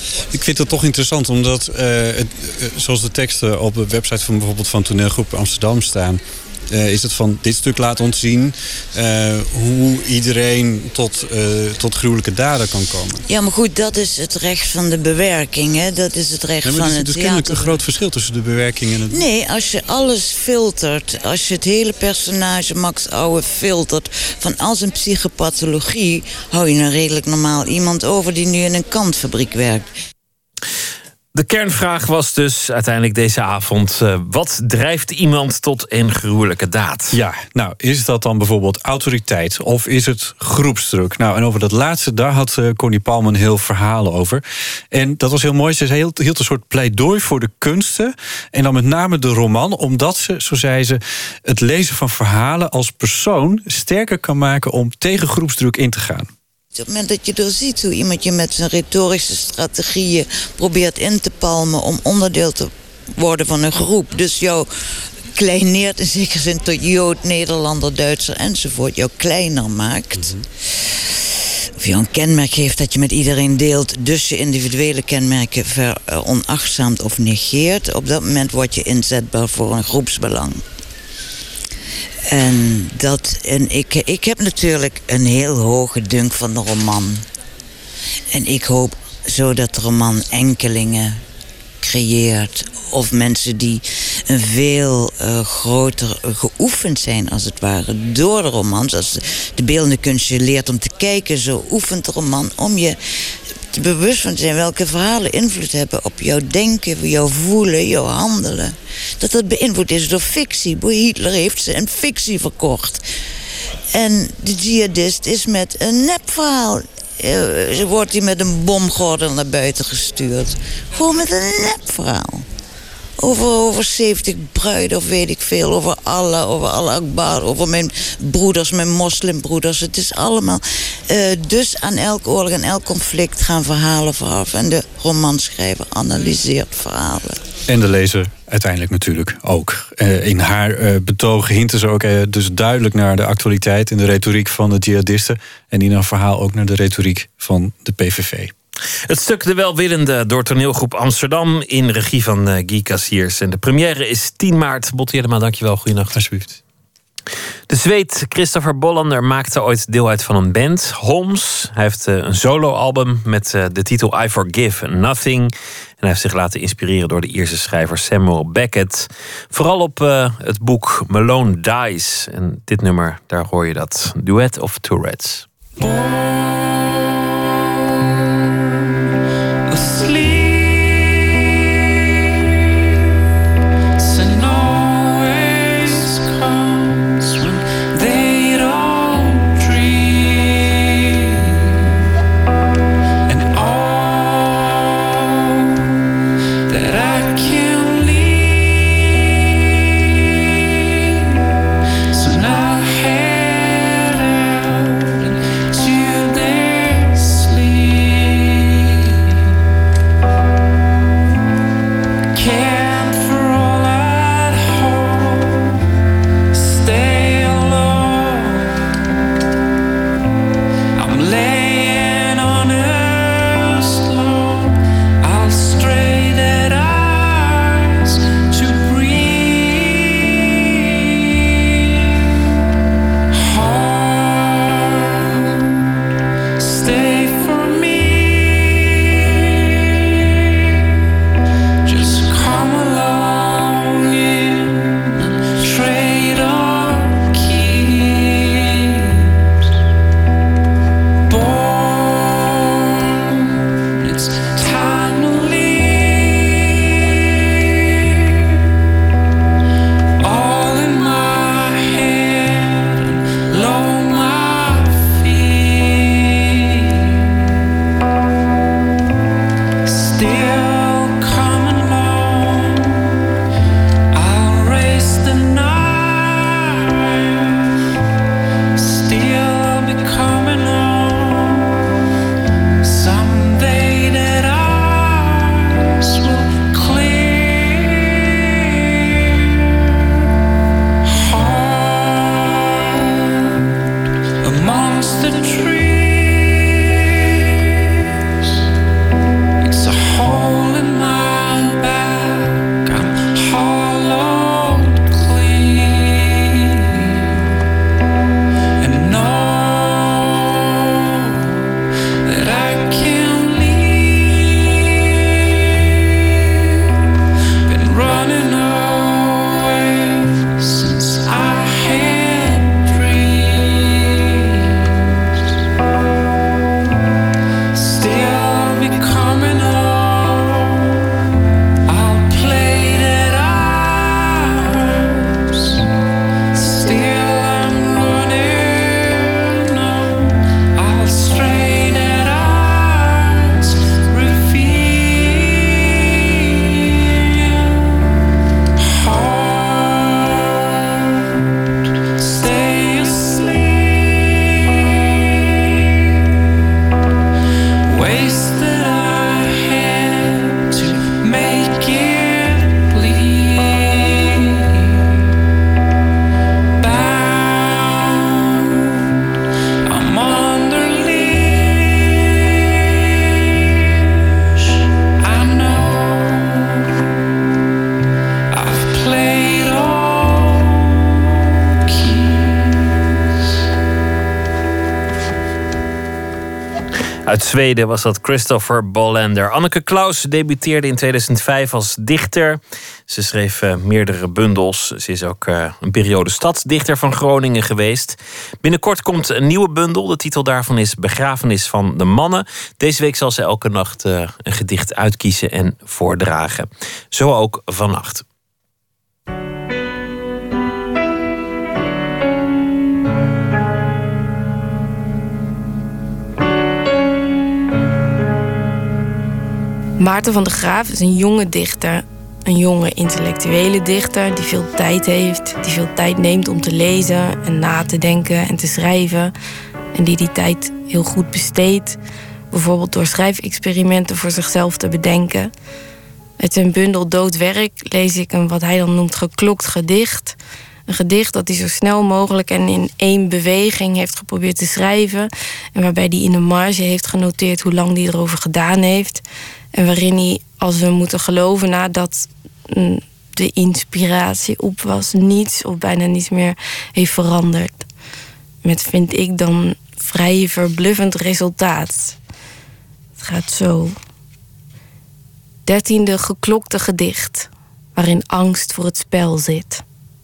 Ik vind het toch interessant, omdat uh, het, uh, zoals de teksten op de website van bijvoorbeeld van Toneelgroep Amsterdam staan, Uh, is het van dit stuk laat ons zien uh, hoe iedereen tot, uh, tot gruwelijke daden kan komen. Ja, maar goed, dat is het recht van de bewerking, hè? Dat is het recht ja, van dus, het dus theater. kennelijk een groot verschil tussen de bewerking en het... Nee, als je alles filtert, als je het hele personage Max Ouwe filtert van als een psychopathologie, hou je een redelijk normaal iemand over die nu in een kantfabriek werkt. De kernvraag was dus uiteindelijk deze avond: Uh, wat drijft iemand tot een gruwelijke daad? Ja, nou, is dat dan bijvoorbeeld autoriteit of is het groepsdruk? Nou, en over dat laatste, daar had uh, Connie Palmen heel verhalen over. En dat was heel mooi. Ze hield, hield een soort pleidooi voor de kunsten. En dan met name de roman, omdat ze, zo zei ze, het lezen van verhalen als persoon sterker kan maken om tegen groepsdruk in te gaan. Op het moment dat je doorziet hoe iemand je met zijn retorische strategieën probeert in te palmen om onderdeel te worden van een groep, dus jou kleineert in zekere zin tot Jood, Nederlander, Duitser enzovoort, jou kleiner maakt. Mm-hmm. Of jou een kenmerk geeft dat je met iedereen deelt, dus je individuele kenmerken veronachtzaamt of negeert. Op dat moment word je inzetbaar voor een groepsbelang. En, dat, en ik, ik heb natuurlijk een heel hoge dunk van de roman. En ik hoop zo dat de roman enkelingen creëert. Of mensen die een veel uh, groter geoefend zijn, als het ware, door de romans. Als de beeldende kunst je leert om te kijken, zo oefent de roman om je te bewust van te zijn welke verhalen invloed hebben op jouw denken, jouw voelen, jouw handelen. Dat dat beïnvloed is door fictie. Hitler heeft ze een fictie verkocht. En de jihadist is met een nepverhaal. Uh, wordt hij met een bomgordel naar buiten gestuurd. Gewoon met een nepverhaal. Over, over zeventig bruiden of weet ik veel. Over Allah, over Allah Akbar. Over mijn broeders, mijn moslimbroeders. Het is allemaal. Uh, dus aan elk oorlog en elk conflict gaan verhalen vooraf. En de romanschrijver analyseert verhalen. En de lezer uiteindelijk natuurlijk ook. Uh, in haar uh, betoog hinten ze ook uh, dus duidelijk naar de actualiteit en de retoriek van de jihadisten. En in haar verhaal ook naar de retoriek van de P V V. Het stuk De Welwillende door Toneelgroep Amsterdam in regie van uh, Guy Cassiers. En de première is tien maart. Botte Jellema, dankjewel. Goeienacht. Alsjeblieft. De Zweed Christopher Bollander maakte ooit deel uit van een band, Holmes. Hij heeft uh, een soloalbum met uh, de titel I Forgive Nothing. En hij heeft zich laten inspireren door de Ierse schrijver Samuel Beckett. Vooral op uh, het boek Malone Dies. En dit nummer, daar hoor je dat. Duet of Tourette's. To Uit Zweden was dat Christopher Bollander. Anneke Claus debuteerde in tweeduizend vijf als dichter. Ze schreef uh, meerdere bundels. Ze is ook uh, een periode stadsdichter van Groningen geweest. Binnenkort komt een nieuwe bundel. De titel daarvan is Begrafenis van de Mannen. Deze week zal ze elke nacht uh, een gedicht uitkiezen en voordragen. Zo ook vannacht. Maarten van der Graaf is een jonge dichter. Een jonge intellectuele dichter die veel tijd heeft. Die veel tijd neemt om te lezen en na te denken en te schrijven. En die die tijd heel goed besteedt. Bijvoorbeeld door schrijfexperimenten voor zichzelf te bedenken. Uit zijn bundel Dood Werk lees ik een wat hij dan noemt geklokt gedicht. Een gedicht dat hij zo snel mogelijk en in één beweging heeft geprobeerd te schrijven. En waarbij hij in de marge heeft genoteerd hoe lang hij erover gedaan heeft. En waarin hij, als we moeten geloven nadat de inspiratie op was, niets of bijna niets meer heeft veranderd. Met, vind ik, dan vrij verbluffend resultaat. Het gaat zo. Dertiende geklokte gedicht, waarin angst voor het spel zit.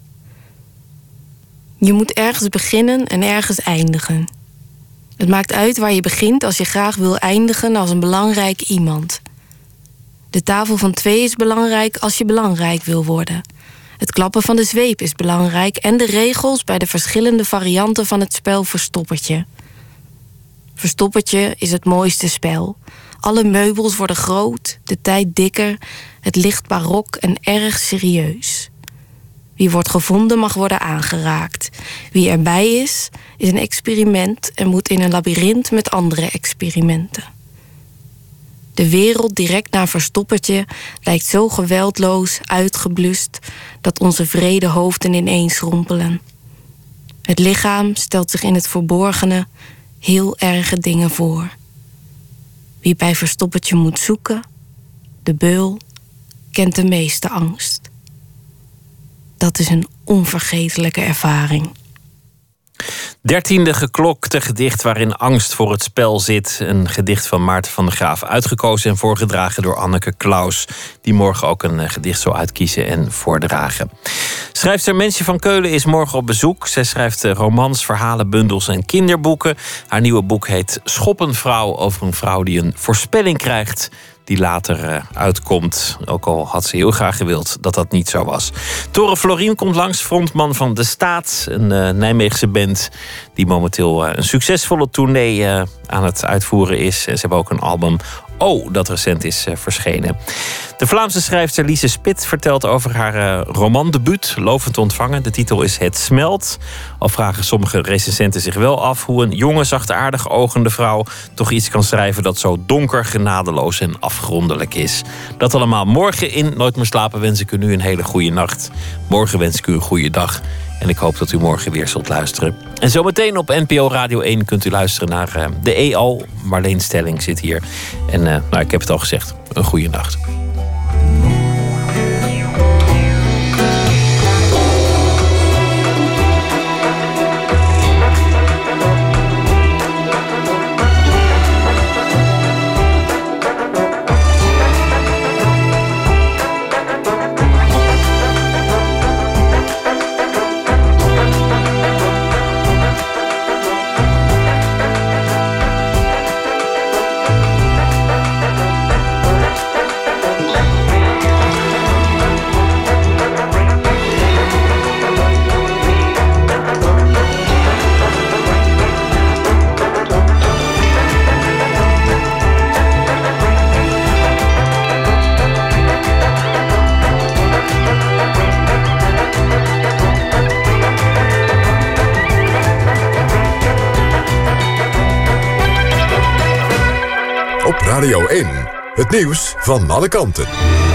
Je moet ergens beginnen en ergens eindigen. Het maakt uit waar je begint als je graag wil eindigen als een belangrijk iemand. De tafel van twee is belangrijk als je belangrijk wil worden. Het klappen van de zweep is belangrijk en de regels bij de verschillende varianten van het spel Verstoppertje. Verstoppertje is het mooiste spel. Alle meubels worden groot, de tijd dikker, het licht barok en erg serieus. Wie wordt gevonden mag worden aangeraakt. Wie erbij is, is een experiment en moet in een labyrint met andere experimenten. De wereld direct na Verstoppertje lijkt zo geweldloos, uitgeblust, dat onze vrede hoofden ineenschrompelen. Het lichaam stelt zich in het verborgene heel erge dingen voor. Wie bij Verstoppertje moet zoeken, de beul, kent de meeste angst. Dat is een onvergetelijke ervaring. Dertiende geklokte gedicht waarin angst voor het spel zit. Een gedicht van Maarten van der Graaf. Uitgekozen en voorgedragen door Anneke Claus. Die morgen ook een gedicht zal uitkiezen en voordragen. Schrijfster Mensje van Keulen is morgen op bezoek. Zij schrijft romans, verhalen, bundels en kinderboeken. Haar nieuwe boek heet Schoppenvrouw. Over een vrouw die een voorspelling krijgt die later uh, uitkomt. Ook al had ze heel graag gewild dat dat niet zo was. Tore Florien komt langs, frontman van De Staat. Een uh, Nijmeegse band die momenteel uh, een succesvolle tournee uh, aan het uitvoeren is. Ze hebben ook een album Oh, dat recent is uh, verschenen. De Vlaamse schrijfster Lise Spit vertelt over haar uh, romandebuut, Lovend ontvangen. De titel is Het smelt. Al vragen sommige recensenten zich wel af hoe een jonge, zachtaardig ogende vrouw toch iets kan schrijven dat zo donker, genadeloos en afgrondelijk is. Dat allemaal morgen in Nooit meer slapen wens ik u nu een hele goede nacht. Morgen wens ik u een goede dag. En ik hoop dat u morgen weer zult luisteren. En zometeen op N P O Radio één kunt u luisteren naar uh, de E O. Marleen Stelling zit hier. En uh, nou, ik heb het al gezegd, een goede nacht. Radio één, het nieuws van alle kanten.